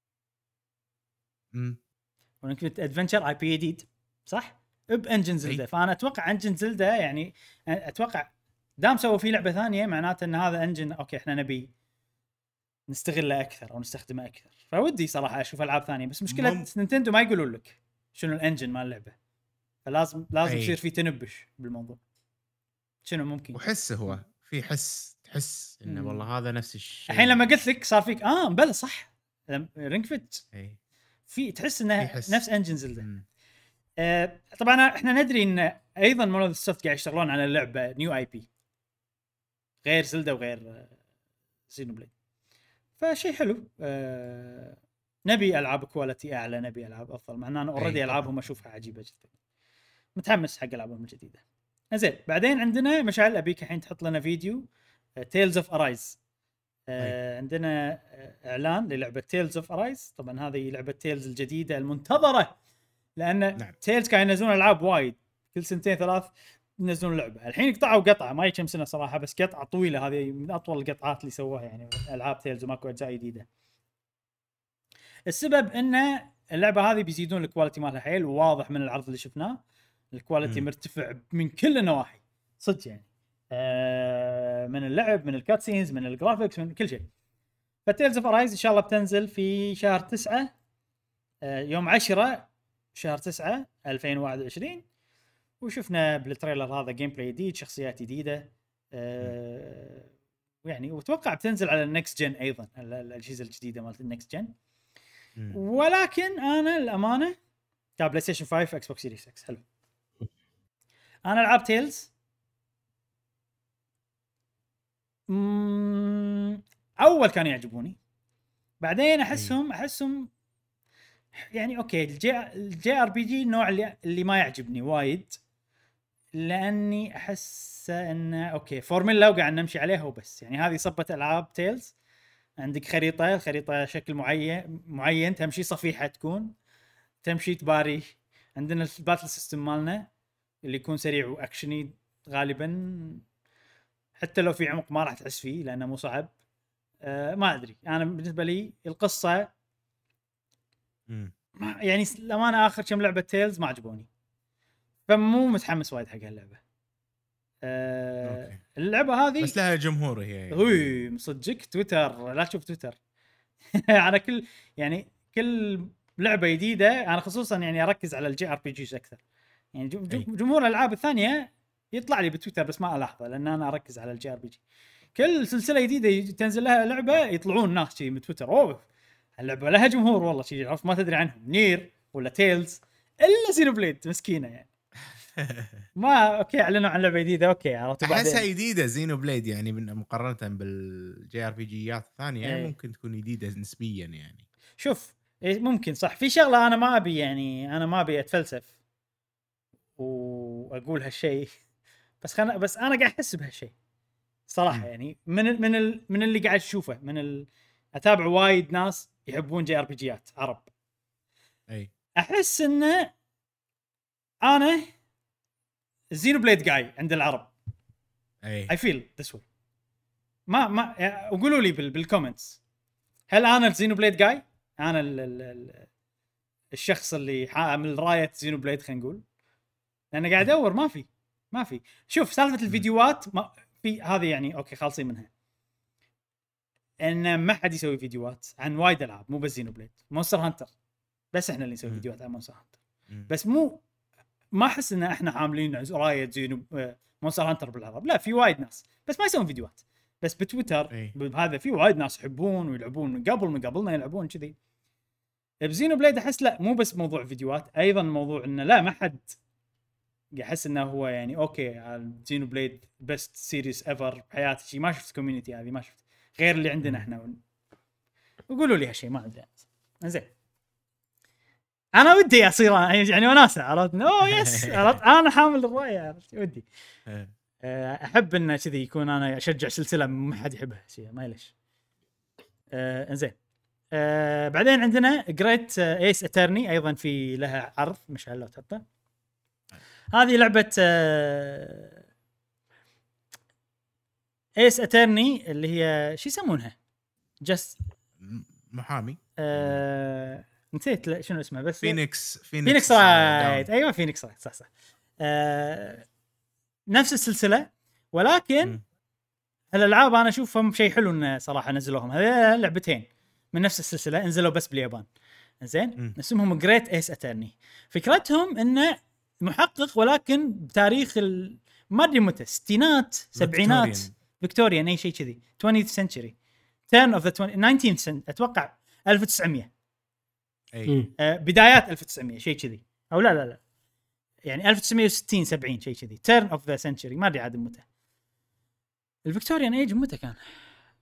امم رينج فيت ادفنتشر اي بي جديد صح بانجن زلدا. فانا اتوقع انجن زلدا يعني اتوقع دام سووا فيه لعبه ثانيه معناته ان هذا انجن اوكي احنا نبي نستغله اكثر او نستخدمه اكثر. فودي صراحه اشوف العاب ثانيه بس مشكله مم... نينتندو ما يقولون لك شنو الانجن مال اللعبه فلازم لازم يصير في تنبش بالموضوع شنو ممكن وحس هو في حس تحس انه والله هذا نفس الشيء. الحين لما قلت لك صار فيك اه بلا صح رينج فيت في تحس انه نفس انجن زلدا. آه طبعا احنا ندري ان ايضا مونوليث سوفت قاعد يشتغلون على اللعبه نيو اي بي غير زلدا وغير زينو بليد. فشيء حلو. آه نبي العاب كواليتي اعلى، نبي العاب افضل، مع ان انا اوريدي العابهم اشوفها عجيبه جدا. متحمس حق العابهم الجديده. زين بعدين عندنا مشعل ابيك الحين تحط لنا فيديو تيلز اوف ارايز. آه عندنا اعلان للعبه تيلز اوف ارايز. طبعا هذه لعبه تيلز الجديده المنتظره، لان نعم. تيلز كانوا ينزلون العاب وايد كل سنتين ثلاث ينزلون لعبه. الحين قطعوا قطعه ما كم سنه صراحه، بس قطعه طويله، هذه من اطول القطعات اللي سووها يعني العاب تيلز وماكو اجزاء جديده. السبب ان اللعبه هذه بيزيدون الكواليتي مالها حيل، وواضح من العرض اللي شفناه الكواليتي م. مرتفع من كل النواحي صدق يعني. آه من اللعب، من الكاتسينز، من الجرافيكس، من كل شيء. فتيلز اوف ارايز ان شاء الله بتنزل في شهر تسعة، آه يوم عشرة شهر تسعة ألفين وواحد وعشرين. وشفنا بالتريلر هذا جيم بلاي جديد، شخصيات جديده، آه يعني وتوقع بتنزل على النكست جن ايضا، الاجهزه الجديده مالت النكست جن. ولكن انا الامانه تاع بلاي ستيشن خمسة اكس بوكس سيريس اكس حلو. انا العاب تيلز مم... اول كانوا يعجبوني، بعدين احسهم احسهم يعني اوكي الجي الجي ار بي جي النوع اللي اللي ما يعجبني وايد، لاني احس انه اوكي فورمولا وقاعد نمشي عليها وبس. يعني هذه صبة العاب تيلز، عندك خريطه الخريطه شكل معين معين تمشي صفيحه، تكون تمشي تباري. عندنا الباتل سيستم مالنا اللي يكون سريع واكشني غالبا، حتى لو في عمق ما راح تحس فيه لانه مو صعب. أه ما ادري، انا بالنسبه لي القصه ما يعني لما اخر كم لعبه تيلز ما عجبوني، فمو متحمس وايد حق هاللعبه. أه اللعبه هذه بس لها جمهور هي هوي مصدقك تويتر، لا تشوف تويتر. انا كل يعني كل لعبه جديده انا خصوصا يعني اركز على الجي ار بي جيز اكثر. يعني جمهور الالعاب الثانيه يطلع لي بتويتر بس ما الاحظه، لان انا اركز على الجي ار بي جي. كل سلسله جديده تنزل لها لعبه يطلعون ناس شيء من تويتر، اوه اللعبه لها جمهور والله شيء عرفت ما تدري عنهم، نير ولا تيلز الا زينو بليد مسكينه يعني. ما اوكي اعلنوا عن لعبه جديده اوكي عرفت بعدين احسها جديده زينو بليد يعني مقارنه بالجي ار بي جيات الثانيه ايه. ممكن تكون جديده نسبيا يعني. شوف ممكن صح في شغله انا ما ابي يعني انا ما ابي اتفلسف واقول هالشيء، بس خلنا بس انا قاعد احس بهالشيء صراحه. يعني من من ال من اللي قاعد اشوفه من ال... اتابع وايد ناس يحبون جي ار بي جيات عرب، اي احس انه انا زينو بليد جاي عند العرب. اي اي فيل ذس واي. ما ما قولوا لي بالكومنتس هل انا الزينو بليد جاي، انا ال ال الشخص اللي حامل رايه زينو بليد خلينا نقول، لان قاعد ادور ما في ما في شوف سالفه الفيديوهات ما في هذه يعني اوكي خالصين منها، ان ما حد يسوي فيديوهات عن وايد العاب مو بس زينو بليد. مونستر هانتر بس احنا اللي نسوي فيديوهات عن مونستر هانتر، بس مو ما احس ان احنا حاملين رايه زينو مونستر هانتر بالعرب، لا في وايد ناس بس ما يسوون فيديوهات. بس بتويتر بهذا في وايد ناس يحبون ويلعبون من قبل من قبلنا يلعبون كذي. بزينو بليد احس لا مو بس موضوع فيديوهات، ايضا موضوع انه لا ما حد يحس انه هو يعني اوكي زينو بليد بيست سيريس ايفر بحياتي. شيء ما شفت كوميونتي هذه ما شفت غير اللي عندنا احنا. وقولوا لي هالشيء ما ادري زين. انا ودي اصير يعني وناسه عرفت اوه يس عرفت انا حامل الرايه عرفت ودي احب انه كذي يكون انا اشجع سلسله ما حد يحبها شيء ما ليش. آه زين. آه بعدين عندنا جريت ايس اترني ايضا في لها عرض مشعل لو تحطه. هذه لعبه آه ايس اترني اللي هي شو يسمونها جست محامي آه نسيت شنو اسمه بس فينيكس فينيكس, فينيكس رايت ايوه فينيكس رايت صح صح آه نفس السلسله ولكن م. الالعاب انا اشوفهم شيء حلو انه صراحه نزلوهم هذه لعبتين من نفس السلسله انزلوا بس باليابان زين اسمهم جريت ايس اترني. فكرتهم انه محقق ولكن بتاريخ ال... ما ادري متى ستينات سبعينات فيكتوريان اي شيء كذي twentieth century turn of the nineteenth century اتوقع ألف وتسعمية اي آه بدايات ألف وتسعمية شيء كذي او لا لا لا يعني ألف وتسعمية وستين سبعين شيء كذي turn of the century ما ادري عاد متى. الفيكتوريان ايج متى كان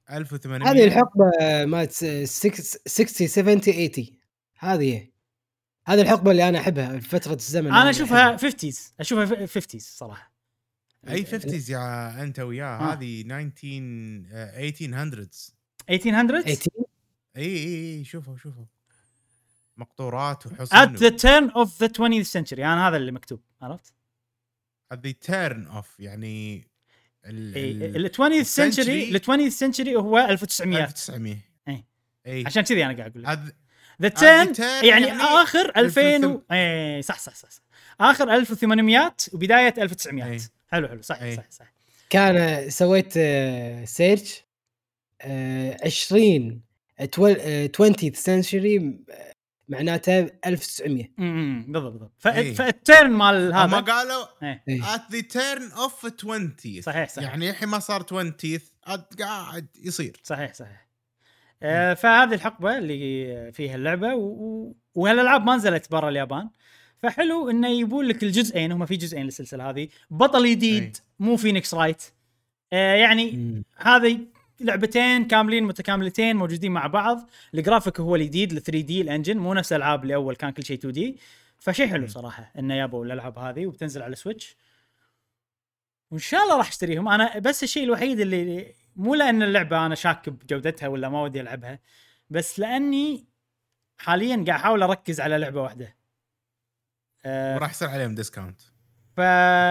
ألف وثمانمية هذه الحقبه مالت ستين سبعين ثمانين هذه هي. هذه الحقبه اللي انا احبها فتره الزمن انا اللي اشوفها أحبها. خمسينز اشوفها خمسينز صراحه. اي خمسين يا انت وياه آه. هذه تسعتاشر ألفين ثمانينات ثمانين اي اي اي شوفوا شوفوا مقطورات at وحصن the turn of the twentieth century. انا هذا اللي مكتوب عرفت. at the turn of يعني ال ال twentieth century ال twentieth century هو ألف وتسعمية. ألف وتسعمية اي اي عشان كذي انا قاعد اقول لك هذا the turn, turn يعني, يعني اخر ألفين و... الف اي صح صح صح, صح. اخر ألف وثمانمية وبدايه ألف وتسعمية. أي. حلو حلو صح أي. صح صح. كان سويت آه، سيرش آه، عشرين twentieth century معناته ألف وتسعمية. امم بالضبط بالضبط. ف... أي. فالتيرن مال هم هذا قالوا إيه. إيه. at the turn of twenty صحيح صحيح يعني الحين ما صار عشرين قاعد يصير صحيح صحيح. آه فهذه الحقبه اللي فيها اللعبه و... و... وهالالعاب ما نزلت برا اليابان. فحلو انه يبون لك الجزئين. هم في جزئين للسلسله هذه. بطل جديد أي. مو فينيكس رايت. آه يعني مم. هذه لعبتين كاملين متكاملتين موجودين مع بعض. الجرافيك هو الجديد ل ثري دي الانجن مو نفس الالعاب اللي اول كان كل شيء تو دي. فشيء حلو صراحه انه يابوا الالعاب هذه وبتنزل على سويتش وان شاء الله راح اشتريهم انا. بس الشيء الوحيد اللي مو لان اللعبه انا شاك بجودتها ولا ما ودي العبها بس لاني حاليا قاعد احاول اركز على لعبه واحده أه وراح يصير عليهم ديسكاونت ف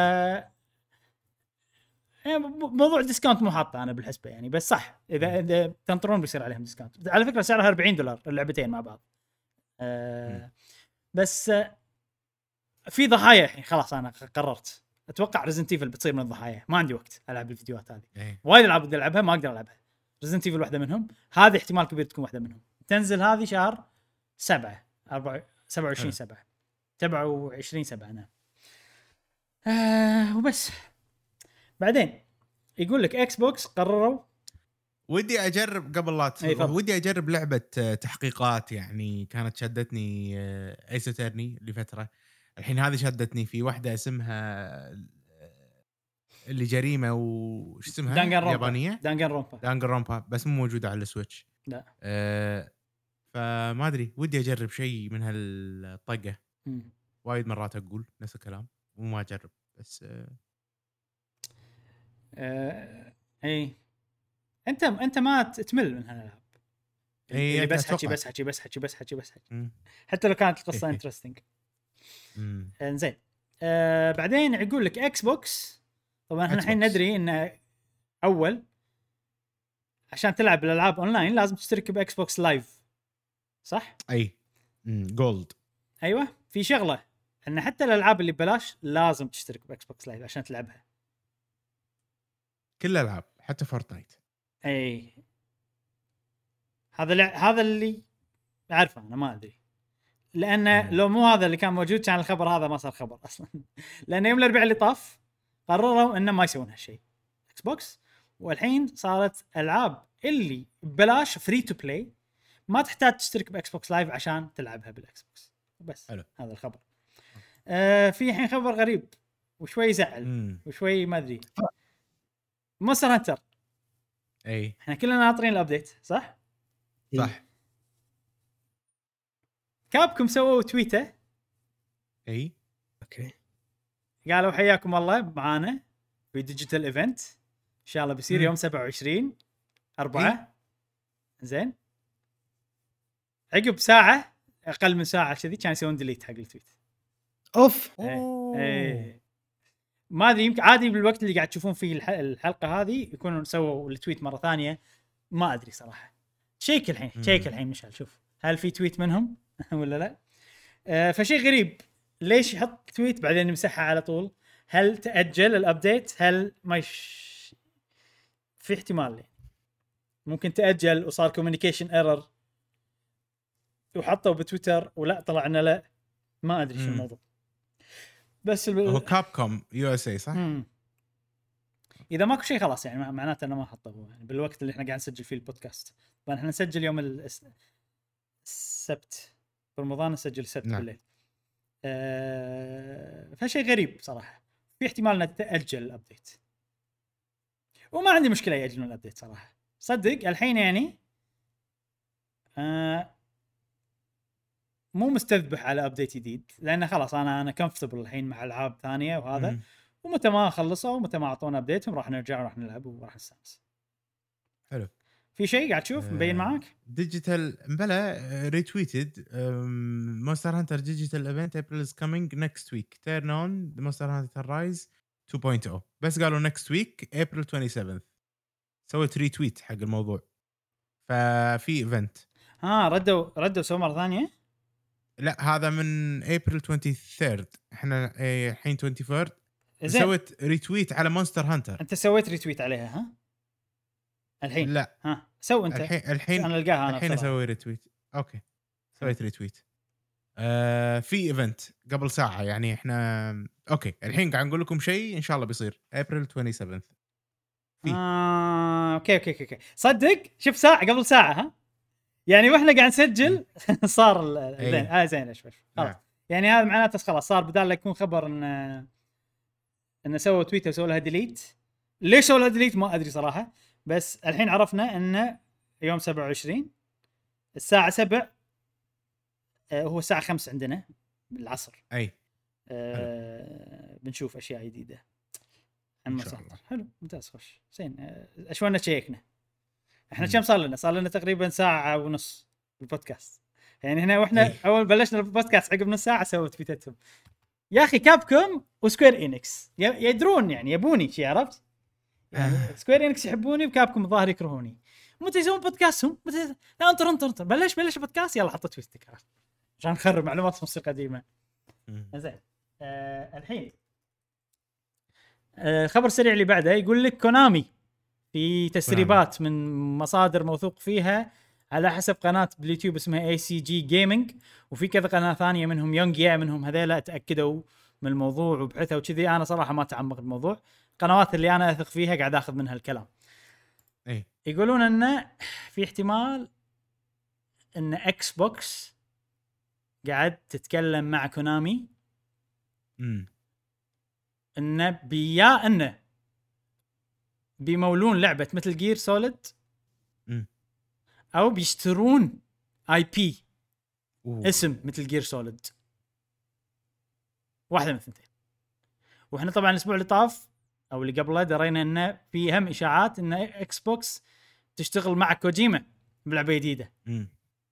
موضوع ديسكاونت مو حاطه انا بالحسبه يعني. بس صح اذا, إذا تنطرون بيصير عليهم ديسكاونت. على فكره سعرها أربعين دولار اللعبتين مع بعض. أه بس أه في ضحايا الحين خلاص انا قررت. اتوقع ريزنت ايفل بتصير من الضحايا. ما عندي وقت العب الفيديوهات هذه. أي. وايد العاب بدي العبها ما اقدر العبها. ريزنت ايفل واحده منهم. هذه احتمال كبير تكون واحده منهم. تنزل هذه شهر سبعة أربعة سبعة وعشرين سبعة سبعة وعشرين سبعة نعم. آه وبس. بعدين يقول لك اكس بوكس قرروا ودي اجرب قبل لا أي تروح ودي اجرب لعبه تحقيقات يعني كانت شدتني ايس اترني لفتره. الحين هذه شدتني في واحده اسمها اللي جريمه وش اسمها دانجن رومبا. يابانيه دانجن رومبا دانجن رومبا بس مو موجوده على السويتش. لا أه فما ادري ودي اجرب شيء من هالطقه. مم. وايد مرات اقول نفس الكلام وما اجرب بس أه آه اي انت انت ما تمل من هالالعاب اللي بس حكي بس حكي بس حكي بس حكي بس حكي م. حتى لو كانت القصه انترستينج. انزين آه بعدين يقول لك اكس بوكس. طبعا احنا الحين ندري ان اول عشان تلعب الالعاب اونلاين لازم تشترك باكس بوكس لايف صح؟ اي جولد. ايوه في شغله ان حتى الالعاب اللي ببلاش لازم تشترك باكس بوكس لايف عشان تلعبها. كل الالعاب حتى فورتنايت. اي هذا لع... هذا اللي اعرفه انا ما ادري لان مم. لو مو هذا اللي كان موجود كان الخبر هذا ما صار خبر اصلا. لان يوم الاربعاء اللي طاف قرروا انه ما يسوون هالشيء اكس بوكس. والحين صارت العاب اللي ببلاش فري تو بلاي ما تحتاج تشترك باكس بوكس لايف عشان تلعبها بالاكس بوكس بس. حلو. هذا الخبر. آه في الحين خبر غريب وشوي يزعل مم. وشوي ما ادري. مونستر هانتر. اي احنا كلنا ناطرين الابديت صح؟ صح. كابكم سووا تويته اي اوكي قالوا حياكم الله معانا في ديجيتال ايفنت ان شاء الله بيصير يوم سبعة وعشرين أربعة. زين عقب ساعه اقل من ساعه كذي كان يسوون ديليت حق التويت. اوف ايه. ايه. ما ادري يمكن عادي بالوقت اللي قاعد تشوفون فيه الحلقه هذه يكونوا سووا التويت مره ثانيه ما ادري صراحه. تشيك الحين تشيك الحين مشعل شوف هل في تويت منهم ولا لا. آه فشيء غريب ليش يحط تويت بعدين يمسحها على طول. هل تأجل الابديت هل ما يش... في احتمال ممكن تأجل وصار كوميونيكيشن ايرور وحطوا بتويتر ولا طلعنا لا ما ادري شو الموضوع. بس الب... هو كابكوم يو اس اي صح؟ مم. اذا ماكو شيء خلاص يعني معناته انه ما حطوه يعني بالوقت اللي احنا قاعد نسجل فيه البودكاست. طبعا احنا نسجل يوم السبت برمضان نسجل السبت نعم. بالليل. أه... فشيء غريب صراحه. في احتمال انه تأجل الابديت وما عندي مشكله يأجلون الابديت صراحه صدق الحين يعني آه مو مستذبح على ابديت جديد، لانه خلاص انا انا كمفتبل الحين مع العاب ثانيه وهذا مم. ومتى ما خلصوا ومتى ما اعطونا ابديتهم راح نرجع وراح نلعب وراح نستانس. حلو. في شيء قاعد تشوف مبين معاك؟ ديجيتال بلا ريتويتد مونستر هانتر ديجيتال ايفنت ابريل از كامينج نكست ويك تيرن اون مونستر هانتر رايز تو بوينت او بس قالوا نكست ويك ابريل سبعة وعشرين. سويت ريتويت حق الموضوع ففي ايفنت. ها ردوا ردوا سووا مره ثانيه؟ لا هذا من ابريل ثلاثين احنا الحين أربعة وعشرين. زين سويت ريتويت على مونستر هانتر. انت سويت ريتويت عليها ها الحين؟ لا ها سو انت الحين الحين انا القاها انا الحين بسرعة. اسوي ريتويت. اوكي سويت ريتويت. آه في ايفنت قبل ساعه يعني احنا اوكي الحين قاعد نقول لكم شيء ان شاء الله بيصير ابريل سبعة وعشرين. في. آه، اوكي اوكي اوكي صدق شوف ساعه قبل ساعه ها يعني واحنا قاعد نسجل صار ال- زين اه زين اشوف خلاص نعم. يعني هذا معناته خلاص صار بدال لا يكون خبر ان ان سووا تويت وسووا لها ديليت. ليش سووا لها ديليت ما ادري صراحه، بس الحين عرفنا ان يوم سبعة وعشرين الساعه سبعة آه هو الساعه خمسة عندنا بالعصر. اي آه بنشوف اشياء جديده عن إن شاء مونستر. الله. حلو ممتاز خوش زين. آه اشوفنا شيكنا احنا مم. كم صار لنا؟ صار لنا تقريبا ساعه ونص البودكاست يعني هنا واحنا أي. اول بلشنا البودكاست عقب نص ساعه سووا تويتاتهم. يا اخي كابكوم وسكوير انكس ي- يدرون يعني يبوني شي عرفت يعني آه. سكوير انكس يحبوني وكابكوم الظاهر يكرهوني. متى يسوون بودكاستهم؟ متى؟ لا انطر انطر انطر بلش بلش بودكاست يلا حطيت تويتك عرفت عشان نخرب معلومات موسيقى قديمه. مم. زين آه الحين آه الخبر السريع اللي بعده يقول لك كونامي في تسريبات من مصادر موثوق فيها على حسب قناه باليوتيوب اسمها اي سي جي جيمنج وفي كذا قناه ثانيه منهم يونج يا منهم هذيلا تاكدوا من الموضوع وبحثوا وكذي. انا صراحه ما تعمق بالموضوع. القنوات اللي انا اثق فيها قاعد اخذ منها الكلام. اي يقولون ان في احتمال ان اكس بوكس قاعد تتكلم مع كونامي امم انه بيا انه بيمولون لعبه مثل جير سوليد امم او بيشترون اي بي أوه. اسم مثل جير سوليد واحده من الثنتين. واحنا طبعا الاسبوع اللي طاف او اللي قبله درينا انه في هم اشاعات ان اكس بوكس تشتغل مع كوجيما بلعبه جديده. امم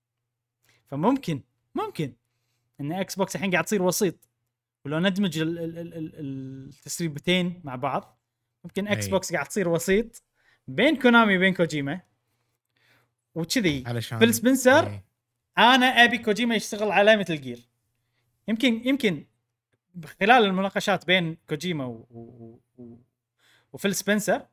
فممكن ممكن ان اكس بوكس الحين قاعد تصير وسيط ولو ندمج ال- ال- ال- ال- التسريبتين مع بعض ممكن اكس أي. بوكس قاعد تصير وسيط بين كونامي وبين كوجيما وكذي. علشان فيل سبنسر أي. انا ابي كوجيما يشتغل على مثل جير. يمكن يمكن خلال المناقشات بين كوجيما و... و... و... وفيل سبنسر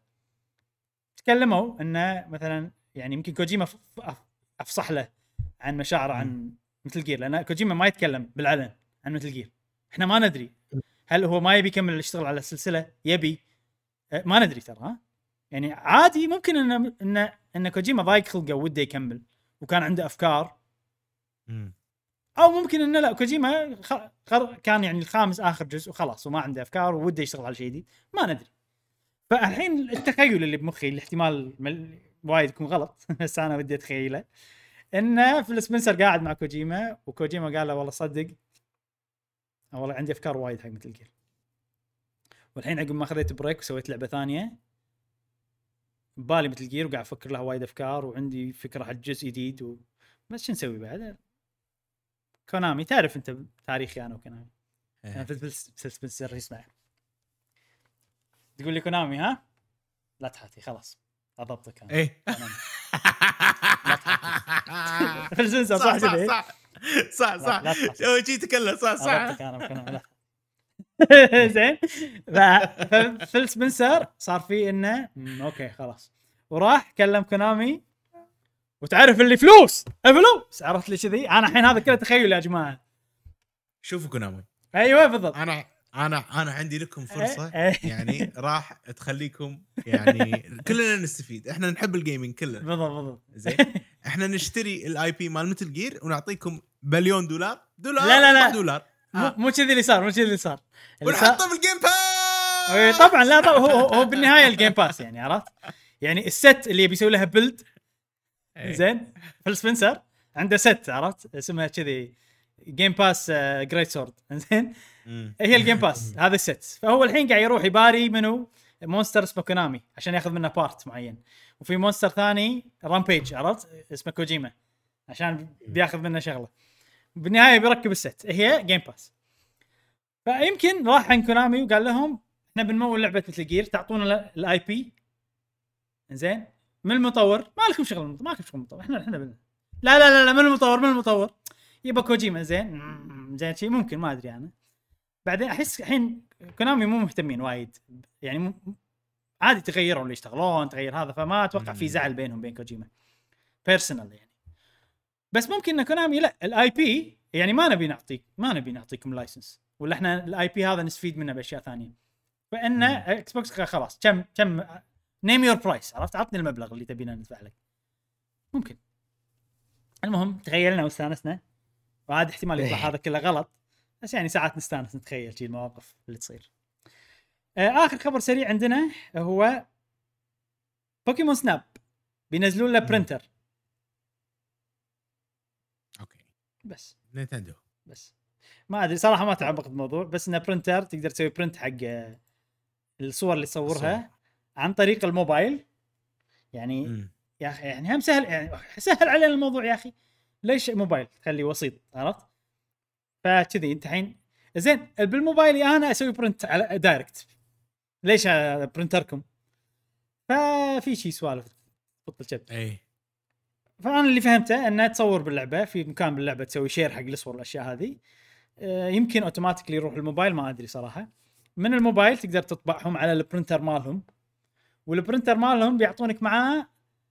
تكلموا انه مثلا يعني يمكن كوجيما ف... ف... افصح له عن مشاعره عن مثل جير لان كوجيما ما يتكلم بالعلن عن مثل جير. احنا ما ندري هل هو ما يبي يكمل يشتغل على السلسله يبي أه، ما ندري ترى ها يعني عادي ممكن ان ان ان كوجيما ضايق خلقه وده يكمل وكان عنده افكار امم او ممكن انه لا كوجيما خ... خر... كان يعني الخامس اخر جزء وخلاص وما عنده افكار ووده يشتغل على شيء جديد ما ندري. فالحين التخيل اللي بمخي الاحتمال مل... وايد يكون غلط بس انا ودي اتخيله انه فيل سبنسر قاعد مع كوجيما وكوجيما قال له والله صدق والله عندي افكار وايد حق مثل جير والحين عقب ما اخذت بريك وسويت لعبه ثانيه ببالي مثل جير وقاعد افكر لها وايد افكار وعندي فكره حق جزء جديد و... بس شو نسوي بعد كونامي تعرف انت تاريخي انا وكونامي انا في سبنسر يسمع تقول لي كونامي ها لا تحاتي خلاص اضبطك انا ايه في سبنسر صح صح صح كذي صح صح صح لا تخاف. هو جي تكلم صح اضبطك صح انا بكونامي لا زين ف- فيل سبنسر صار فيه انه مم، اوكي خلاص وراح كلم كونامي وتعرف اللي فلوس فلوس عرفت لي كذي. انا الحين هذا كله تخيل يا جماعه. شوفوا كونامي ايوه بالضبط انا انا انا عندي لكم فرصه إيه. يعني راح تخليكم يعني كلنا نستفيد. احنا نحب الجيمنج كلنا بالضبط بالضبط زين. احنا نشتري الاي بي مال مثل جير ونعطيكم بليون دولار دولار لا لا لا. أربعة دولار مو آه. مو كذي اللي صار مو كذي اللي صار اللي صار ونحطه بالجيم باس. إيه طبعا لا طبعا هو هو بالنهايه الجيم باس يعني عرفت يعني الست اللي بيسوي لها بيلد زين فيل سبنسر عنده ست عرفت اسمها كذي جيم باس جريت سورد زين هي الجيم باس هذا الست فهو الحين قاعد يروح يباري منو مونستر اسمه كونامي عشان ياخذ منه بارت معين وفي مونستر ثاني رامبيج عرفت اسمه كوجيما عشان بياخذ منه شغله بالنهايه بيركب الست هي جيم باس فيمكن راح عن كونامي وقال لهم احنا بنمول لعبه مثل جير تعطونا الاي بي زين من المطور ما لكم شغل ما لكم شغل المطور احنا احنا بن... لا لا لا لا من المطور من المطور يبقى كوجيما زين زين شيء ممكن ما ادري انا بعدين احس الحين كونامي مو مهتمين وايد يعني م... عادي تغيروا اللي يشتغلون تغير هذا فما اتوقع في زعل بينهم بين كوجيما بيرسونال يعني بس ممكن ان كونامي لا الاي بي يعني ما نبي نعطيك ما نبي نعطيكم لايسنس ولا احنا الاي بي هذا نستفيد منه باشياء ثانيه فان اكس بوكس خلاص كم كم نيم يور برايس عرفت عطني المبلغ اللي تبينا ندفع لك ممكن المهم تخيلنا واستانسنا وعاد احتمال يطلع هذا كله غلط بس يعني ساعات نستانس نتخيل شيء المواقف اللي تصير آه اخر خبر سريع عندنا هو بوكيمون سناب بينزلون له برينتر اوكي بس نينتندو بس ما ادري صراحه ما تعمقت بالموضوع بس انه برينتر تقدر تسوي برنت حق الصور اللي تصورها عن طريق الموبايل يعني م. يا اخي يعني هم سهل يعني سهل علينا الموضوع يا اخي ليش موبايل تخليه وسيط عرفت فكذي انت الحين زين بالموبايل انا اسوي برنت على دايركت ليش برنتركم ففي شيء سوالف بطل شب اي فانا اللي فهمته انه تصور باللعبه في مكان باللعبه تسوي شير حق الصور والاشياء هذه يمكن اوتوماتيكلي يروح الموبايل ما ادري صراحه من الموبايل تقدر تطبعهم على البرنتر مالهم والبرنتر مالهم بيعطونك معاه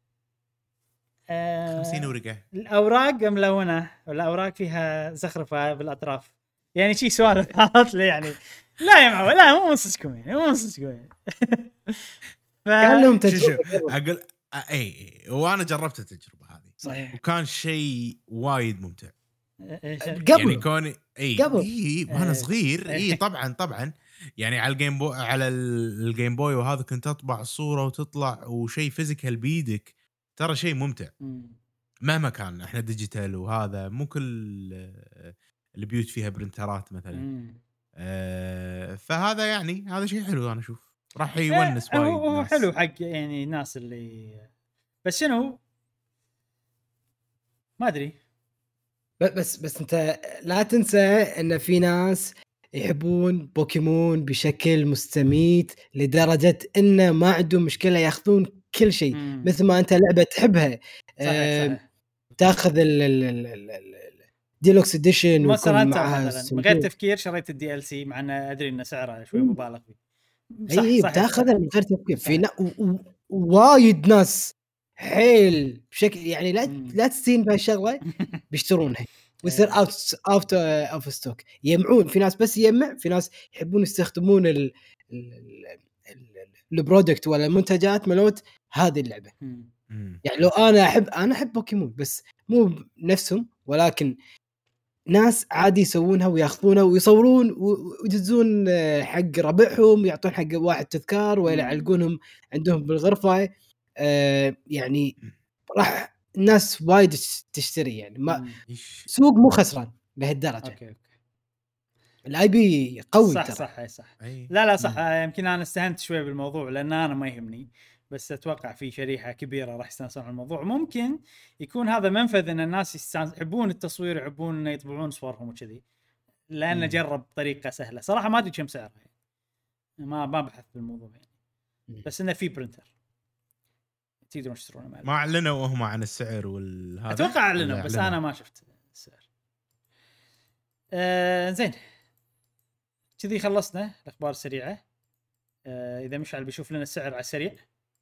آه خمسين ورقه الاوراق ملونه والاوراق فيها زخرفه بالاطراف يعني شيء سوالف عرفت لي يعني لا يا معود لا مو نصكم يعني مو نصكم يعني ف... قال لهم تجربه اقول اي وانا جربت التجربه هذه صحيح وكان شيء وايد ممتع قبل يعني كوني اي اي وانا صغير اي طبعا طبعا يعني على الجيم بوي على الجيم بوي وهذا كنت اطبع الصوره وتطلع وشيء فيزيكال بيدك ترى شيء ممتع مهما كان احنا ديجيتال وهذا مو كل البيوت فيها برنترات مثلا آه فهذا يعني هذا شيء حلو انا اشوف راح يونس وايد هو حلو حق يعني الناس اللي بس شنو ما ادري بس بس انت لا تنسى ان في ناس يحبون بوكيمون بشكل مستميت لدرجة إنه ما عندهم مشكلة يأخذون كل شيء مم. مثل ما أنت لعبة تحبها صحيح صحيح. تأخذ الديلوكس إديشن ويكون معها مثلا من غير تفكير شريت الدي ال سي مع أن أدري إنه سعره شوي مبالغ فيه أي بتأخذها من غير تفكير في نا... وايد ناس حيل بشكل يعني لا مم. لا تستين بهالشغلة بيشترونها ويصير اوت اوت اوف ستوك يجمعون في ناس بس يجمع في ناس يحبون يستخدمون ال البرودكت ولا المنتجات ملوت هذه اللعبه يعني لو انا احب انا احب بوكيمون بس مو نفسهم ولكن ناس عادي يسوونها وياخذونها ويصورون ويدزون حق ربعهم يعطون حق واحد تذكار ولا يعلقونهم عندهم بالغرفه آه يعني راح الناس وايد تشتري يعني ما سوق مو خسران لهالدرجه اوكي اوكي الاي بي قوي صح ترى. صح صح أي. لا لا صح يمكن انا استهنت شوي بالموضوع لان انا ما يهمني بس اتوقع في شريحه كبيره راح يستانسون على الموضوع ممكن يكون هذا منفذ ان الناس يحبون التصوير يحبون ان يطبعون صورهم وكذي لان جرب طريقه سهله صراحه ما ادري كم سعرها يعني. ما ما بحث بالموضوع يعني بس انه في برينتر تقدرون تشترونه معي. ما اعلنوا هم عن السعر والهذا اتوقع اعلنوا بس انا ما شفت السعر آه زين كذي خلصنا الاخبار السريعه آه اذا مشعل بيشوف لنا السعر على السريع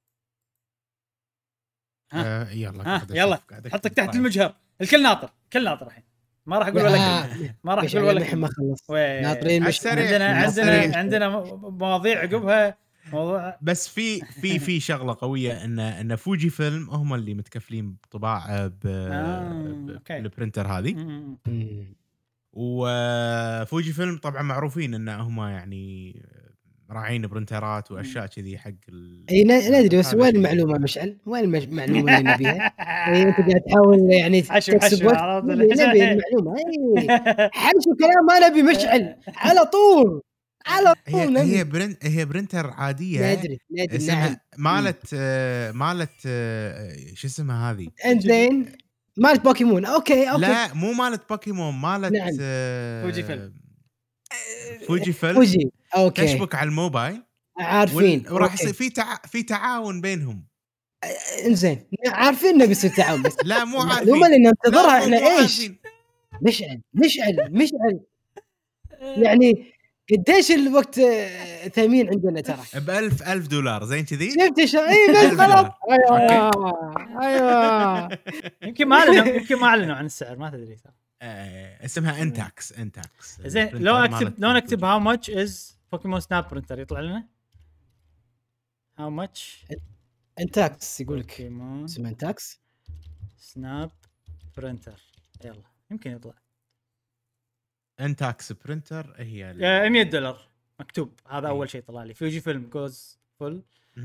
ها آه يلا ها يلا حطك تحت المجهر الكل ناطر كل ناطر الحين ما راح اقول ولا كلمه ما راح اقول ولا كلمه ما خلص ناطرين مش عندنا عندنا عندنا مواضيع عقبها موضوع بس في في في شغله قويه ان ان فوجي فيلم هم اللي متكفلين بطباعه بالبرينتر هذه وفوجي فيلم طبعا معروفين ان هم يعني راعين برنترات واشياء كذي حق ال... اي ندري بس هذا وين شيء. المعلومه مشعل؟ وين المش- المعلومه اللي نبيها؟ اي انت قاعد تحاول يعني حشو تكسب حشو وقت. عرفت نبي, نبي المعلومه. اي حشو كلام ما نبي مشعل على طول على هي طول هي نبي. برن هي برنتر عاديه ندري ندري اسمها نعم. مالت آه، مالت آه، شو اسمها هذه انزين مالت بوكيمون. اوكي اوكي لا مو مالت بوكيمون مالت نعم. آه، فوجي فيلم. فوجي فيلم فوجي اوكي تشبك على الموبايل عارفين. وال- وراح أوكي. يصير في تع... في تعاون بينهم. انزين عارفين انه بيصير تعاون بس لا مو المعلومه عارفين اللي ننتظرها لا، مو- احنا مو ايش؟ عارفين. مشعل مشعل مشعل يعني قديش الوقت آه، ثمين عندنا ترى. بألف ألف دولار زين كذي. شفت شو اي بس ألف خلاص. دولار. ايوه ايوه يمكن ما اعلنوا يمكن ما اعلنوا عن السعر ما تدري صح. آه، اسمها انتاكس انتاكس زين لو اكتب لو نكتب هاو ماتش از بوكيمون سناب برنتر يطلع لنا هاو ماتش انتاكس يقول لك بوكيمون اسمه انتاكس. سناب برنتر يلا يمكن يطلع انتاكس برنتر هي ال- آه، مية دولار مكتوب هذا إيه. اول شيء طلع لي فيوجي فيلم جوز فل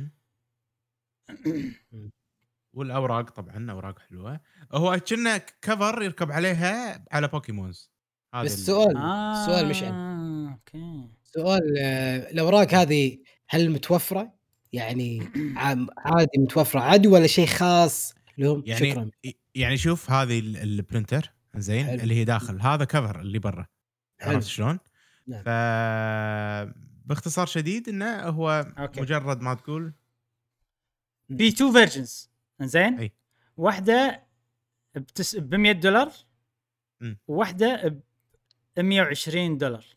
والاوراق طبعا اوراق حلوه. هو كنا كفر يركب عليها على بوكيمونز. هذا بس ال- سؤال آه سؤال مشعل اوكي سؤال آه، الاوراق هذه هل متوفره يعني عام- عادي متوفره عادي ولا شيء خاص لهم؟ يعني شكرا. يعني شوف هذه ال- البرنتر زين حلو. اللي هي داخل هذا كفر اللي برا. حلو. عرفت شلون؟ نعم. ف باختصار شديد انه هو أوكي. مجرد ما تقول في تو فيرجنز زين أي. واحده بتس... ب مية دولار م. وواحده ب مية وعشرين دولار.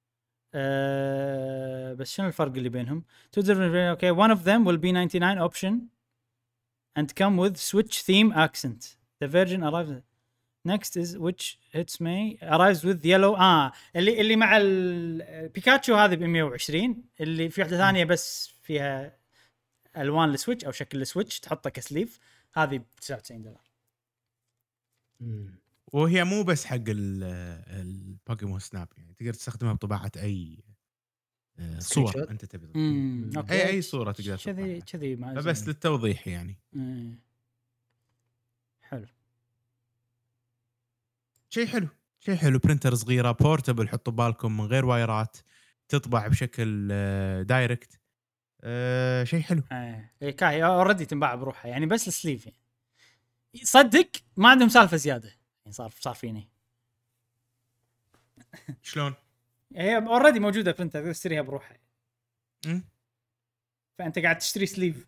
أه... بس شنو الفرق اللي بينهم؟ two different okay one of them will be ninety-nine option and come with switch theme accent. The version arrives next is which hits me arrives with yellow اه اللي اللي مع البيكاتشو هذه ب مية وعشرين اللي في واحده ثانيه بس فيها الوان السويتش او شكل السويتش تحطه كسليف هذه ب تسعة وتسعين دولار. مم. وهي مو بس حق ال- البوكيمون سناب يعني تقدر تستخدمها بطباعه اي آه، سكرين صور شوت. انت تبي امم اي اي صوره تقدر كذي تطبعها. كذي مع بس للتوضيح يعني مم. حلو شيء حلو شيء حلو. برنتر صغيره بورتبل حطوا بالكم من غير وايرات تطبع بشكل آه، دايركت. أه شيء حلو. ايه إيه كاي اوريدي تنباع بروحها يعني بس السليف يعني. صدق ما عندهم سالفه زياده يعني صار صار فيني شلون؟ هي اوريدي موجوده برنتر تقدر تشتريها بروحها م? فانت قاعد تشتري سليف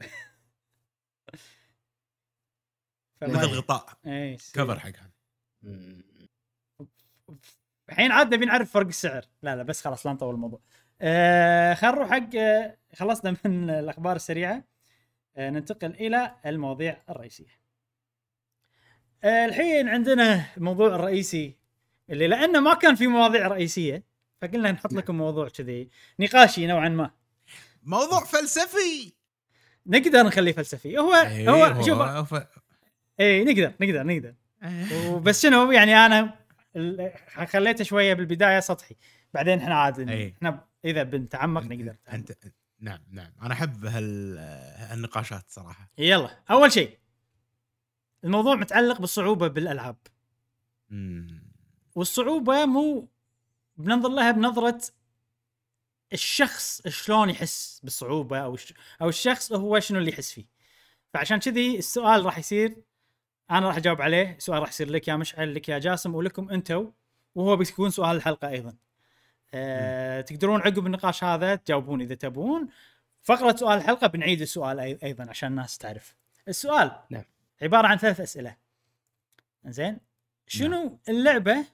مثل غطاء ايه كفر حق هذا. مم. الحين عاد نبي نعرف فرق السعر. لا لا بس خلاص لا نطول الموضوع. آه خلينا نروح حق آه خلصنا من الاخبار السريعه. آه ننتقل الى المواضيع الرئيسيه. آه الحين عندنا الموضوع الرئيسي اللي لانه ما كان في مواضيع رئيسيه فقلنا نحط لكم موضوع كذي نقاشي نوعا ما. موضوع فلسفي نقدر نخليه فلسفي. هو أيه هو شوف هو ف... اي نقدر نقدر نقدر وبس شنو يعني انا ال- خليته شويه بالبدايه سطحي بعدين احنا عاد أي. احنا اذا بنتعمق نقدر نتعمق. انت نعم نعم انا احب هال هالنقاشات صراحه. يلا اول شيء الموضوع متعلق بالصعوبه بالالعاب. مم. والصعوبه مو بننظر لها بنظره الشخص شلون يحس بالصعوبه او الش... او الشخص هو شنو اللي يحس فيه. فعشان كذي السؤال راح يصير انا راح اجاوب عليه. السؤال راح يصير لك يا مشعل لك يا جاسم ولكم انتم وهو بيكون سؤال الحلقه ايضا. أه تقدرون عقب النقاش هذا تجاوبون اذا تبون. فقره سؤال الحلقه بنعيد السؤال ايضا عشان الناس تعرف. السؤال نعم. عباره عن ثلاث اسئله. زين شنو نعم. اللعبه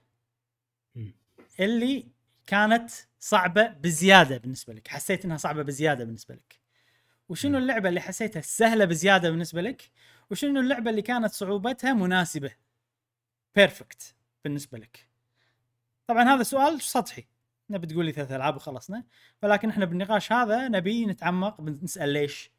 اللي كانت صعبه بزياده بالنسبه لك حسيت انها صعبه بزياده بالنسبه لك؟ وشنو اللعبه اللي حسيتها سهله بزياده بالنسبه لك؟ وشنو اللعبه اللي كانت صعوبتها مناسبه بيرفكت بالنسبه لك؟ طبعا هذا سؤال سطحي نبي تقول لي ثلاث العاب وخلصنا ولكن احنا بالنقاش هذا نبي نتعمق بنسال ليش.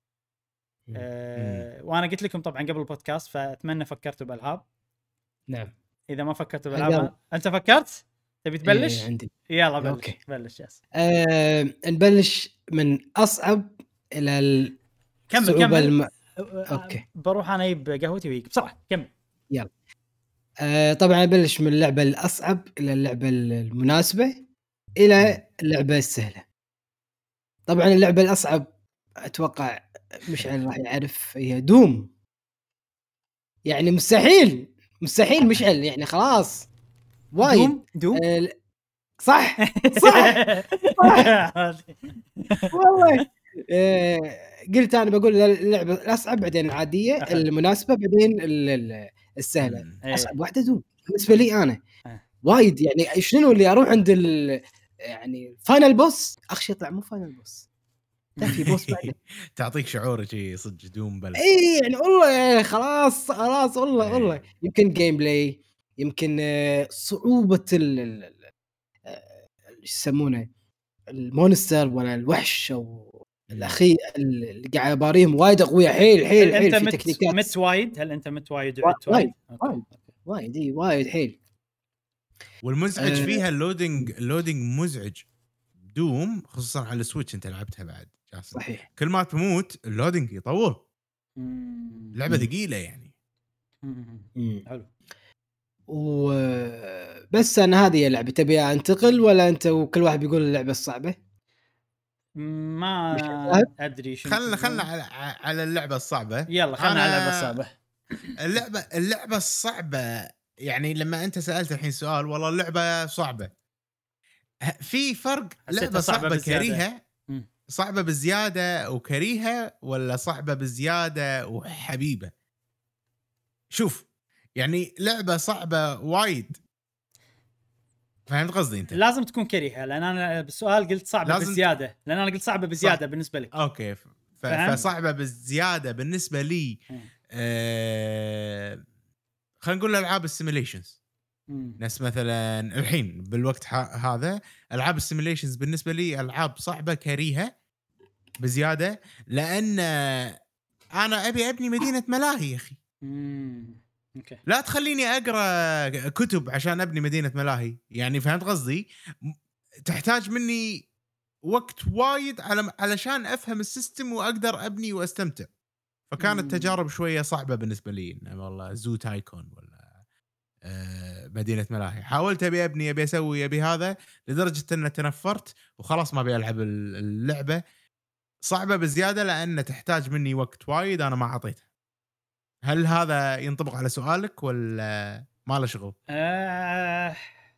أه وانا قلت لكم طبعا قبل البودكاست فاتمنى فكرتوا بالالعاب. نعم اذا ما فكرتوا بالالعاب انت فكرت تبي تبلش؟ إيه عندي. يلا بلش أوكي. بلش ياس. أه نبلش من اصعب الى ال... كمل الصعوبة كمل الم... اوكي بروح انا اجيب قهوتي ويك بسرعه كمل. يلا آه طبعا ابلش من اللعبه الاصعب الى اللعبه المناسبه الى اللعبه السهله. طبعا اللعبه الاصعب اتوقع مشعل راح يعرف، هي دوم. يعني مستحيل مستحيل مشعل، يعني خلاص وايد. دوم دوم آه صح صح صح والله. آه قلت انا بقول اللعبه الاصعب بعدين العاديه أحد. المناسبه بعدين ال- ال- السهله. مم. اصعب واحده دوم بالنسبه لي انا آه. وايد. يعني شنو اللي اروح عند ال يعني فاينل بوس اخشى يطلع مو فاينل بوس، لا في بوس بعده. تعطيك شعور شيء صدق دوم بل اي يعني والله خلاص خلاص والله إيه. والله يمكن جيم بلاي، يمكن آه، صعوبه ال ال- ال- آه، ايش يسمونه المونستر ولا الوحش او الاخي اللي قاعد اباريهم وايد قويه حيل حيل هل حيل انت في مت تكنيكات مت وايد؟ هل انت مت وايد وا- وعدت وايد؟ وايد وايد وايد اي وايد حيل. والمزعج أه فيها اللودينج اللودينج مزعج دوم، خصوصا على السويتش. انت لعبتها بعد جاسم؟ صحيح. كل ما تموت اللودينج يطول، مم. لعبه مم. ثقيله يعني. مم. مم. حلو. وبس انا هذه اللعبه تبي انتقل ولا انت وكل واحد بيقول اللعبه الصعبه؟ ما مش فاهم؟ ادري شنو خلنا خلنا تقولون. على على اللعبه الصعبه. يلا خلنا أنا على اللعبه الصعبه. اللعبه اللعبه الصعبه يعني لما انت سالت الحين سؤال والله اللعبه صعبه، ه- في فرق. حسيتها لعبه صعبة صعبه بزيادة. كريهه، مم. صعبه بزياده وكريهه، ولا صعبه بزياده وحبيبه؟ شوف يعني لعبه صعبه وايد، فهمت قصدي انت؟ لازم تكون كريهه، لان انا بالسؤال قلت صعبه لازم بزياده، لان انا قلت صعبه بزياده صح. بالنسبه لك. اوكي ف... فهم؟ فصعبه بالزياده بالنسبه لي. مم. آه... خلينا نقول العاب السيميليشنز، مم. ناس مثلا الحين بالوقت ح... هذا العاب السيميليشنز بالنسبه لي العاب صعبه كريهه بزياده، لان انا ابي ابني مدينه ملاهي يا اخي. مم. اوكي. لا تخليني اقرا كتب عشان ابني مدينه ملاهي، يعني فهمت قصدي؟ م- تحتاج مني وقت وايد على علشان افهم السيستم واقدر ابني واستمتع. فكانت مم. تجارب شويه صعبه بالنسبه لي، إنه والله زو تايكون ولا آه مدينه ملاهي. حاولت ابي ابني ابي اسوي ابي هذا لدرجه ان تنفرت وخلاص ما ابي العب اللعبه. صعبه بزياده لان تحتاج مني وقت وايد انا ما اعطيته. هل هذا ينطبق على سؤالك ولا ما له شغل؟ آه...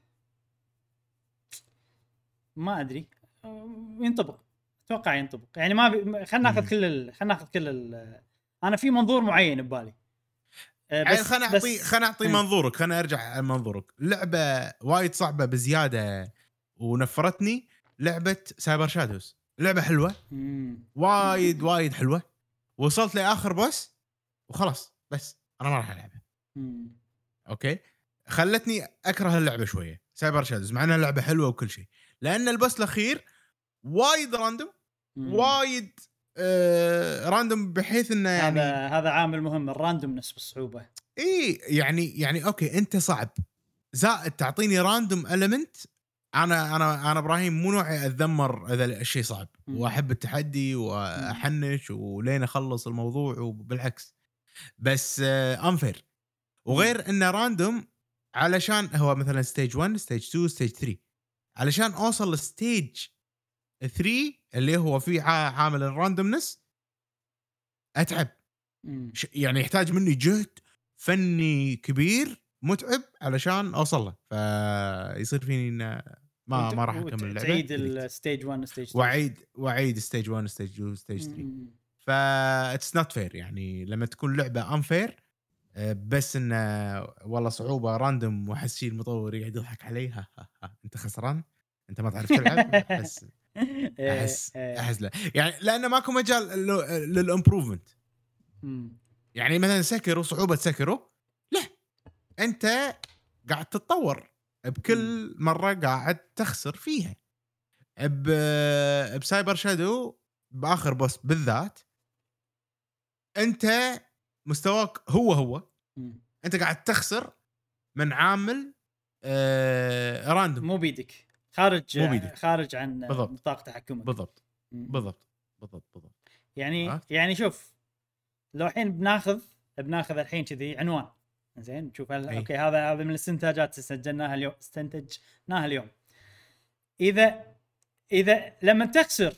ما ادري. آه، ينطبق، اتوقع ينطبق. يعني ما بي... خلينا ناخذ كل ال... خلينا ناخذ كل ال... انا في منظور معين ببالي. آه يعني بس خلنا اعطي بس... خلنا اعطي مم. منظورك، خلنا ارجع على منظورك. لعبه وايد صعبه بزياده ونفرتني لعبه سايبر شادوز. لعبه حلوه مم. وايد وايد حلوه، وصلت لاخر بوس وخلاص بس انا ما راح العبها. مم. اوكي، خلتني اكره اللعبه شويه سايبر شادوز مع انها لعبه حلوه وكل شيء، لان البوس الاخير وايد راندوم، مم. وايد آه راندوم، بحيث انه يعني هذا هذا عامل مهم، الراندومنس بالصعوبه. اي يعني يعني اوكي انت صعب زائد تعطيني راندوم اليمنت. انا انا انا ابراهيم مو نوعي اتذمر اذا الشيء صعب، مم. واحب التحدي واحنش ولين اخلص الموضوع، وبالعكس بس انفير. وغير انه راندوم علشان هو مثلا ستيج واحد ستيج اثنين ستيج ثلاثة، علشان اوصل لستيج ثلاثة اللي هو فيه عامل الراندومنس اتعب. مم. يعني يحتاج مني جهد فني كبير متعب علشان اوصل له، فيصير فيني إن ما ما راح اكمل اللعبه. تعيد الستيج واحد ستيج اثنين واعيد واعيد ستيج واحد ستيج اثنين ستيج ثلاثة. فا اتس نوت فير. يعني لما تكون لعبه انفير بس انه والله صعوبه راندوم واحس شيء المطور يقعد يضحك علي، ها ها ها انت خسران انت ما تعرف تلعب، بس احس احس لا يعني لانه ماكو مجال للامبروفمنت. يعني مثلا سكرو، صعوبه سكرو لا انت قاعد تتطور بكل مره قاعد تخسر فيها. بسايبر شادو باخر بوس بالذات انت مستواك هو هو مم. انت قاعد تخسر من عامل آه راندوم مو بيدك، خارج مو بيدك. خارج عن بالضبط. نطاق تحكمك. بالضبط بالضبط بالضبط بالضبط يعني عرفت؟ يعني شوف لو الحين بناخذ بناخذ الحين كذي عنوان زين نشوف هل أي. اوكي هذا هذا من الاستنتاجات سجلناها اليوم استنتجناها اليوم اذا اذا لما تخسر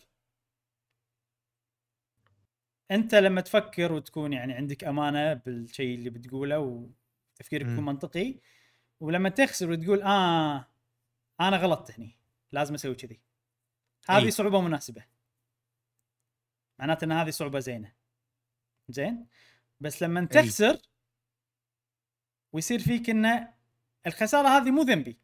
انت لما تفكر وتكون يعني عندك امانه بالشيء اللي بتقوله وتفكيرك يكون مم. منطقي ولما تخسر وتقول اه انا غلطت هني لازم اسوي كذي هذه أي. صعوبه مناسبه معناته ان هذه صعوبه زينه زين بس لما تخسر ويصير فيك ان الخساره هذه مو ذنبي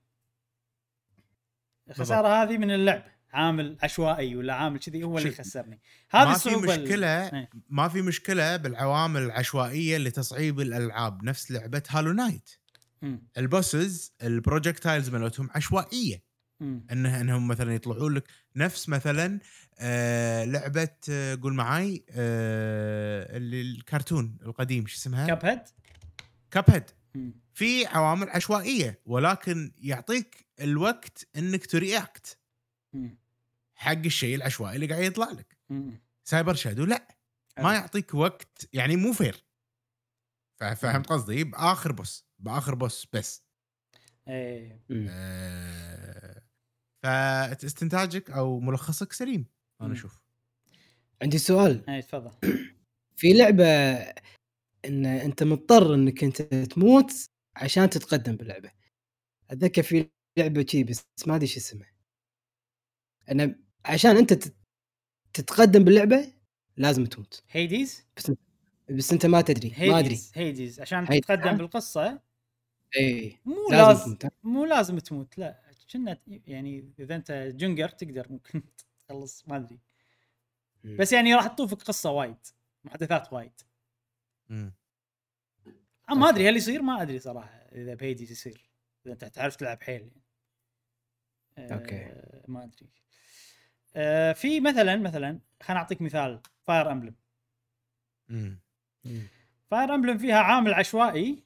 الخساره هذه من اللعبه عامل عشوائي ولا عامل كذي هو اللي شوف، يخسرني هذه ما في الصعوبه ال- مشكله إيه. ما في مشكله بالعوامل العشوائيه لتصعيب الالعاب نفس لعبه هالو نايت مم. البوسز البروجكتايلز مالتهم عشوائيه مم. انه انهم مثلا يطلعون لك نفس مثلا آه لعبه آه قول معاي آه اللي الكرتون القديم شو اسمها كاب هيد كاب هيد مم. في عوامل عشوائيه ولكن يعطيك الوقت انك ترياكت مم. حق الشيء العشوائي اللي قاعد يطلع لك مم. سايبر شادو لا ما حلو. يعطيك وقت يعني مو فير فهمت قصدي باخر بوس باخر بوس بس ايه مم. آه فاستنتاجك او ملخصك سليم انا مم. اشوف عندي سؤال ايه تفضل في لعبه ان انت مضطر انك انت تموت عشان تتقدم باللعبه اتذكر في لعبه شي بس ما ادري شو اسمها انا عشان انت تت- تتقدم باللعبه لازم تموت هيديز بس بس انت ما تدري ما ادري هيديز هيديز عشان هيديز، تتقدم ها؟ بالقصه اي مو لازم لازم تموت ها؟ مو لازم تموت لا كنا يعني اذا انت جنجر تقدر ممكن تخلص ما ادري مم. بس يعني راح تطوفك قصه وايد محادثات وايد مم. أه ما أوكي. ادري هل يصير ما ادري صراحه اذا بهيديز يصير اذا انت تعرف تلعب حيل يعني. أه أوكي. ما ادري أه في مثلا مثلا خلينا اعطيك مثال فاير امبلم مم. فاير امبلم فيها عامل عشوائي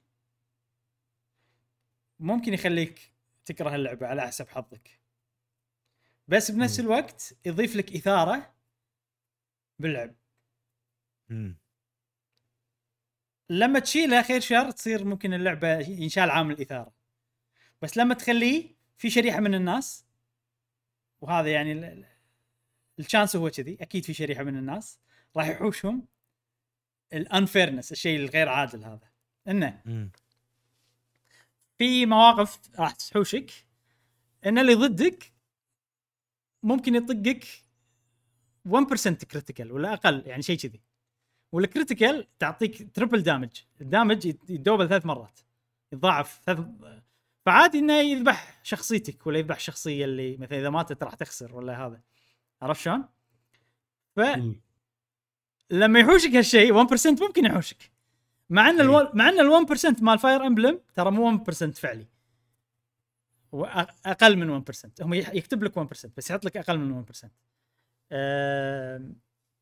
ممكن يخليك تكره اللعبه على حسب حظك بس بنفس مم. الوقت يضيف لك اثاره باللعب مم. لما تشيله خير شر تصير ممكن اللعبه ينشال عامل الاثاره بس لما تخليه في شريحه من الناس وهذا يعني ال- ال- الشانس هو كذي اكيد في شريحه من الناس راح يحوشهم الانفيرنس الشيء الغير عادل هذا انه مم. في مواقف راح تحوشك ان اللي ضدك ممكن يطقك واحد بالمئة كريتيكال ولا اقل يعني شيء كذي والكريتيكال تعطيك تربل دامج الدامج يتدوبل ثلاث مرات يتضاعف ثلاث فعادي انه يذبح شخصيتك ولا يذبح الشخصيه اللي مثلا اذا ماتت راح تخسر ولا هذا عرفت شلون؟ مم. فلما يحوشك هالشيء واحد بالمئة ممكن يحوشك مع ان الو... مع ان ال واحد بالمئة مال فاير امبلم ترى مو واحد بالمئة فعلي واقل من واحد بالمئة هم يح- يكتب لك واحد بالمئة بس يحط لك اقل من واحد بالمئة أه...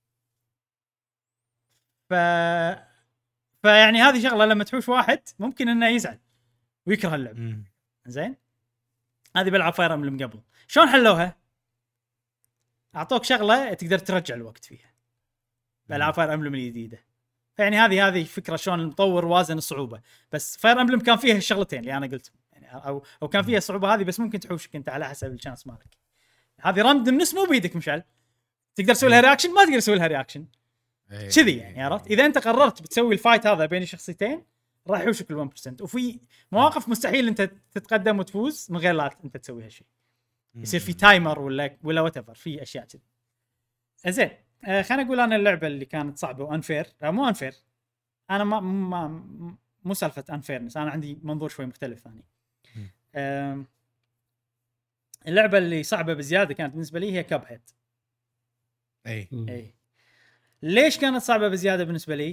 ف فيعني هذه شغله لما تحوش واحد ممكن انه يزعل ويكره اللعبه مم. زين هذه بلعب فاير امبلم قبل شلون حلوها اعطوك شغله تقدر ترجع الوقت فيها بلعب فاير امبلم الجديده يعني هذه هذه فكره شلون المطور وازن الصعوبه بس فاير امبلم كان فيها الشغلتين اللي انا قلتهم يعني او او كان فيها الصعوبه هذه بس ممكن تحوشك انت على حسب الشانس مالك هذه راندوم نس مو بيدك مشعل تقدر تسوي لها رياكشن ما تقدر تسوي لها رياكشن إيه. كذي يعني عرفت اذا انت قررت بتسوي الفايت هذا بين الشخصيتين راح يحوشك ال واحد بالمئة وفي مواقف مستحيل انت تتقدم وتفوز من غير لا انت تسوي هالشيء يصير في تايمر ولا ولا وات ايفر في اشياء كذي زين آه خلينا نقول انا اللعبه اللي كانت صعبه وانفير آه مو انفير انا ما ما مو سالفه انفيرنس انا عندي منظور شوي مختلف ثاني آه اللعبه اللي صعبه بزياده كانت بالنسبه لي هي كاب هيد اي اي ليش كانت صعبه بزياده بالنسبه لي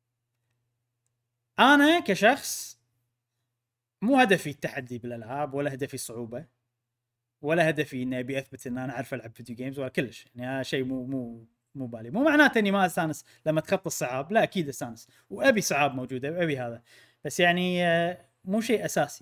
انا كشخص مو هدفي التحدي بالالعاب ولا هدفي الصعوبه ولا هدفي اني ابي اثبت ان انا اعرف العب فيديو جيمز ولا كلش يعني هذا شيء مو مو مو بالي مو معناته اني ما استانس لما اتخطى الصعاب لا اكيد استانس وابي صعاب موجوده وابي هذا بس يعني مو شيء اساسي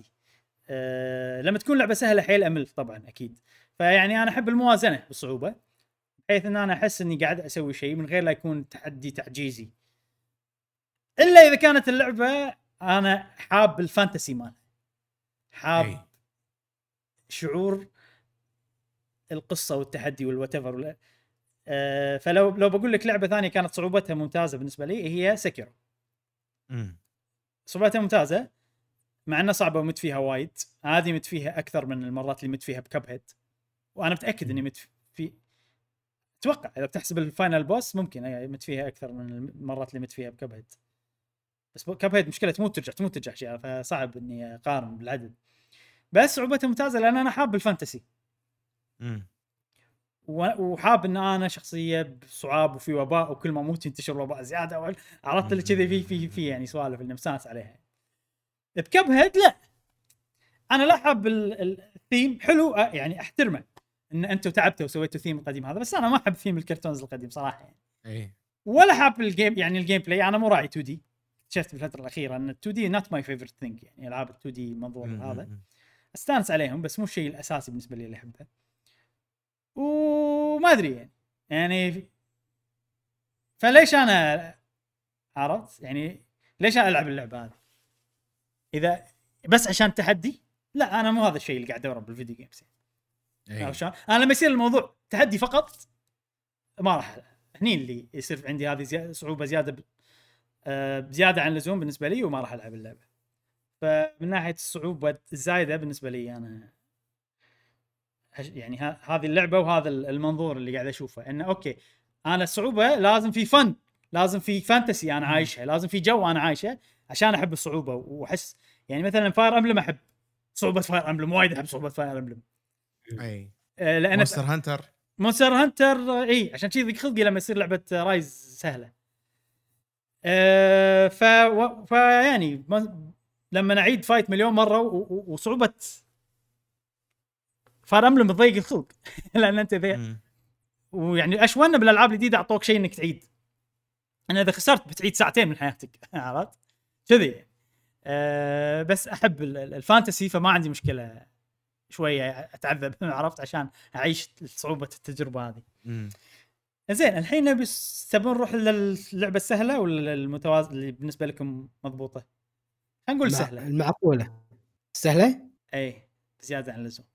أه لما تكون لعبه سهله حيل امل طبعا اكيد فيعني انا احب الموازنه بالصعوبه بحيث ان انا احس اني قاعد اسوي شيء من غير لا يكون تحدي تعجيزي، الا اذا كانت اللعبه انا حاب الفانتسي مال، حاب أي. شعور القصه والتحدي والواتيفر. أه فلو لو بقول لك لعبه ثانيه كانت صعوبتها ممتازه بالنسبه لي هي سكيرو. امم صعوبتها ممتازه مع انها صعبه ومت فيها وايد، هذه مت فيها اكثر من المرات اللي مت فيها بكب هيد، وانا متاكد اني مت في اتوقع اذا بتحسب الفاينل بوس ممكن اي مت فيها اكثر من المرات اللي مت فيها بكب هيد. بس كب هيد مشكله تموت ترجع تموت ترجع شيء، فصعب اني اقارن بالعدد. بس صعوبتها ممتازه لان انا حاب الفانتسي امم وحاب ان انا شخصيه بصعاب وفي وباء وكل ما اموت ينتشر وباء زياده، عرفت اللي كذي في في في يعني سوالف اللي مستانس عليها. بكب هيد لا، انا لا احب الثيم حلو يعني احترمه ان انتم تعبتوا وسويتوا ثيم القديم هذا، بس انا ما احب ثيم الكرتونز القديم صراحه يعني. اي ولا حاب الجيم يعني الجيم بلاي، انا مو راعي تو دي. اكتشفت بالفتره الاخيره ان تو دي نوت ماي فيفورت ثينج، يعني العاب تو دي منظور هذا استانس عليهم بس مو الشيء الاساسي بالنسبه لي اللي احبه. وما ادري يعني يعني فليش انا عرفت يعني ليش العب اللعبه هذه اذا بس عشان تحدي؟ لا انا مو هذا الشيء اللي قاعد ادور بالفيديو جيمز يعني. عشان انا لما يصير الموضوع تحدي فقط ما راح هني اللي يصير عندي هذه زي... صعوبه زياده ب... آه بزياده عن اللزوم بالنسبه لي وما راح العب اللعبه. فمن ناحيه الصعوبه الزايده بالنسبه لي انا يعني ه... هذه اللعبه وهذا المنظور اللي قاعد اشوفه انه اوكي انا الصعوبه لازم في فن، لازم في فانتسي انا عايشها، لازم في جو انا عايشه عشان احب الصعوبه واحس يعني مثلا فاير امبلم احب صعوبه فاير امبلم وايد، احب صعوبه فاير امبلم. اي آه لان مونستر هانتر مونستر هانتر اي عشان كذي ضيق خلقي لما يصير لعبه رايز سهله. أه ف و... ف يعني ما... لما نعيد فايت مليون مره و... و... وصعوبه فاير امبلم بتضيق الخلق لان انت ذي ويعني اشونا بالالعاب الجديده اعطوك شيء انك تعيد. انا اذا خسرت بتعيد ساعتين من حياتك عرفت كذي. أه بس احب الفانتسي فما عندي مشكله شويه اتعذب عرفت عشان اعيش صعوبه التجربه هذه. امم زين الحين نبي تبون نروح للعبه السهله ولا المتوازن اللي بالنسبه لكم مضبوطه؟ خلينا نقول سهله. المعقوله سهله اي زياده عن اللزوم.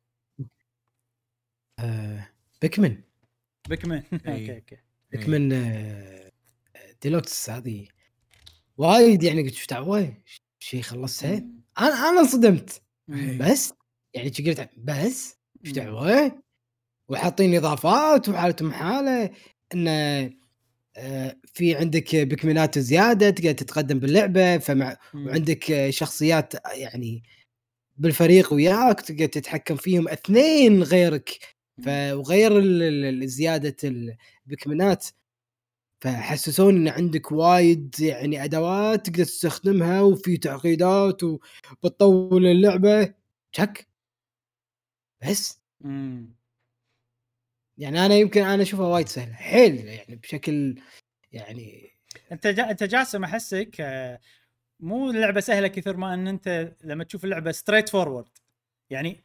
آه بيكمن بيكمن اوكي اوكي بيكمن آه ديلوكس هذه وايد يعني قلت شفت عوي شيء خلصها انا انا انصدمت بس يعني قلت بس شفت عوي وحاطين اضافات وحالتهم حاله انه آه في عندك بيكمنات زياده تقدر تتقدم باللعبه فمع مم. وعندك شخصيات يعني بالفريق وياك تقدر تتحكم فيهم اثنين غيرك فغير زياده البيكمنات فحسسوني ان عندك وايد يعني ادوات تقدر تستخدمها وفي تعقيدات وبتطول اللعبه تشك بس امم يعني انا يمكن انا اشوفها وايد سهله حيل يعني بشكل يعني انت جا... انت جاسم احسك مو لعبه سهله كثر ما ان انت لما تشوف اللعبه ستريت فورورد يعني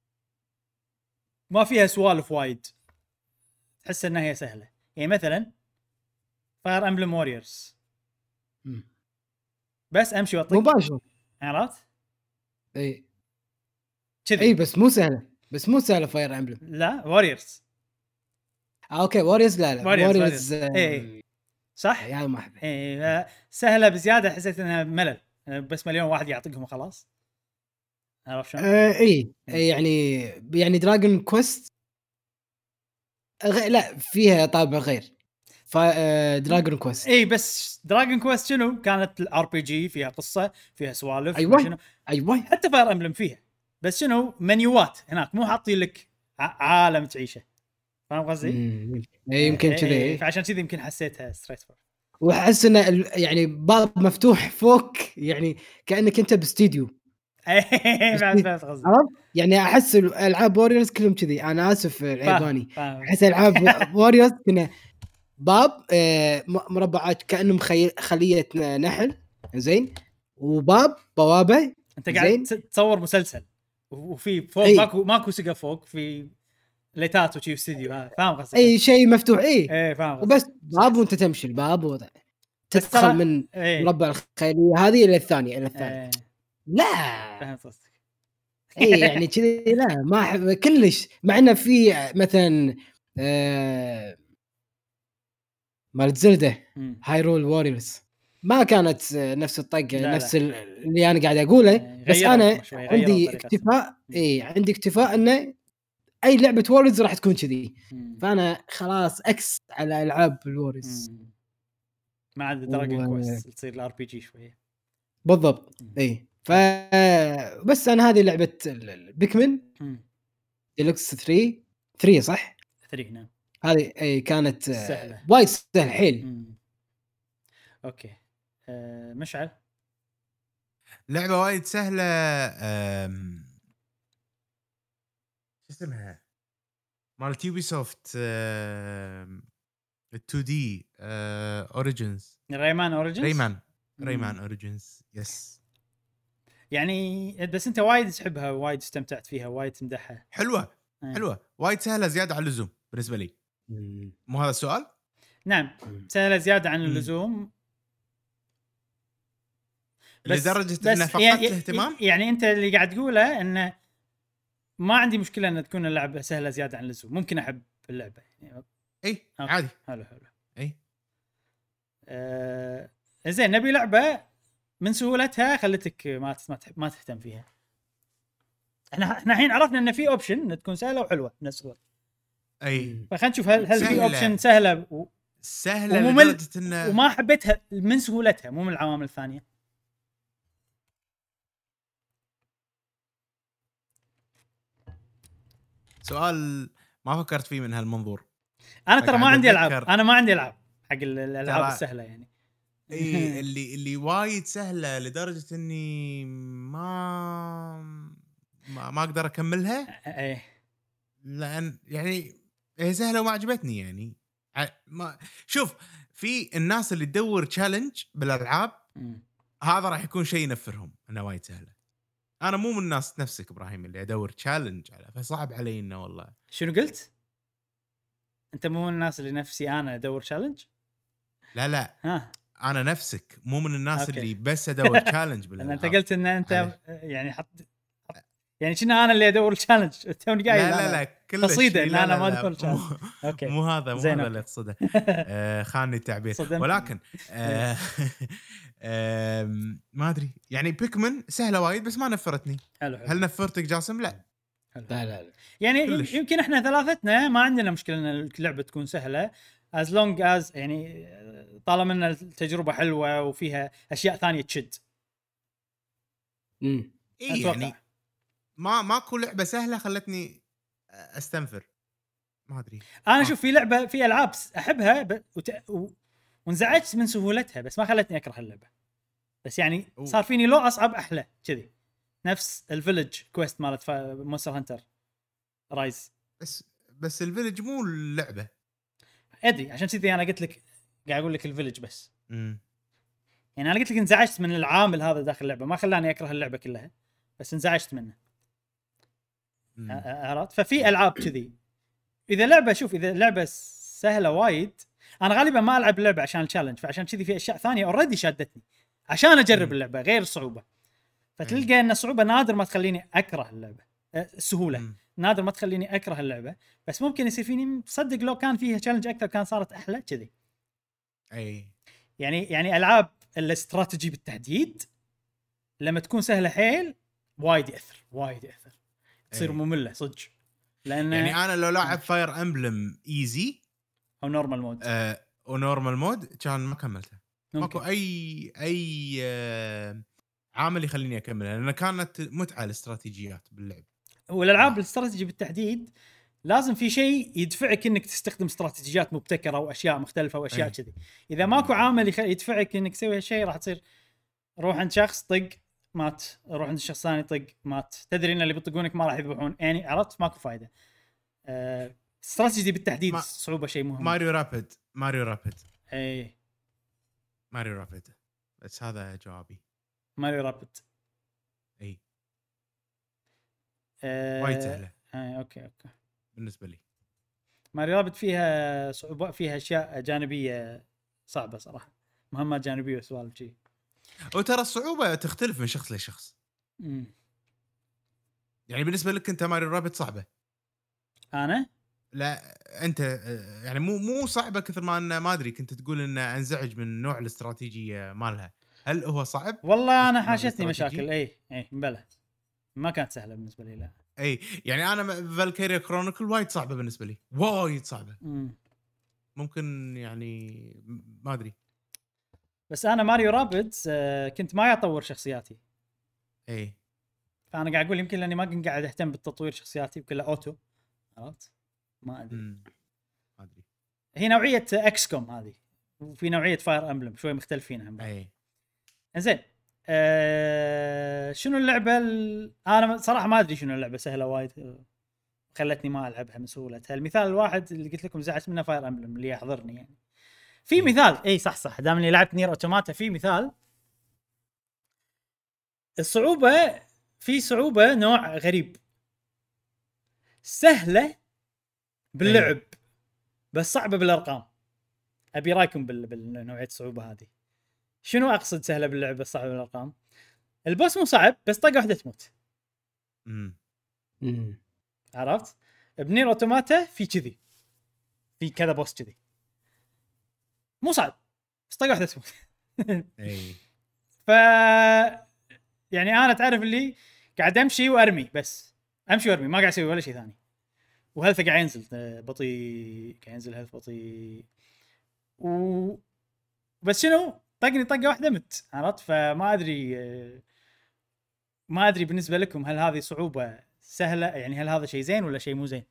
ما فيها سوالف وايد تحس انها هي سهله. يعني مثلا فاير امبلم ووريرز بس امشي واطق مباشر عرفت اي كذي اي بس مو سهله بس مو سهله فاير امبلم لا ووريرز آه اوكي ووريرز لا لا ووريرز اي صح يا ما احب اي سهله بزياده حسيت انها ملل بس مليون واحد يعطيهم وخلاص عرفت شلون؟ آه اي يعني يعني دراجون كويست غ... لا فيها طابع غير ف دراجون كويست اي بس دراجون كويست شنو كانت الار بي جي فيها قصه فيها سوالف أيوة. شنو ايوه حتى فاير امبلم فيها بس شنو منيوات هناك مو حاطين لك عالم تعيشه فاهم قصدي؟ اي يمكن كذي إيه فعشان كذي يمكن حسيتها ستريت فور واحس انه يعني باب مفتوح فوق يعني كانك انت باستديو يعني احس العاب ووريرز كلهم كذي انا اسف العيباني احس العاب ووريرز كنا باب مربعات كانهم خليه نحل زين وباب بوابه انت قاعد تصور مسلسل وفي فوق أي. ماكو ماكو سقف فوق في ليتات وشي استوديو هذا فاهم قصدك اي شيء مفتوح اي ايه فاهم قصدك. وبس باب وانت تمشي الباب وتدخل ترى- من إيه. مربع الخيليه هذه الى الثانيه الى الثانيه إيه. لا فهمت قصدك اي يعني كذي لا ما أحب كلش مع انه في مثلا آه مال زلدة مم. هايرول ووريرز ما كانت نفس الطقه لا، نفس ال- اللي انا قاعد اقوله إيه، بس غيروا انا شوي، غيروا عندي طريقتهم. اكتفاء اي عندي اكتفاء انه اي لعبه ووريرز راح تكون كذي مم. فانا خلاص اكس على العاب الووريرز مم. ما عاد دراجون و- كويست تصير الار بي جي شويه. بالضبط مم. اي ف بس انا هذه لعبه بيكمن مم. ديلوكس ثلاثة ثلاثة صح ثري نعم. هذه اي كانت آه، سهلة. وايد سهل حيل مم. اوكي أه مشعل. لعبه وايد سهله. أم... شو اسمها مال تيوبي سوفت ال تو دي اوريجينز ريمان اوريجنز. ريمان مم. ريمان اوريجينز يس يعني بس انت وايد تحبها وايد استمتعت فيها وايد تمدحها. حلوه أه. حلوه وايد سهله زياده عن اللزوم بالنسبه لي. مم. مو هذا السؤال؟ نعم سهله زياده عن اللزوم بس لدرجه بس انه فقدت يعني الاهتمام. يعني انت اللي قاعد تقوله انه ما عندي مشكله ان تكون اللعبه سهله زياده عن اللزوم ممكن احب اللعبه يعني. اي أوكي. عادي حلو حلو. اي آه زين نبي لعبه من سهولتها خلتك ما ما تحب ما تهتم فيها. احنا احنا الحين عرفنا ان في اوبشن ان تكون سهله وحلوه بنفس الوقت اي فخلينا نشوف هل هل في سهلة. اوبشن سهله و... سهله وممل لدرجه انه وما حبيتها من سهولتها مو من العوامل الثانيه. سؤال ما فكرت فيه من هالمنظور. انا ترى ما قاعد عندي العاب أتذكر- انا ما عندي العاب حق ال- الالعاب ترى- السهله يعني. اي اللي اللي وايد سهله لدرجه اني ما ما, ما اقدر اكملها ايه لان يعني هي سهله وما عجبتني يعني. ع- ما شوف في الناس اللي تدور تشالنج بالالعاب مم. هذا راح يكون شيء ينفرهم انه وايد سهله. انا مو من الناس نفسك ابراهيم اللي ادور تشالنج على فصعب علي انه والله. شنو قلت؟ انت مو من الناس اللي نفسي انا ادور تشالنج؟ لا لا ها انا نفسك مو من الناس أوكي. اللي بس ادور تشالنج لان بالالعاب. انت قلت ان انت عليه. يعني حط حط- يعني كنا انا اللي ادور التشالنج توني قايل لا لا أنا. لا كلش تصيده ان لا انا لا ما لا، ادخل مو- تشالنج. اوكي مو هذا مو زين، هذا أوكي. اللي اقصده. آه خاني التعبير صدمت. ولكن آه آم، ما ادري يعني بيكمن سهله وايد بس ما نفرتني. حلو حلو هل نفرتك جاسم؟ لا حلو. لا لا لا يعني كلش. يمكن احنا ثلاثتنا ما عندنا مشكله ان اللعبه تكون سهله as long as يعني طالما ان التجربه حلوه وفيها اشياء ثانيه تشد. مم. اي أتوقع. يعني ما ماكو لعبه سهله خلتني استنفر. ما ادري انا آه. شوف في لعبه في العاب احبها ب... وت... و... وانزعجت من سهولتها بس ما خلتني اكره اللعبه بس يعني أوه. صار فيني لو اصعب احلى كذي نفس الفيلج كويست مالت مونستر هانتر رايز. بس بس الفيلج مو اللعبه. ادري عشان كذي انا قلت لك قاعد اقول لك الفيلج بس امم يعني انا قلت لك انزعجت من العامل هذا داخل اللعبه ما خلاني اكره اللعبه كلها بس انزعجت منه. عرفت؟ ففي العاب كذي اذا لعبه شوف اذا لعبه سهله وايد انا غالبا ما العب اللعبه عشان التشالنج فعشان كذي في اشياء ثانيه اوريدي شادتني عشان اجرب مم. اللعبه غير الصعوبه فتلقى ان الصعوبه نادر ما تخليني اكره اللعبه أه، السهوله مم. نادر ما تخليني اكره اللعبه بس ممكن يصير فيني صدق لو كان فيها تشالنج اكثر كان صارت احلى كذي. اي يعني يعني العاب الاستراتيجي بالتحديد لما تكون سهله حيل وايد ياثر وايد ياثر تصير أي. ممله صدق لان يعني انا لو لاعب فاير امبلم ايزي او نورمال مود آه ونورمال مود كان ما كملته. ممكن. ماكو اي اي آه عامل يخليني اكملها لان كانت متعه الاستراتيجيات باللعب. والالعاب الاستراتيجي بالتحديد لازم في شيء يدفعك انك تستخدم استراتيجيات مبتكره واشياء مختلفه واشياء أي. كذي. اذا ماكو عامل يخ... يدفعك انك تسوي هالشيء راح تصير روح عند شخص طق مات روح عند الشخص ثاني طق مات تدري ان اللي بيطقونك ما راح يذبحون يعني عرفت ماكو فايده. أه... استراتيجي بالتحديد ما... صعوبه شيء مهم. ماريو رابيد ماريو رابيد اي ماريو رابيد بس هذا جوابي. ماريو رابيد اي أه... وايد سهله. آه، اوكي اوكي بالنسبه لي. ماري رابط فيها صعوبة، فيها اشياء جانبيه صعبه صراحه، مهمات جانبيه وسوالف شيء. وترى الصعوبه تختلف من شخص لشخص. امم يعني بالنسبه لك انت ماري رابط صعبه؟ انا لا انت يعني مو مو صعبه كثر ما انه ما ادري، كنت تقول انه انزعج من نوع الاستراتيجيه مالها، هل هو صعب؟ والله انا نوع حاشتني الاستراتيجي؟ مشاكل. اي اي بلى، ما كانت سهله بالنسبه لي. لا اي يعني انا فالكيريا كرونيكل وايد صعبه بالنسبه لي، وايد صعبه. امم ممكن يعني ما ادري. بس انا ماريو رابيدز آه كنت ما اطور شخصياتي، اي فانا قاعد اقول يمكن لاني ما كنت قاعد اهتم بالتطوير شخصياتي وكله اوتو، عرفت؟ ما ادري. امم ما ادري. هي نوعيه اكس كوم هذه، وفي نوعيه فاير امبلم شوي مختلفين عن بعض. اي زين أه شنو اللعبه ال... انا صراحه ما ادري شنو اللعبه، سهله وايد خلتني ما العبها من سهولتها. المثال الواحد اللي قلت لكم زعلت منه فاير امبلم اللي يحضرني يعني. في إيه. مثال اي صح صح دام اني لعبت نير اوتوماتا، في مثال الصعوبه، في صعوبه نوع غريب، سهله باللعب أي. بس صعبه بالارقام. ابي رايكم بال... بالنوعيه الصعوبه هذه. شنو اقصد سهله باللعب بس صعبه بالارقام؟ البوس مو صعب بس طقه واحده تموت. امم امم عرفت؟ بنير اوتوماتا في كذي، في كذا بوس كذي مو صعب بس طقه واحده تموت. اي ف يعني انا تعرف اللي قاعد امشي وارمي، بس امشي وارمي ما قاعد اسوي ولا شيء ثاني، وهلث قاعد ينزل بطيء، قاعد ينزل هلث بطيء و بس شنو طقني طقه واحده مت. عرفت؟ فما ادري ما ادري بالنسبه لكم هل هذه صعوبه سهله يعني، هل هذا شيء زين ولا شيء مو زين؟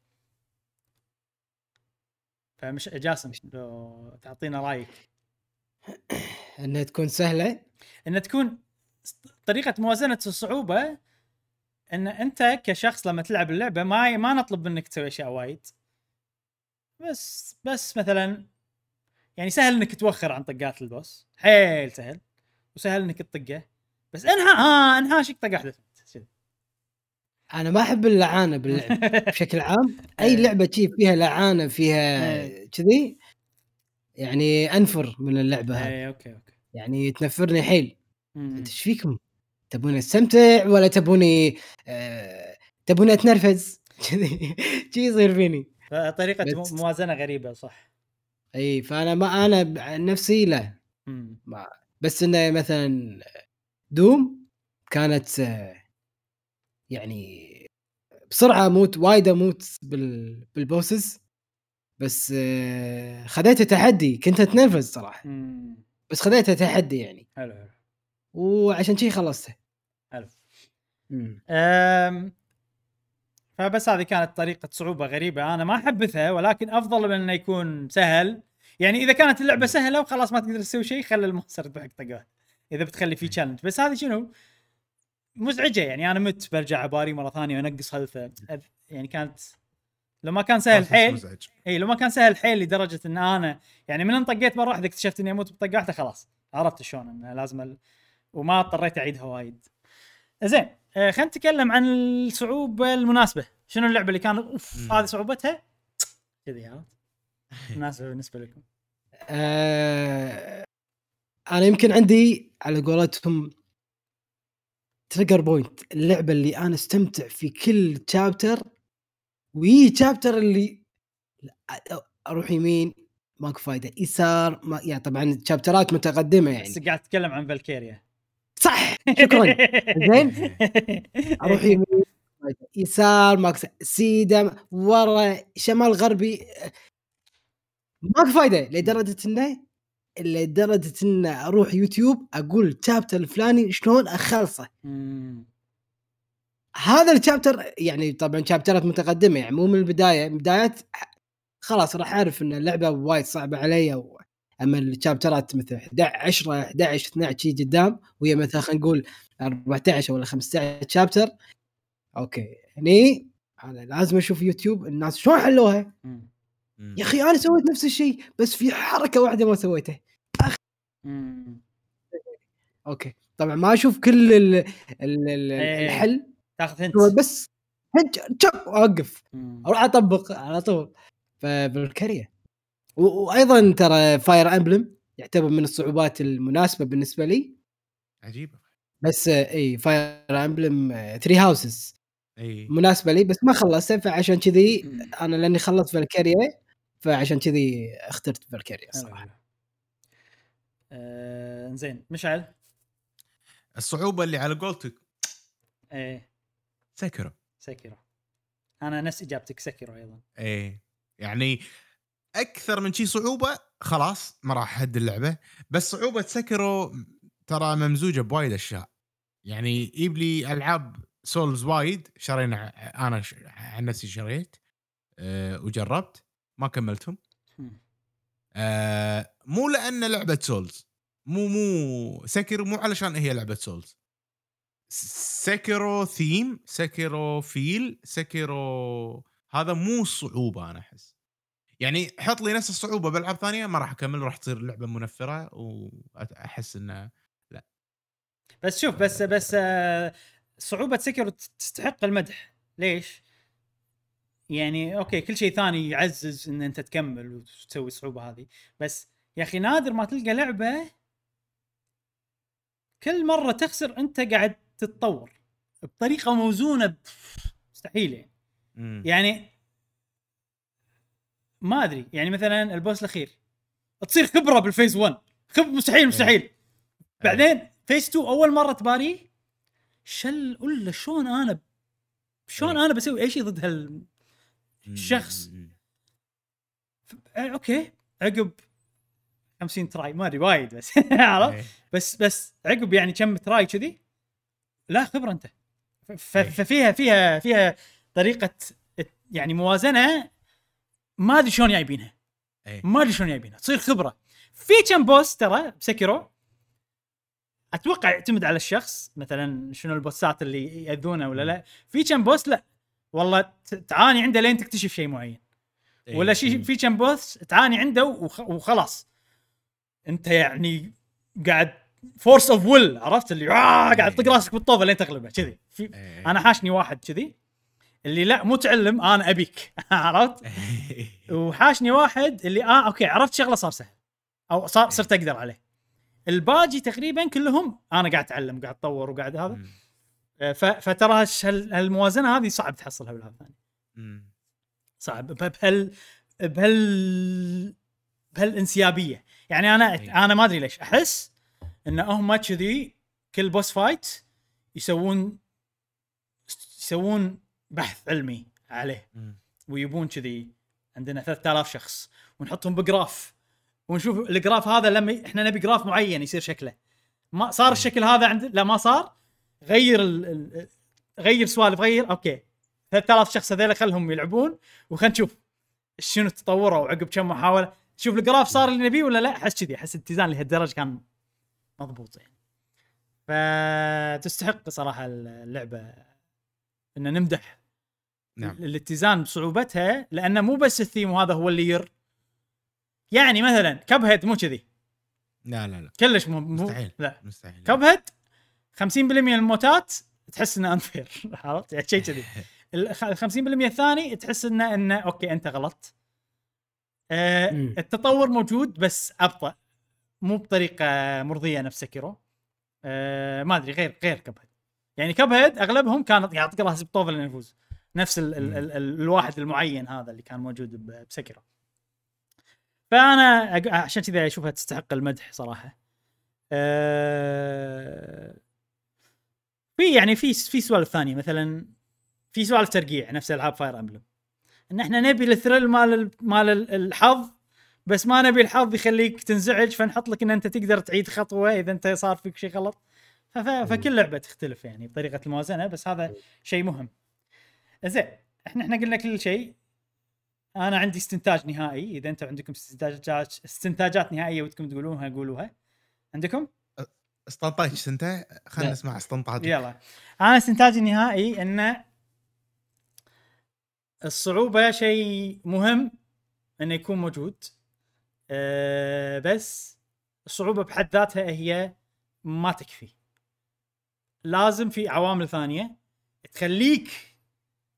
فمش جاسم لو تعطينا رايك. انها تكون سهله، ان تكون طريقه موازنه الصعوبه، ان انت كشخص لما تلعب اللعبه ما ما نطلب منك تسوي اشياء وايد، بس بس مثلا يعني سهل انك توخر عن طقات البوس، حيل سهل، وسهل انك تطقه بس انها ها انهاشك طقه واحده. انا ما احب اللعانه باللعب بشكل عام. اي لعبه شي فيها لعانه فيها كذي يعني انفر من اللعبه هذه. اي اوكي اوكي يعني تنفرني حيل. مم. انت ايش فيكم؟ تبوني استمتع ولا تبوني آه... تبوني اتنرفز؟ كذي شي يصير فيني. فطريقه بس- موازنه غريبه صح. اي فانا ما انا عن نفسي لا مم. ما بس انه مثلا دوم كانت آه، يعني بسرعه اموت وايد اموت بال... بالبوسز، بس آه، خذيتها تحدي. كنت اتنرفز صراحه مم. بس خذيتها تحدي يعني، حلو حلو وعشان شي خلصتها. حلو. امم أم... فبس هذه كانت طريقة صعوبة غريبة أنا ما أحبثها، ولكن أفضل من أنه يكون سهل. يعني إذا كانت اللعبة سهلة وخلاص ما تقدر تسوي شيء، خلي المونستر يذبحك طقات إذا بتخلي فيه تشالنج. بس هذه شنو مزعجة يعني، أنا مت برجع عباري مرة ثانية وأنقص هلفة. يعني كانت لو ما كان سهل حيل مزعج. اي لو ما كان سهل حيل لدرجة ان انا يعني من انطقيت مرة واحدة اكتشفت اني اموت بطقة واحدة، خلاص عرفت شلون انه لازم ال... وما اضطريت اعيدها وايد. زين آه خلينا نتكلم عن الصعوبة المناسبة. شنو اللعبة اللي كانت اوف هذه صعوبتها كذي عرفت مناسبة بالنسبة لكم؟ آه انا يمكن عندي على قولتهم تريجر بوينت، اللعبه اللي انا استمتع في كل تشابتر، وهي تشابتر اللي اروح يمين ماكو فايده، يسار ما يعني طبعا تشابترات متقدمه يعني. بس قاعد اتكلم عن فالكيريا صح شكرا. زين اروح يمين يسار ماكو سيدا ورا شمال غربي ماكو فايده، لدرجه انه لدرجه انه اروح يوتيوب اقول تشابتر الفلاني شلون اخلصه. هذا الشابتر يعني طبعا شابترات متقدمه يعني مو من البدايه، بدايات خلاص راح اعرف ان اللعبه وايد صعبه علي. و... اما الشابترات مثل احد عشر احد عشر اثنا عشر شي قدام، وهي مثلا خلينا نقول أربعة عشر ولا خمسة عشر شابتر، اوكي هني انا لازم اشوف يوتيوب الناس شلون حلوها. يا اخي انا سويت نفس الشيء بس في حركه واحده ما سويتها. أخ... اوكي طبعا ما اشوف كل ال... ال... ال... الحل تاخذ هنت هو بس هج تشب اوقف مم. اروح اطبق على طول. فبالكريه و... وايضا ترى فاير امبلم يعتبر من الصعوبات المناسبه بالنسبه لي. عجيبه. بس اي فاير امبلم ثري هاوسز اي مناسبه لي، بس ما خلصت، فعشان كذي انا لاني خلصت فالكيريا فعشان كذي اخترت فالكيريا صراحه. آه زين مشعل. الصعوبه اللي على قولتك ايه سكرو. سكيرو. انا نفس اجابتك سكيرو ايضا. ايه يعني اكثر من شيء صعوبه خلاص ما راح احد اللعبه، بس صعوبه سكرو ترى ممزوجه بوايد اشياء. يعني يجيب لي العاب سولز وايد شرينا، انا ش... عن نفسي شريت أه وجربت ما كملتهم. أه مو لان لعبه سولز، مو مو سكرو مو علشان هي لعبه سولز. سكرو ثيم، سكرو فيل، سكرو هذا مو صعوبه. انا احس يعني حط لي نفس الصعوبه بالعاب ثانيه ما راح اكمل، راح تصير لعبه منفره واحس انه لا. بس شوف بس بس آه صعوبة سكيرو تستحق المدح. ليش؟ يعني اوكي كل شيء ثاني يعزز ان انت تكمل وتسوي الصعوبة هذه، بس يا اخي نادر ما تلقى لعبة كل مرة تخسر انت قاعد تتطور بطريقة موزونة. مستحيل يعني. مم. يعني ما ادري، يعني مثلا البوس الاخير تصير خبره بالفيز واحد، خب مستحيل مستحيل. بعدين فيز اثنين اول مره تباريه شل ولا شلون انا شلون انا بسوي اي شيء ضد هالشخص. اوكي عقب خمسين تراي ما ادري وايد بس عرفت. بس بس عقب يعني كم تراي كذي لا خبره انت. ففيها فيها فيها طريقه يعني موازنه ما ادري شلون جايبينها. ما ادري شلون جايبينها تصير خبره. في كم بوس ترى بسكيرو اتوقع يعتمد على الشخص، مثلا شنو البوسات اللي ياذونه ولا لا. في كم بوس لا والله تعاني عنده لين تكتشف شيء معين، ولا شيء في كم بوس تعاني عنده وخلاص انت يعني قاعد فورس اوف ويل، عرفت اللي آه قاعد تطق راسك بالطوبه لين تغلبه كذي. انا حاشني واحد كذي اللي لا مو تعلم انا ابيك عرفت. وحاشني واحد اللي اه اوكي عرفت شغله صار سهل او صار صرت اقدر عليه. الباجي تقريبا كلهم انا قاعد اتعلم قاعد اتطور وقاعد هذا. فترى هالموازنه هذه صعب تحصلها بالالعاب الثانيه. صعب بهال بهال بهالانسيابيه. يعني انا انا ما ادري ليش احس ان هم كذي كل بوس فايت يسوون يسوون بحث علمي عليه ويبون كذي عندنا ثلاثة آلاف شخص ونحطهم بجراف ونشوف الجراف هذا لما احنا نبي جراف معين يصير شكله ما صار الشكل هذا عند لا ما صار غير ال... ال... غير سوالف غير اوكي ثلاثة آلاف شخص هذول خلهم يلعبون وخلينا نشوف شنو تطوروا وعقب كم محاوله شوف الجراف صار اللي نبيه ولا لا. احس كذي احس الاتزان لهالدرجه كان مضبوط يعني. فتستحق صراحه اللعبه ان نمدح نعم. الاتزان بصعوبتها لانه مو بس الثيم وهذا هو اللي ير يعني مثلا كب هيد مو كذي لا لا لا كلش مو مستحيل لا مستحيل. كب هيد خمسين بالمية من الموتات تحس انه انفير عرفت يعني شيء كذي. ال خمسين بالمية الثاني تحس انه انه اوكي انت غلط. آه التطور موجود بس ابطأ مو بطريقه مرضيه نفس سكيرو. آه ما ادري غير غير كب هيد يعني كب هيد اغلبهم كانت يعطيك راس بطوفه لين يفوز نفس ال ال ال ال الواحد المعين هذا اللي كان موجود بسكيرو. فانا عشان كذا اشوفها تستحق المدح صراحه. أه في يعني في في سوالف ثانيه مثلا في سوالف ترقيع نفس العاب فاير امبلم ان احنا نبي الثريل مال مال الحظ بس ما نبي الحظ يخليك تنزعج فنحط لك ان انت تقدر تعيد خطوه اذا انت صار فيك شيء غلط. فكل لعبه تختلف يعني بطريقه الموازنه بس هذا شيء مهم. زين احنا احنا قلنا كل شيء. انا عندي استنتاج نهائي اذا انتم عندكم استنتاجات استنتاجات نهائيه ودكم تقولونها قولوها. عندكم استنتاج انت خلينا نسمع استنتاجك. يلا انا استنتاجي النهائي ان الصعوبه شيء مهم انه يكون موجود. أه بس الصعوبه بحد ذاتها هي ما تكفي. لازم في عوامل ثانيه تخليك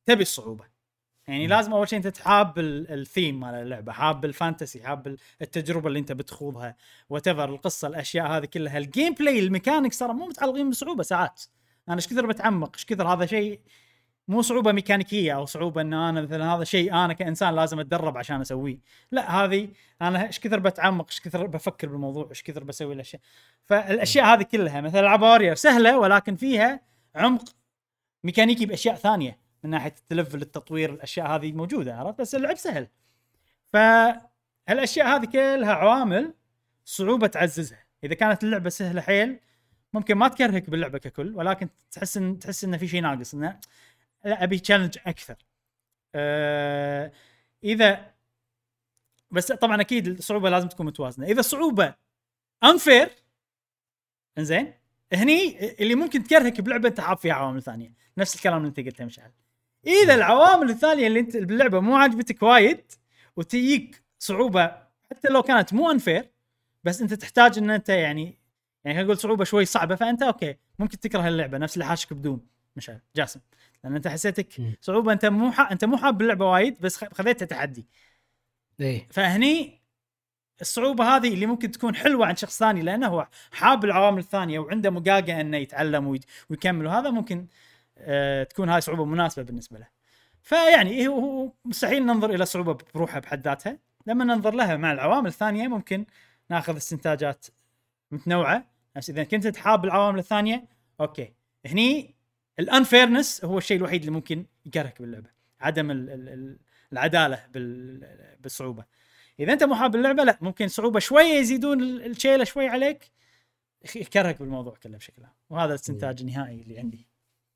تبي الصعوبه. يعني لازم اول شيء انت تحاب الثيم مال اللعبه، حاب الفانتسي، حاب التجربه اللي انت بتخوضها، وتفر القصه، الاشياء هذه كلها. الجيم بلاي الميكانيكس ترى مو متعلقين بالصعوبه ساعات. انا ايش كثر بتعمق، ايش كثر هذا شيء مو صعوبه ميكانيكيه او صعوبه ان انا مثلا هذا شيء انا كانسان لازم اتدرب عشان اسويه. لا، هذه انا ايش كثر بتعمق، ايش كثر بفكر بالموضوع، ايش كثر بسوي الاشياء. فالاشياء هذه كلها مثلا العاب وارير سهله ولكن فيها عمق ميكانيكي باشياء ثانيه من ناحيه التلفل، التطوير، الاشياء هذه موجوده، عرفت؟ بس اللعب سهل. فهالاشياء هذه كلها عوامل صعوبه تعززها. اذا كانت اللعبه سهله حيل ممكن ما تكرهك باللعبه ككل، ولكن تحس ان تحس ان في شيء ناقص، انه لا ابي تشالنج اكثر. أه اذا بس طبعا اكيد الصعوبه لازم تكون متوازنه. اذا الصعوبه انفير انزين، هني اللي ممكن تكرهك بلعبه انت حاط فيها عوامل ثانيه، نفس الكلام اللي انت قلته مشعل. اذا العوامل الثانيه اللي انت باللعبه مو عاجبتك وايد وتجيك صعوبه حتى لو كانت مو انفير، بس انت تحتاج ان انت يعني يعني نقول صعوبه شوي صعبه، فانت اوكي ممكن تكره اللعبه. نفس اللي حاشك بدون مشعل جاسم، لان انت حسيتك صعوبه انت مو ح... انت مو حاب اللعبه وايد بس خذيتها تحدي. ايه فهني الصعوبه هذه اللي ممكن تكون حلوه عند شخص ثاني لانه هو حاب العوامل الثانيه وعنده مقاقه انه يتعلم وي... ويكمل، وهذا ممكن آه تكون هاي صعوبه مناسبه بالنسبه له. فيعني هو مستحيل ننظر الى الصعوبه بروحها بحد ذاتها، لما ننظر لها مع العوامل الثانيه ممكن ناخذ استنتاجات متنوعه. بس اذا كنت تحاب العوامل الثانيه اوكي، هني الانفيرنس هو الشيء الوحيد اللي ممكن يكرهك باللعبه، عدم ال ال العداله بالصعوبه. اذا انت محاب اللعبه لا، ممكن صعوبه شويه يزيدون الشيله شوي عليك يكرهك بالموضوع كله بشكل عام. وهذا الاستنتاج النهائي اللي عندي.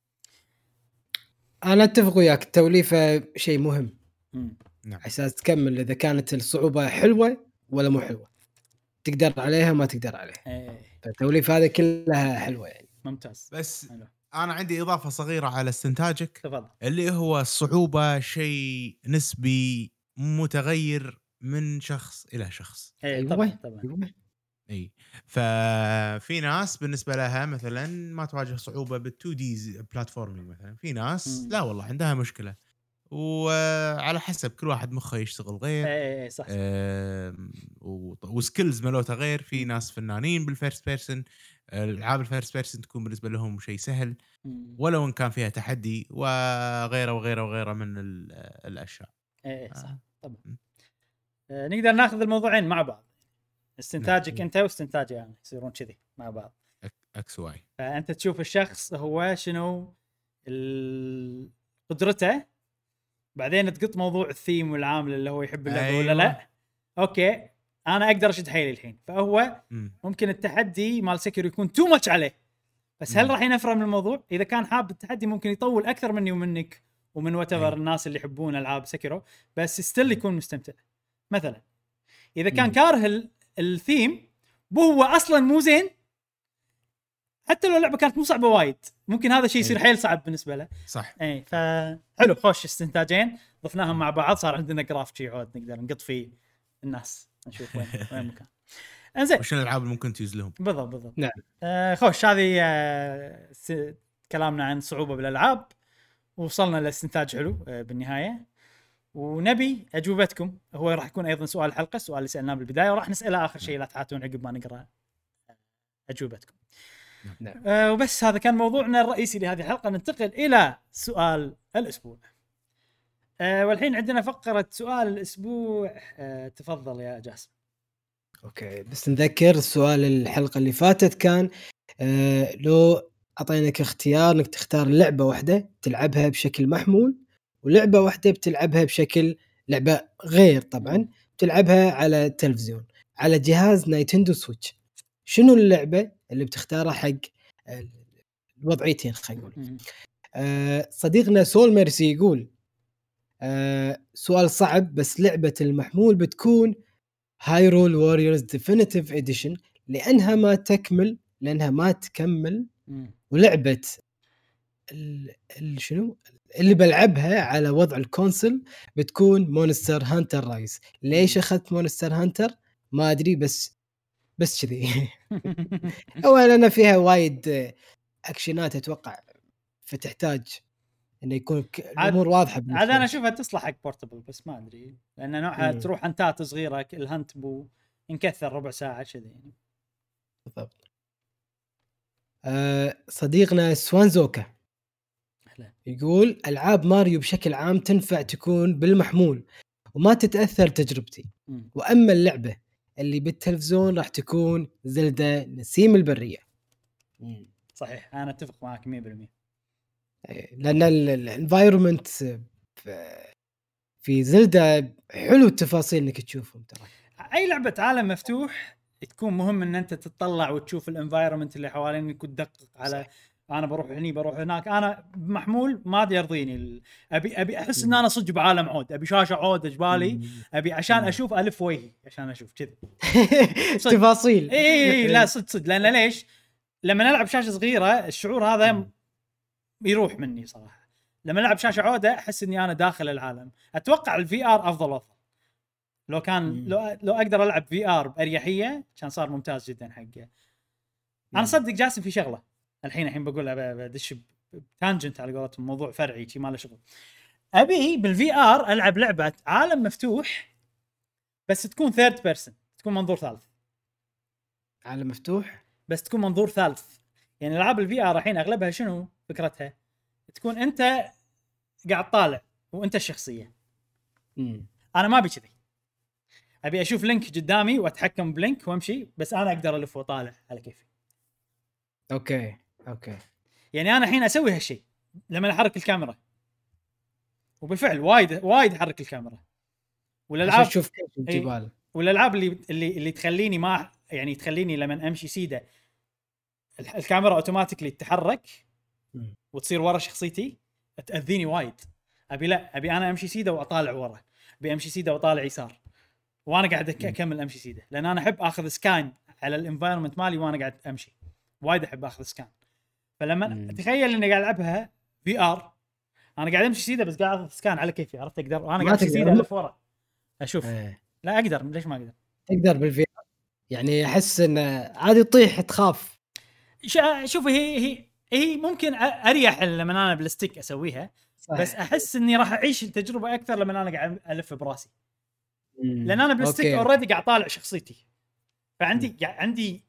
انا اتفق وياك، التوليفه شيء مهم نعم. اساس تكمل اذا كانت الصعوبه حلوه ولا مو حلوه، تقدر عليها ما تقدر عليها. ايه فالتوليفه هذه كلها حلوه يعني. ممتاز. بس حلو. انا عندي اضافه صغيره على استنتاجك، تفضل. اللي هو الصعوبه شيء نسبي متغير من شخص الى شخص. ايه أيوة. طبعا طبعا. أيوة. اي ففي ناس بالنسبه لها مثلا ما تواجه صعوبه بالتو دي بلاتفورمينج مثلا، في ناس مم. لا والله عندها مشكله، وعلى حسب كل واحد مخه يشتغل غير. ايه ايه صح. وسكيلز ملوته غير. في ناس فنانين بالفيرست بيرسون، العاب الفيرست بيرسون تكون بالنسبه لهم شيء سهل مم. ولو ان كان فيها تحدي وغيره وغيره وغيره من الاشياء. ايه صح آه. طبعا. آه نقدر ناخذ الموضوعين مع بعض، استنتاجك نعم. انت واستنتاجي يعني يصيرون كذي مع بعض. اكس واي. فانت تشوف الشخص هو شنو ال- قدرته، بعدين تقط موضوع الثيم والعامل اللي هو يحب اللعبه أيوة. ولا لا. اوكي انا اقدر اشد حيلي الحين، فهو مم. ممكن التحدي مال سكيرو يكون تو ماتش عليه، بس هل مم. راح ينفر من الموضوع؟ اذا كان حاب التحدي ممكن يطول اكثر مني ومنك ومن واتيفر أيوة. الناس اللي يحبون العاب سكيرو، بس ستيل يكون مستمتع. مثلا اذا كان مم. كاره ال- الثيم بو هو اصلا مو زين، حتى لو اللعبه كانت مو صعبه وايد ممكن هذا الشيء يصير أيوة. حيل صعب بالنسبه له. صح. اي فحلو، خوش استنتاجين ضفناهم مع بعض، صار عندنا جراف شي عود نقدر نقط فيه الناس نشوف وين وين مكان. انزين وش الالعاب اللي ممكن تيوز لهم؟ بالضبط بالضبط. نعم. آه خوش هذه آه س... كلامنا عن صعوبه بالالعاب، وصلنا لاستنتاج حلو آه بالنهايه، ونبي اجوبتكم. هو راح يكون ايضا سؤال الحلقه، السؤال اللي سالناه بالبدايه، وراح نساله اخر شيء لا تحاتون عقب ما نقرا اجوبتكم. نعم. آه وبس هذا كان موضوعنا الرئيسي لهذه الحلقه. ننتقل الى سؤال الاسبوع. آه والحين عندنا فقره سؤال الاسبوع. آه تفضل يا جاسم. اوكي بس نذكر السؤال الحلقه اللي فاتت كان آه لو اعطيناك اختيار انك تختار لعبه واحده تلعبها بشكل محمول، ولعبه واحده بتلعبها بشكل لعبه غير طبعا تلعبها على التلفزيون على جهاز نايتندو سويتش، شنو اللعبه اللي بتختارها حق الوضعيتين؟ خلينا نقول آه صديقنا سول ميرسي يقول آه سؤال صعب، بس لعبه المحمول بتكون هايرول واريورز ديفينيتيف اديشن لانها ما تكمل لانها ما تكمل مم. ولعبه ال... ال... شنو اللي بلعبها على وضع الكونسل بتكون مونستر هانتر رايز. ليش اخذت مونستر هانتر ما ادري، بس بس كذي. اولا انا فيها وايد اكشنات اتوقع فتحتاج انه يكون ك- الامور واضحه بالنسبة عاد انا لك. اشوفها تصلح حق بورتبل بس ما ادري لان نوعها مم. تروح انتات صغيره الهنت بو نكثر ربع ساعه كذا يعني. بالضبط. أه صديقنا سوانزوكا أهلا. يقول العاب ماريو بشكل عام تنفع تكون بالمحمول وما تتاثر تجربتي، مم. واما اللعبه اللي بالتلفزيون راح تكون زلدة نسيم البريه. مم. صحيح انا اتفق معك مية بالمية. إيه، لان الانفايرمنت في زلدة حلو التفاصيل انك تشوفهم ترى. اي لعبه عالم مفتوح تكون مهم ان انت تطلع وتشوف الانفايرمنت اللي حوالينك وتدقق على صح. انا بروح هني بروح هناك. انا محمول ما يرضيني ال... ابي ابي احس ان انا صدق بعالم عود، ابي شاشه عود جبالي، ابي عشان اشوف الف وجهي عشان اشوف كذا تفاصيل. اي لا صدق صدق لان ليش لما نلعب شاشه صغيره الشعور هذا يروح مني صراحه. لما العب شاشه عوده احس اني انا داخل العالم. اتوقع الفي ار افضل افضل لو كان لو لو اقدر العب في ار باريحيه كان صار ممتاز جدا حقه. انا صدق جاسم في شغله الحين الحين بقولها بدش بتانجنت على قولتهم موضوع فرعي شي ما له شغل. ابي بالفي ار العب لعبه عالم مفتوح بس تكون ثيرد بيرسون، تكون منظور ثالث. عالم مفتوح بس تكون منظور ثالث. يعني العاب الفي ار الحين اغلبها شنو فكرتها؟ تكون انت قاعد طالع وانت الشخصيه. مم. انا ما ابي كذي، ابي اشوف لينك قدامي واتحكم بلينك وامشي بس انا اقدر الف وطالع على كيفي. اوكي اوكي. يعني انا الحين اسوي هالشيء لما احرك الكاميرا وبالفعل وايد وايد احرك الكاميرا. والالعاب عشان تشوف كيف الجبال. والالعاب اللي اللي اللي تخليني ما يعني تخليني لما امشي سيده الكاميرا اوتوماتيكلي تتحرك مم. وتصير ورا شخصيتي تاذيني وايد. ابي لا ابي انا امشي سيده واطالع ورا، ابي امشي سيده واطالع يسار وانا قاعد اكمل امشي سيده لان انا احب اخذ سكان على الانفايرمنت مالي وانا قاعد امشي. وايد احب اخذ سكان. فلما مم. تخيل اني قاعد العبها في ار انا قاعد امشي سيده بس قاعد اخذ سكان على كيفي. عرفت اقدر وانا قاعد امشي سيده الف ورا اشوف. ايه. لا اقدر ليش ما اقدر؟ تقدر بالفي ار يعني احس ان عادي تطيح تخاف. شوف هي هي هي ممكن اريح لما انا بالستيك اسويها صح. بس احس اني راح اعيش التجربه اكثر لما انا قاعد الف براسي. مم. لان انا بالستيك اوريدي قاعد طالع شخصيتي فعندي مم. عندي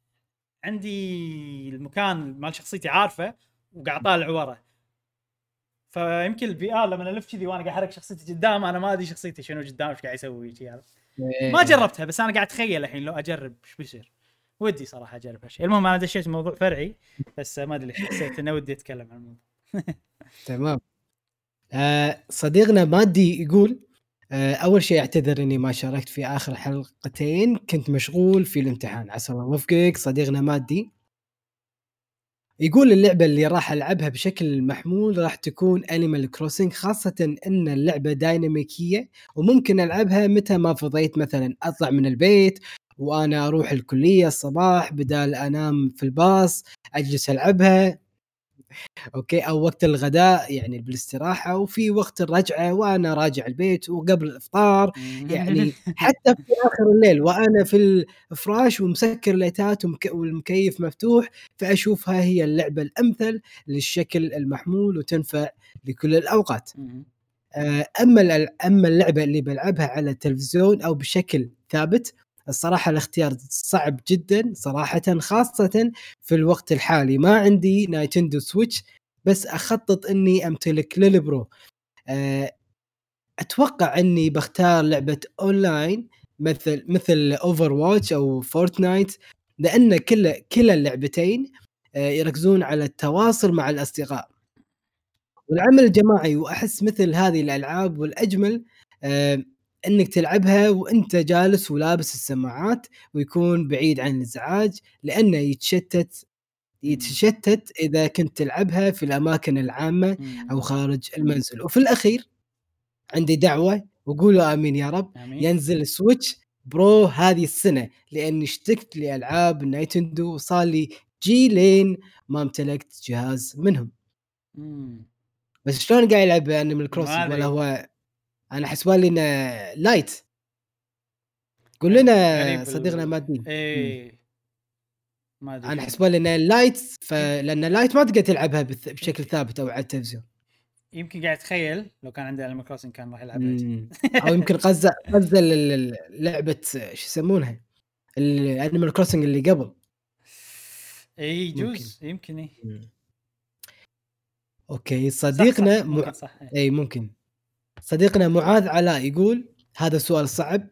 عندي المكان مال شخصيتي عارفه وقاعد طالع ورا. فيمكن الفي ار لما الف كذي وانا قاعد احرك شخصيتي قدام انا ما ادري شخصيتي شنو قدام ايش قاعد يسوي شيء. ما جربتها بس انا قاعد اتخيل الحين لو اجرب ايش بيصير. ودي صراحه اجرب هالشيء. المهم انا دشيت موضوع فرعي بس ما ادري ليش حسيت انه ودي اتكلم عن الموضوع. تمام. آه صديقنا مادي يقول آه اول شيء اعتذر اني ما شاركت في اخر حلقتين كنت مشغول في الامتحان. عسى الله يوفقك صديقنا مادي. يقول اللعبة اللي راح ألعبها بشكل محمول راح تكون أنيمال كروسنج خاصة أن اللعبة دايناميكية وممكن ألعبها متى ما فضيت مثلا أطلع من البيت وأنا أروح الكلية الصباح بدال أنام في الباص أجلس ألعبها أوكي أو وقت الغداء يعني بالاستراحة وفي وقت الرجعة وأنا راجع البيت وقبل الإفطار يعني حتى في آخر الليل وأنا في الفراش ومسكر الليتات والمكيف مفتوح فأشوفها هي اللعبة الأمثل للشكل المحمول وتنفع لكل الأوقات. أما أما اللعبة اللي بلعبها على التلفزيون أو بشكل ثابت الصراحة الاختيار صعب جدا صراحة خاصة في الوقت الحالي. ما عندي نايتندو سويتش بس أخطط أني أمتلك للبرو. أتوقع أني بختار لعبة أونلاين مثل مثل أوفر واتش أو فورتنايت لأن كل كل اللعبتين يركزون على التواصل مع الأصدقاء والعمل الجماعي. وأحس مثل هذه الألعاب والأجمل انك تلعبها وانت جالس ولابس السماعات ويكون بعيد عن الازعاج لانه يتشتت يتشتت اذا كنت تلعبها في الاماكن العامه او خارج المنزل. وفي الاخير عندي دعوه وقولوا امين يا رب آمين. ينزل سويتش برو هذه السنه لاني اشتقت لالعاب نايتندو وصار لي جيلين ما امتلكت جهاز منهم. مم. بس شلون قاعد يلعب يعني من الكروسنج ولا هو انا حسبالي انه لايت. قول لنا صديقنا مادين. ايه ما ادري انا حسبالي انه لايت فلان لايت ما تقدر تلعبها بشكل ثابت او على التلفزيون. يمكن قاعد اتخيل لو كان عنده انيمال كروسنج كان راح يلعبها. مم. او يمكن قصده قصده ال- ال- لعبه شو يسمونها الانيمال كروسنج اللي قبل. اي ممكن. يجوز يمكن اي مم. اوكي صح صديقنا صح مع... ممكن صح إيه. اي ممكن صديقنا معاذ علاء يقول هذا سؤال صعب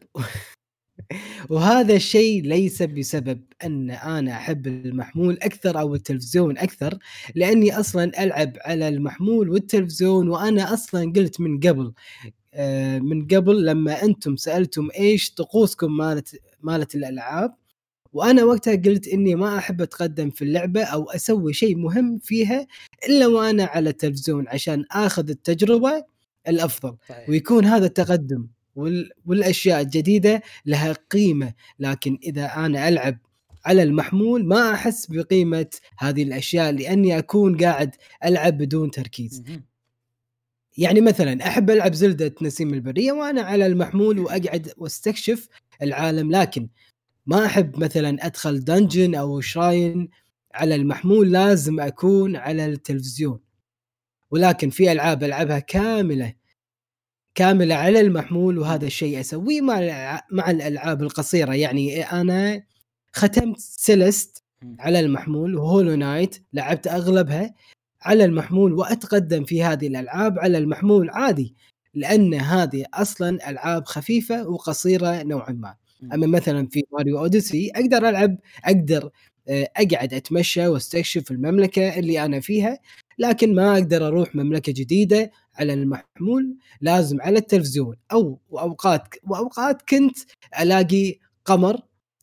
وهذا الشيء ليس بسبب ان انا احب المحمول اكثر او التلفزيون اكثر، لاني اصلا العب على المحمول والتلفزيون. وانا اصلا قلت من قبل آه، من قبل لما انتم سالتم ايش طقوسكم مالت مالت الالعاب، وانا وقتها قلت اني ما احب اتقدم في اللعبه او اسوي شيء مهم فيها الا وانا على التلفزيون عشان اخذ التجربه الافضل صحيح. ويكون هذا التقدم وال... والاشياء الجديده لها قيمه. لكن اذا انا العب على المحمول ما احس بقيمه هذه الاشياء لاني اكون قاعد العب بدون تركيز. مهم. يعني مثلا احب العب زلدة نسيم البريه وانا على المحمول واقعد واستكشف العالم، لكن ما أحب مثلا أدخل دنجن أو شراين على المحمول، لازم أكون على التلفزيون. ولكن في ألعاب ألعبها كاملة كاملة على المحمول، وهذا الشيء أسويه مع الع- مع الألعاب القصيرة. يعني أنا ختمت سيلست على المحمول وهولو نايت لعبت أغلبها على المحمول وأتقدم في هذه الألعاب على المحمول عادي، لأن هذه أصلا ألعاب خفيفة وقصيرة نوعا ما. اما مثلا في ماريو اوديسي اقدر العب اقدر اقعد اتمشى واستكشف المملكه اللي انا فيها، لكن ما اقدر اروح مملكه جديده على المحمول، لازم على التلفزيون. او اوقات واوقات كنت الاقي قمر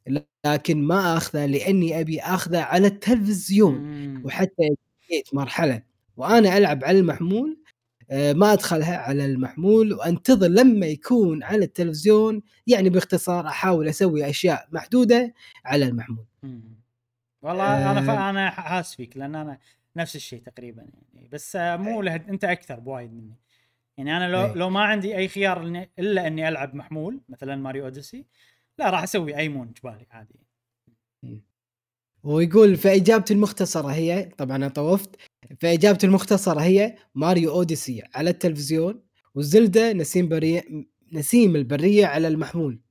لكن ما اخذه لاني ابي اخذه على التلفزيون. مم. وحتى جيت مرحله وانا العب على المحمول ما أدخلها على المحمول وأنتظر لما يكون على التلفزيون. يعني باختصار أحاول أسوي أشياء محدودة على المحمول. مم. والله أه انا ف... انا حاس فيك لان انا نفس الشيء تقريبا يعني، بس مو له انت اكثر بوايد مني. يعني انا لو أي. لو ما عندي اي خيار إني... الا اني العب محمول مثلا ماريو اوديسي، لا راح اسوي اي مون جبالي عادي. ويقول فإجابتي المختصرة هي، طبعا أنا طوفت، فإجابتي المختصرة هي ماريو أوديسي على التلفزيون وزلدة نسيم برية نسيم البرية على المحمول.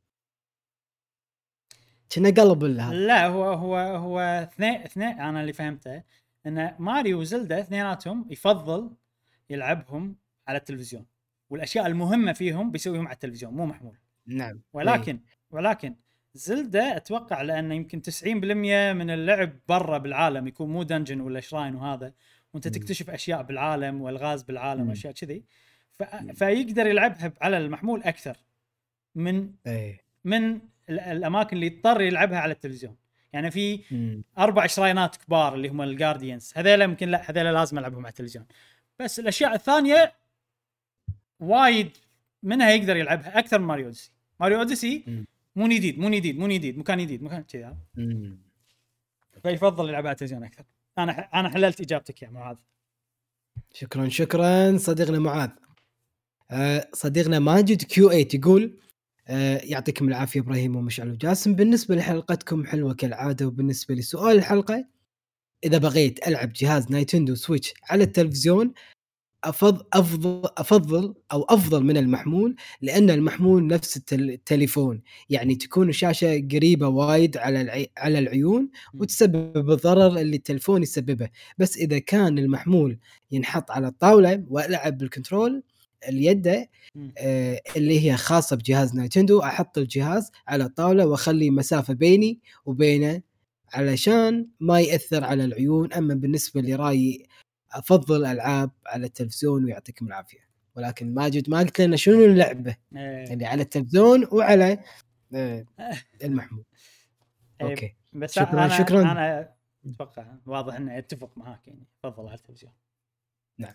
كنا قلب هذا. لا هو هو هو اثنين اثنين انا اللي فهمته ان ماريو وزلدة اثنيناتهم يفضل يلعبهم على التلفزيون، والاشياء المهمه فيهم بيسويهم على التلفزيون مو محمول. نعم. ولكن أي. ولكن زلدة اتوقع لانه يمكن تسعين بالمية من اللعب برا بالعالم يكون مو دنجن ولا شراين وهذا، وانت مم. تكتشف اشياء بالعالم والغاز بالعالم مم. واشياء كذي، ف... فيقدر يلعبها على المحمول اكثر من أي. من ال- الاماكن اللي يضطر يلعبها على التلفزيون. يعني في مم. اربع شراينات كبار اللي هم الجارديانز، هذول يمكن لا هذول لازم العبهم على التلفزيون، بس الاشياء الثانيه وايد منها يقدر يلعبها اكثر من ماريو اوديسي. ماريو اوديسي مم. مو جديد مو جديد مو جديد مكان جديد مكان كذا، مم. فيفضل يلعبها على التلفزيون اكثر. انا ح... انا حللت اجابتك يا معاذ. شكرا شكرا صديقنا معاذ. أه صديقنا ماجد كيو ثمانية يقول أه يعطيكم العافية إبراهيم ومشعل وجاسم، بالنسبة لحلقتكم حلوة كالعادة. وبالنسبة لسؤال الحلقة، إذا بغيت ألعب جهاز نايتندو سويتش على التلفزيون أفضل أفضل أفضل أو أفضل من المحمول، لأن المحمول نفس التل... التليفون، يعني تكون الشاشة قريبة وايد على العي... على العيون وتسبب الضرر اللي التلفون يسببه. بس إذا كان المحمول ينحط على الطاولة وألعب بالكنترول اليد آه اللي هي خاصة بجهاز نايتندو، أحط الجهاز على الطاولة وأخلي مسافة بيني وبينه علشان ما يأثر على العيون. أما بالنسبة لرأيي أفضل ألعاب على التلفزيون ويعطيكم العافية. ولكن ماجد ما قلت لنا شنو اللعبة إيه. اللي على التلفزيون وعلى آه المحمول. إيه. أوكي بس شكرا أنا شكرا. انا اتوقع واضح اني اتفق معاك، يعني افضل على التلفزيون. نعم.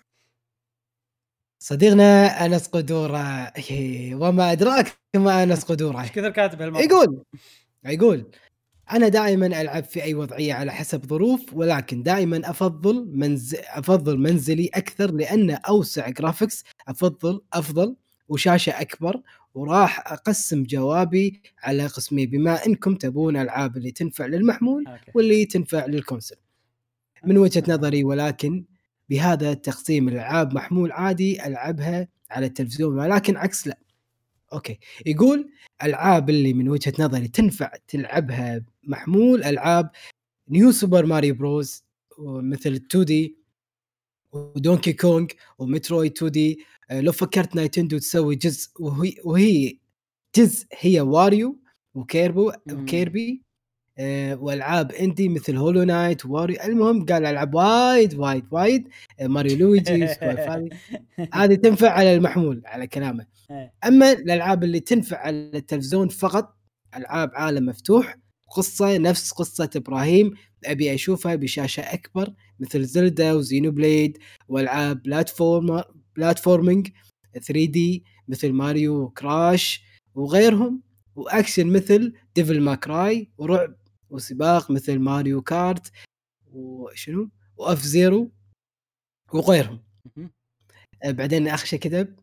صديقنا أنس قدورة وما أدراك ما أنس قدورة ايش كثر كاتب هالمرة؟ يقول يقول أنا دائما ألعب في أي وضعية على حسب ظروف، ولكن دائما أفضل منزل أفضل منزلي أكثر لأنه أوسع جرافيكس أفضل أفضل وشاشة أكبر. وراح أقسم جوابي على قسمين بما أنكم تبون ألعاب اللي تنفع للمحمول أوكي. واللي تنفع للكونسل من وجهة نظري. ولكن بهذا تقسيم الألعاب محمول عادي ألعبها على التلفزيون، ولكن عكس لا. أوكي، يقول ألعاب اللي من وجهة نظري تنفع تلعبها محمول ألعاب نيو سوبر ماريو بروز مثل تو دي ودونكي كونغ ومترويد تو دي. لو فكرت نايتندو تسوي جزء وهي, وهي جزء هي واريو وكيربو وكيربي أه والعاب اندي مثل هولو نايت واريو. المهم قال العاب وايد وايد وايد أه ماريو لويجي هذه تنفع على المحمول على كلامه. اما الالعاب اللي تنفع على التلفزيون فقط العاب عالم مفتوح قصه نفس قصه ابراهيم ابي اشوفها بشاشه اكبر مثل زلدا وزينو بليد والعاب بلاتفورم بلاتفورمينج ثري دي مثل ماريو كراش وغيرهم، واكشن مثل ديفل ماكراي، ورعب وسباق مثل ماريو كارت وشنو واف زيرو وغيرهم. بعدين اخشى كتب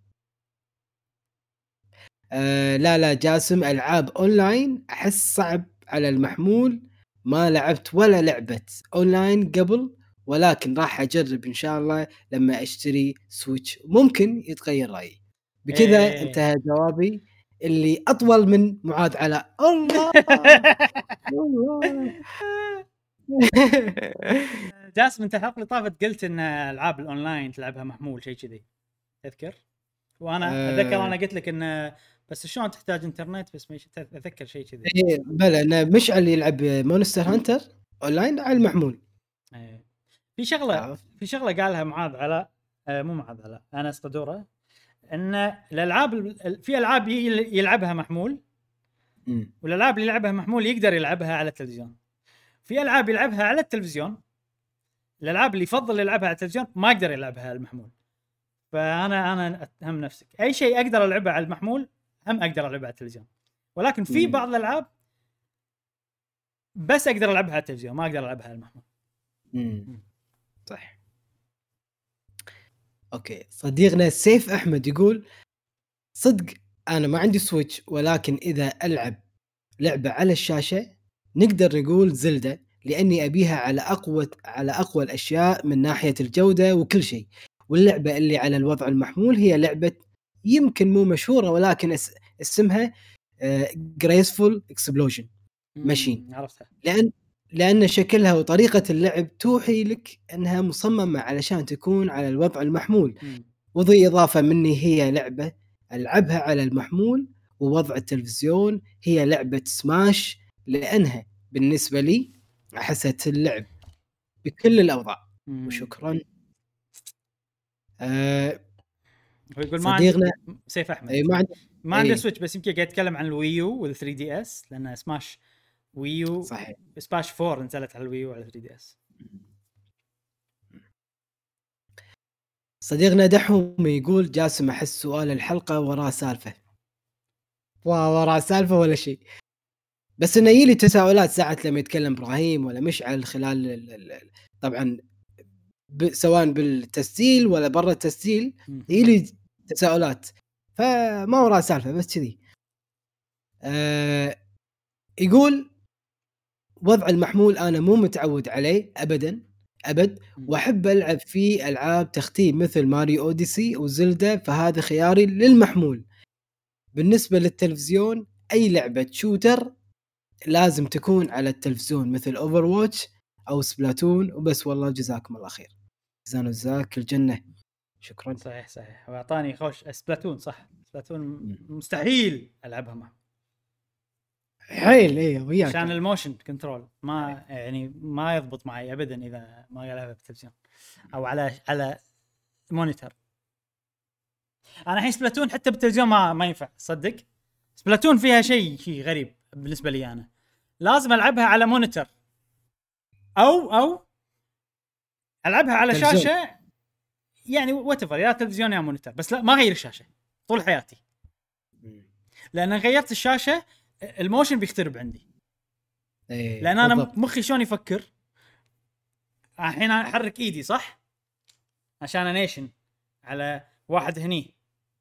أه لا لا جاسم العاب اونلاين احس صعب على المحمول، ما لعبت ولا لعبه اونلاين قبل، ولكن راح اجرب ان شاء الله لما اشتري سويتش ممكن يتغير رايي. بكذا إيه. انتهى جوابي اللي اطول من معاذ علاء. الله جاسم انت الحلقه اللي طافت قلت ان العاب الاونلاين تلعبها محمول شيء كذي تذكر، وانا اتذكر انا قلت لك ان بس شلون تحتاج انترنت، بس مش اتذكر شيء كذي. ايه بلا انا مشعل يلعب مونستر هانتر اونلاين على المحمول. ايه في شغله في شغله قالها معاذ علاء آه مو معاذ علاء انا اسقدوره، ان الالعاب في العاب يلعبها محمول امم والالعاب اللي يلعبها محمول يقدر يلعبها على التلفزيون. في العاب يلعبها على التلفزيون الالعاب اللي يفضل يلعبها على التلفزيون ما يقدر يلعبها على المحمول. فانا انا اتهم نفسك اي شيء اقدر العبه على المحمول هم اقدر العبه على التلفزيون، ولكن في بعض الالعاب بس اقدر العبها على التلفزيون ما اقدر العبها على المحمول. امم صح. اوكي صديقنا سيف احمد يقول صدق انا ما عندي سويتش، ولكن اذا العب لعبه على الشاشه نقدر نقول زلدة، لاني ابيها على اقوى على اقوى الاشياء من ناحيه الجوده وكل شيء. واللعبه اللي على الوضع المحمول هي لعبه يمكن مو مشهوره ولكن اسمها جريسفول اكسبلوجن ماشين، عرفتها لان لان شكلها وطريقه اللعب توحي لك انها مصممه علشان تكون على الوضع المحمول. وضي اضافه مني هي لعبه العبها على المحمول ووضع التلفزيون هي لعبه سماش، لانها بالنسبه لي احسها اللعب بكل الاوضاع. مم. وشكرا. آه هو يقول ما صديقنا عندي سيف احمد أي ما عندي ما عنده سويتش، بس يمكن قاعد يتكلم عن الويو وال ثري دي اس لان سماش ويو صحيح سماش فور نزلت على الويو وعلى ثري دي اس. صديقنا دحوم يقول جاسم احس سؤال الحلقه وراه سالفه. وراه سالفه ولا شيء، بس انه يجي لي تساؤلات ساعه لما يتكلم ابراهيم ولا مشعل خلال ال ال طبعا سواء بالتسجيل ولا برا التسجيل يجي لي تساؤلات، فما وراه سالفه بس كذي. أه يقول وضع المحمول انا مو متعود عليه ابدا ابد، واحب العب فيه العاب تختيم مثل ماريو اوديسي وزلدا، فهذا خياري للمحمول. بالنسبه للتلفزيون اي لعبه شوتر لازم تكون على التلفزيون مثل اوفر واتش او سبلاتون وبس. والله جزاكم الله خير. زانو زاك الجنه. شكرا. صحيح صحيح واعطاني خوش سبلاتون صح. سبلاتون مستحيل العبها معه حيل ايه وياك عشان الموشن كنترول ما يعني ما يضبط معي ابدا اذا ما العبها بالتلفزيون او على على مونيتور. انا الحين سبلاتون حتى بالتلفزيون ما ما ينفع صدق. سبلاتون فيها شيء شيء غريب بالنسبه لي، انا لازم العبها على مونيتور او او العبها على تلفزيون. شاشه يعني واتفر يا تلفزيون يا مونيتور، بس لا ما غير الشاشه طول حياتي، لان غيرت الشاشه الموشن بيخترب عندي. ايه لان انا بالضبط. مخي شلون يفكر الحين احرك ايدي صح عشان انيشن على واحد هني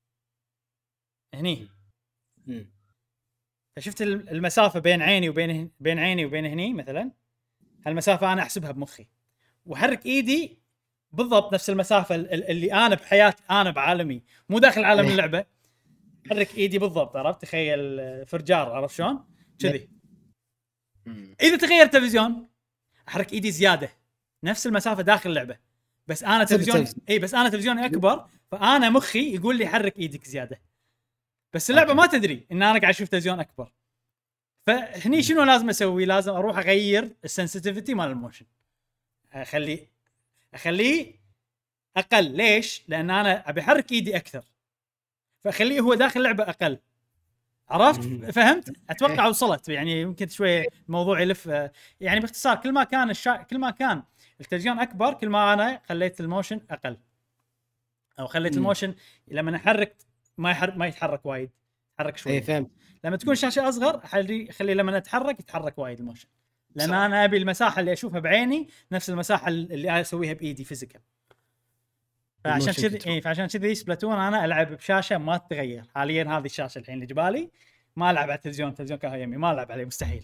هني مم. فشفت المسافه بين عيني وبين بين عيني وبين هني مثلا، هالمسافه انا احسبها بمخي واحرك ايدي بالضبط نفس المسافه اللي انا بحياتي انا بعالمي مو داخل عالم إيه. اللعبه حرك ايدي بالضبط عرفت تخيل فرجار عرفت شلون كذي اذا تغير تلفزيون احرك ايدي زياده نفس المسافه داخل اللعبه بس انا تلفزيون اي بس انا تلفزيوني اكبر فانا مخي يقول لي حرك ايدك زياده بس اللعبه أوكي. ما تدري ان انا قاعد اشوف تلفزيون اكبر فهني شنو لازم اسوي لازم اروح اغير السنسيتيفيتي مال الموشن اخلي اخليه اقل ليش لان انا ابي احرك ايدي اكثر فاخليه هو داخل اللعبه اقل عرفت فهمت اتوقع وصلت يعني يمكن شويه الموضوع يلف يعني باختصار كل ما كان الشا... كل ما كان التلفزيون اكبر كل ما انا خليت الموشن اقل او خليت الموشن لما احرك ما يحرك ما يتحرك وايد يتحرك شوي اي فهمت لما تكون شاشه اصغر اخلي اخلي لما اتحرك يتحرك وايد الموشن لان صح. انا ابي المساحه اللي اشوفها بعيني نفس المساحه اللي اسويها بايدي فيزيكال فعشان كذي اي فعشان كذي سبلاتون انا العب بشاشه ما تتغير حاليا هذه الشاشه الحين اللي جبالي ما العب على التلفزيون التلفزيون كان يمي ما العب عليه مستحيل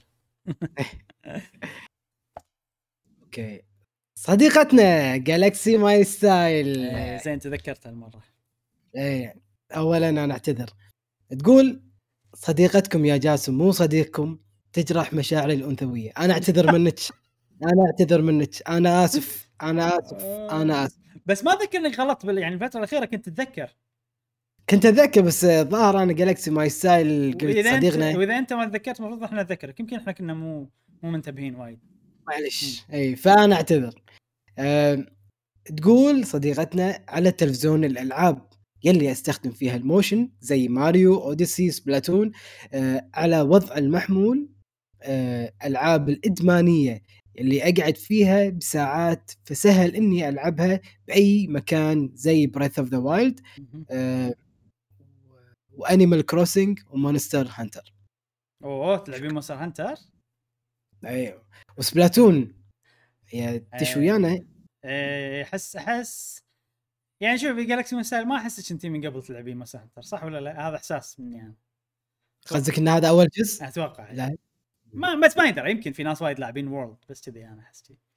اوكي صديقتنا جالكسي ماي ستايل ايه زين تذكرت هالمره ايه اولا انا اعتذر تقول صديقتكم يا جاسم مو صديقكم تجرح مشاعري الانثويه انا اعتذر منك انا اعتذر منك انا اسف انا اسف انا اسف بس ما ذكرني غلط بال يعني الفتره الاخيره كنت اتذكر كنت اتذكر بس ظاهر انا جالكسي ماي ستايل قلت صديقنا واذا انت ما تذكرت المفروض احنا نذكرك يمكن احنا كنا مو مو منتبهين وايد معلش اي فانا اعتذر أه تقول صديقتنا على التلفزيون الالعاب يلي استخدم فيها الموشن زي ماريو اوديسي سبلاتون أه على وضع المحمول أه العاب الادمانيه اللي اقعد فيها بساعات فسهل اني العبها باي مكان زي بريث اوف ذا وايلد وانيمال كروسنج ومونستر هانتر. اوه تلعبين مونستر هانتر؟ ايوه وسبلاتون يا تشويانا ايه احس احس يعني شوف في جالكسي مونستر ما احسك انت من قبل تلعبين مونستر هانتر صح ولا لا؟ هذا احساس مني انا. قصدك ان هذا اول جزء؟ اتوقع لا ما بس ما يدري يمكن في ناس وايد لاعبين وورلد بس كذي انا احس كذي.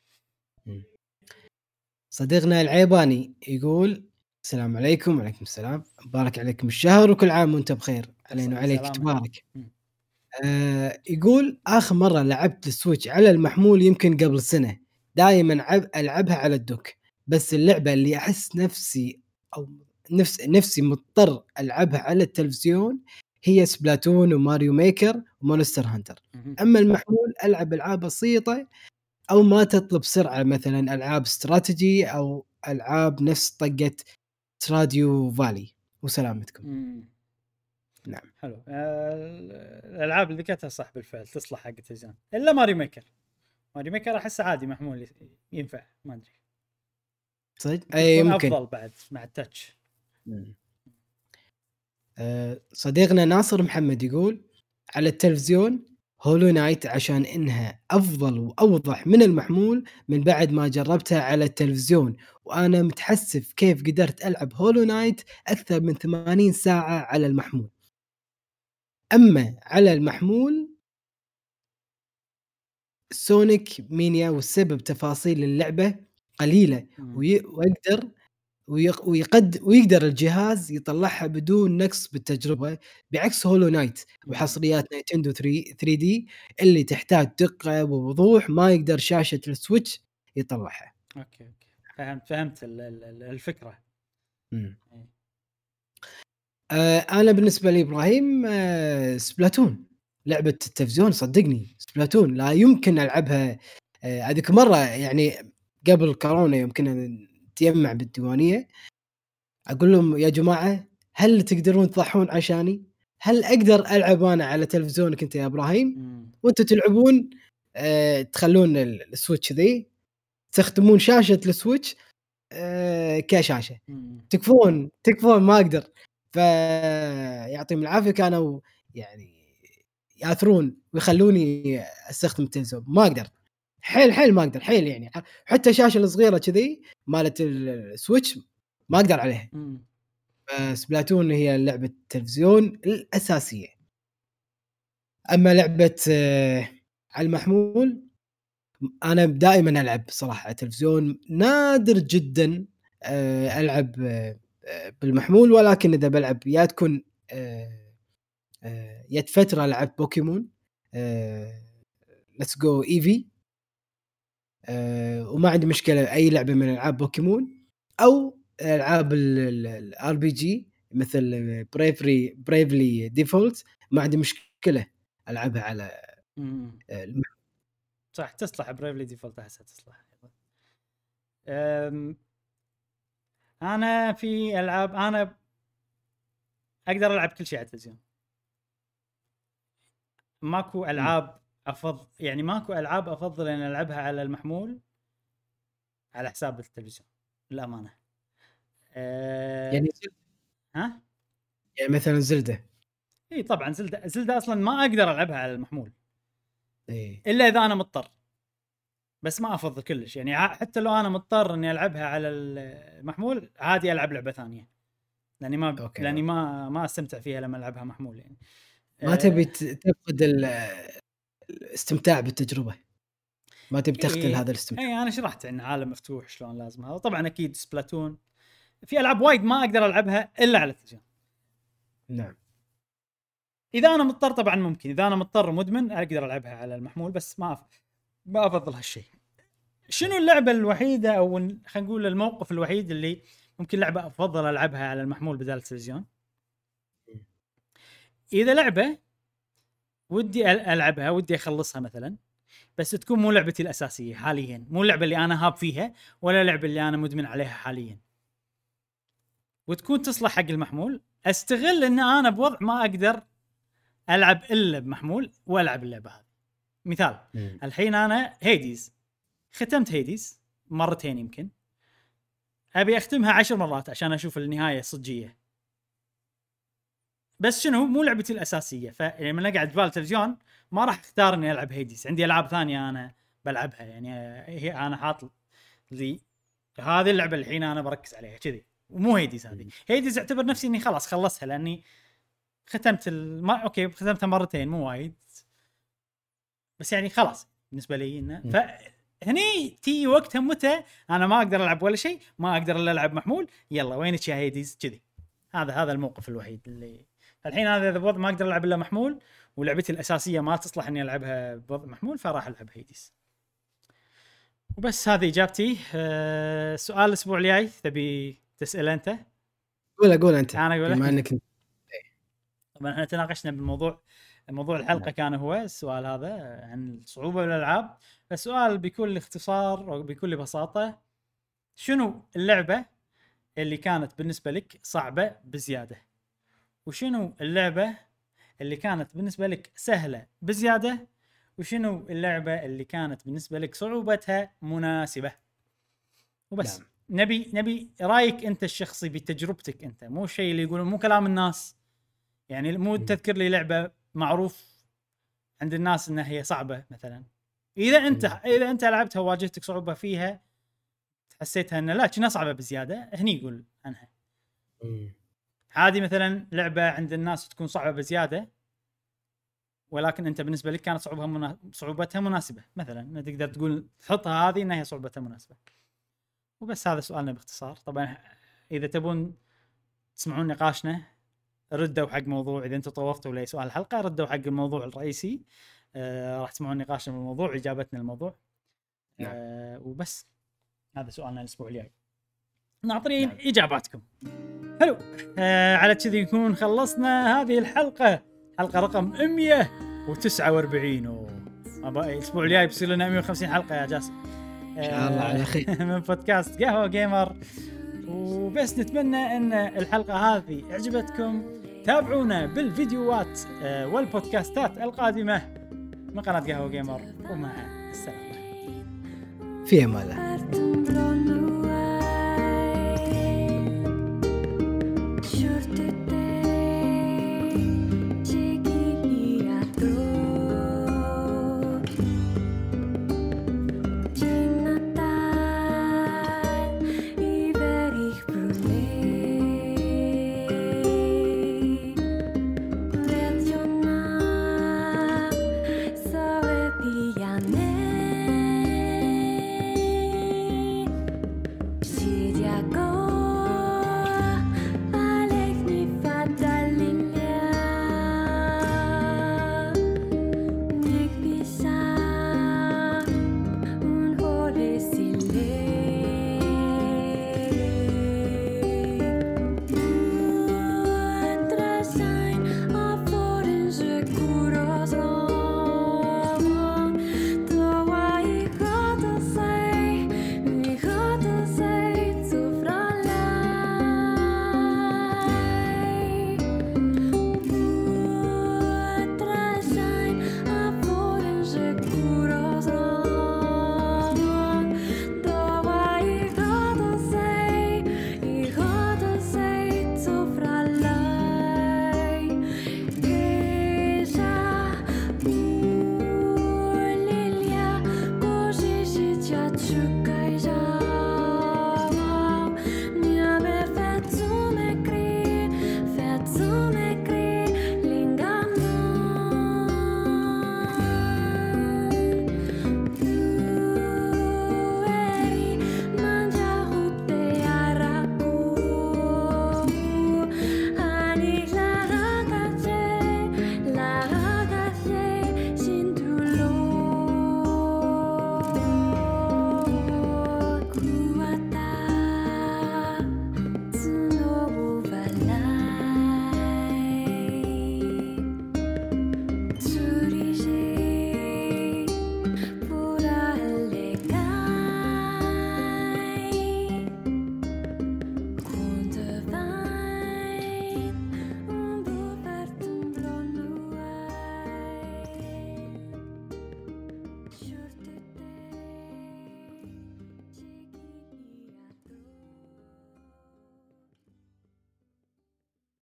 صديقنا العيباني يقول السلام عليكم. وعليكم السلام. مبارك عليكم الشهر وكل عام وانت بخير. علينا وعليك تبارك. آه يقول اخر مره لعبت السويتش على المحمول يمكن قبل سنه. دائما عب العبها على الدوك بس اللعبه اللي احس نفسي او نفس نفسي مضطر العبها على التلفزيون هي سبلاتون وماريو ميكر ومونستر هانتر. اما المحمول العب العاب بسيطه او ما تطلب سرعه مثلا العاب استراتيجي او العاب نفس طقه تراديو فالي. وسلامتكم. مم. نعم حلو. آه الالعاب اللي ذكرتها صح بالفعل تصلح حق التلفزيون الا ماريو ميكر. ماريو ميكر احس عادي محمول ينفع ما ادري صدق اي ممكن افضل بعد مع التاتش. أه صديقنا ناصر محمد يقول على التلفزيون هولو نايت عشان انها افضل واوضح من المحمول من بعد ما جربتها على التلفزيون وانا متحسف كيف قدرت العب هولو نايت اكثر من ثمانين ساعه على المحمول. اما على المحمول سونيك مينيا والسبب تفاصيل اللعبه قليله ويقدر ويقد ويقدر الجهاز يطلعها بدون نقص بالتجربه بعكس هولو نايت وحصريات نينتندو ثري دي اللي تحتاج دقه ووضوح ما يقدر شاشه السويتش يطلعها. اوكي اوكي فهمت فهمت الفكره. امم آه انا بالنسبه لي ابراهيم آه سبلاتون لعبه التلفزيون صدقني سبلاتون لا يمكن العبها. هذيك آه مره يعني قبل كورونا يمكن نتجمع بالديوانيه اقول لهم يا جماعه هل تقدرون تضحون عشاني؟ هل اقدر العب انا على تلفزيونك انت يا ابراهيم وانتم تلعبون آه تخلون السويتش ذي تستخدمون شاشه السويتش آه كشاشه تكفون تكفون ما اقدر. فيعطيهم العافيه كانوا يعني ياثرون ويخلوني استخدم التلفزيون ما اقدر حيل حيل ما اقدر حيل يعني حتى الشاشه الصغيره كذي مالت السويتش ما اقدر عليها. سبلاتون هي لعبه التلفزيون الاساسيه. اما لعبه آه على المحمول انا دائما العب صراحه على التلفزيون، نادر جدا آه، العب آه، بالمحمول، ولكن اذا بلعب يا تكون آه، آه، يد فتره لعبت بوكيمون ليتس جو ايفي، وما عندي مشكله اي لعبه من العاب بوكيمون او العاب الار بي جي مثل بريفري بريفلي ديفولت، ما عندي مشكله العبها على مم. المحمول. صح تصلح بريفلي ديفولت احسن تصلح. أم... انا في العاب انا اقدر العب كل شيء على التلفزيون. ماكو العاب افضل يعني ماكو العاب افضل ان العبها على المحمول على حساب التلفزيون للامانه. أه... يعني ها يعني مثلا زلدة، اي طبعا زلدة زلدة اصلا ما اقدر العبها على المحمول إيه. الا اذا انا مضطر، بس ما افضل كلش يعني. حتى لو انا مضطر اني العبها على المحمول عادي العب لعبه ثانيه، لاني ما أوكي. لاني ما ما استمتع فيها لما العبها محمول يعني. ما تبي تفقد الاستمتاع بالتجربه، ما تبي تختل إيه هذا الاستمتاع. اي انا شرحت عن عالم مفتوح شلون لازم هذا. طبعا اكيد سبلاتون في العاب وايد ما اقدر العبها الا على التلفزيون. نعم اذا انا مضطر طبعا ممكن، اذا انا مضطر مدمن اقدر العبها على المحمول، بس ما أف... ما افضل هالشيء. شنو اللعبه الوحيده او خلينا نقول الموقف الوحيد اللي ممكن لعبه افضل العبها على المحمول بدل التلفزيون؟ اذا لعبه ودي العبها ودي اخلصها مثلا، بس تكون مو لعبتي الاساسيه حاليا، مو اللعبه اللي انا هاب فيها ولا اللعبه اللي انا مدمن عليها حاليا، وتكون تصلح حق المحمول، استغل ان انا بوضع ما اقدر العب الا بمحمول والعب اللعبه هذه. مثال مم. الحين انا هيديز ختمت هيديز مرتين يمكن، ابي اختمها عشر مرات عشان اشوف النهايه الصجيه، بس شنو مو لعبتي الاساسيه. فلما اقعد جوال التلفزيون ما راح اختار اني العب هيديز، عندي العاب ثانيه انا بلعبها يعني. هي انا حاط لي هذه اللعبه الحين انا بركز عليها كذي، ومو هيديز. هذه هيديز اعتبر نفسي اني خلاص خلصها لاني ختمت الم... اوكي ختمتها مرتين مو وايد، بس يعني خلاص بالنسبه لي انه فهني تي وقتها متى انا ما اقدر العب ولا شيء، ما اقدر الا العب محمول، يلا وينك يا هيديز كذي. هذا هذا الموقف الوحيد اللي الحين هذا اذا بوضع ما اقدر العب الا محمول ولعبتي الاساسيه ما تصلح اني العبها بوضع محمول، فراح العب هيديز. وبس هذه اجابتي. أه سؤال الاسبوع الجاي تبي تسال انت؟ قول قول انت. انا اقول بما انك طبعا احنا تناقشنا بالموضوع، موضوع الحلقه نعم. كان هو السؤال هذا عن صعوبه الالعاب. السؤال بكل اختصار وبكل بساطه، شنو اللعبه اللي كانت بالنسبه لك صعبه بزياده؟ وشنو اللعبه اللي كانت بالنسبه لك سهله بزياده؟ وشنو اللعبه اللي كانت بالنسبه لك صعوبتها مناسبه؟ وبس. نعم. نبي نبي رايك انت الشخصي بتجربتك انت، مو شيء اللي يقولون، مو كلام الناس يعني. مو تذكر لي لعبه معروف عند الناس انها هي صعبه مثلا، اذا انت اذا انت لعبتها وواجهتك صعوبه فيها حسيتها ان لا كنا صعبه بزياده، هني يقول عنها. عادي مثلا لعبه عند الناس تكون صعبه بزياده ولكن انت بالنسبه لك كانت صعوبتها منا... صعوبتها مناسبه مثلا، تقدر تقول تحطها هذه انها هي صعوبتها مناسبه. وبس هذا سؤالنا باختصار. طبعا اذا تبون تسمعون نقاشنا ردوا حق موضوع، اذا انتم طوفتوا لي سؤال الحلقه ردوا حق الموضوع الرئيسي، آه راح تسمعون نقاشنا بالموضوع، اجابتنا الموضوع. آه نعم. وبس هذا سؤالنا الاسبوع الجاي، ناطرين نعم. اجاباتكم. حلو. آه على كذي يكون خلصنا هذه الحلقه، حلقه رقم مية وتسعة وأربعين. الاسبوع الجاي بيصير لنا مية وخمسين حلقه يا جاسم ان شاء الله على خير من بودكاست قهوه جيمر. وبس نتمنى ان الحلقه هذه عجبتكم، تابعونا بالفيديوهات والبودكاستات القادمه من قناه قهوه جيمر، ومع السلامه في امان الله.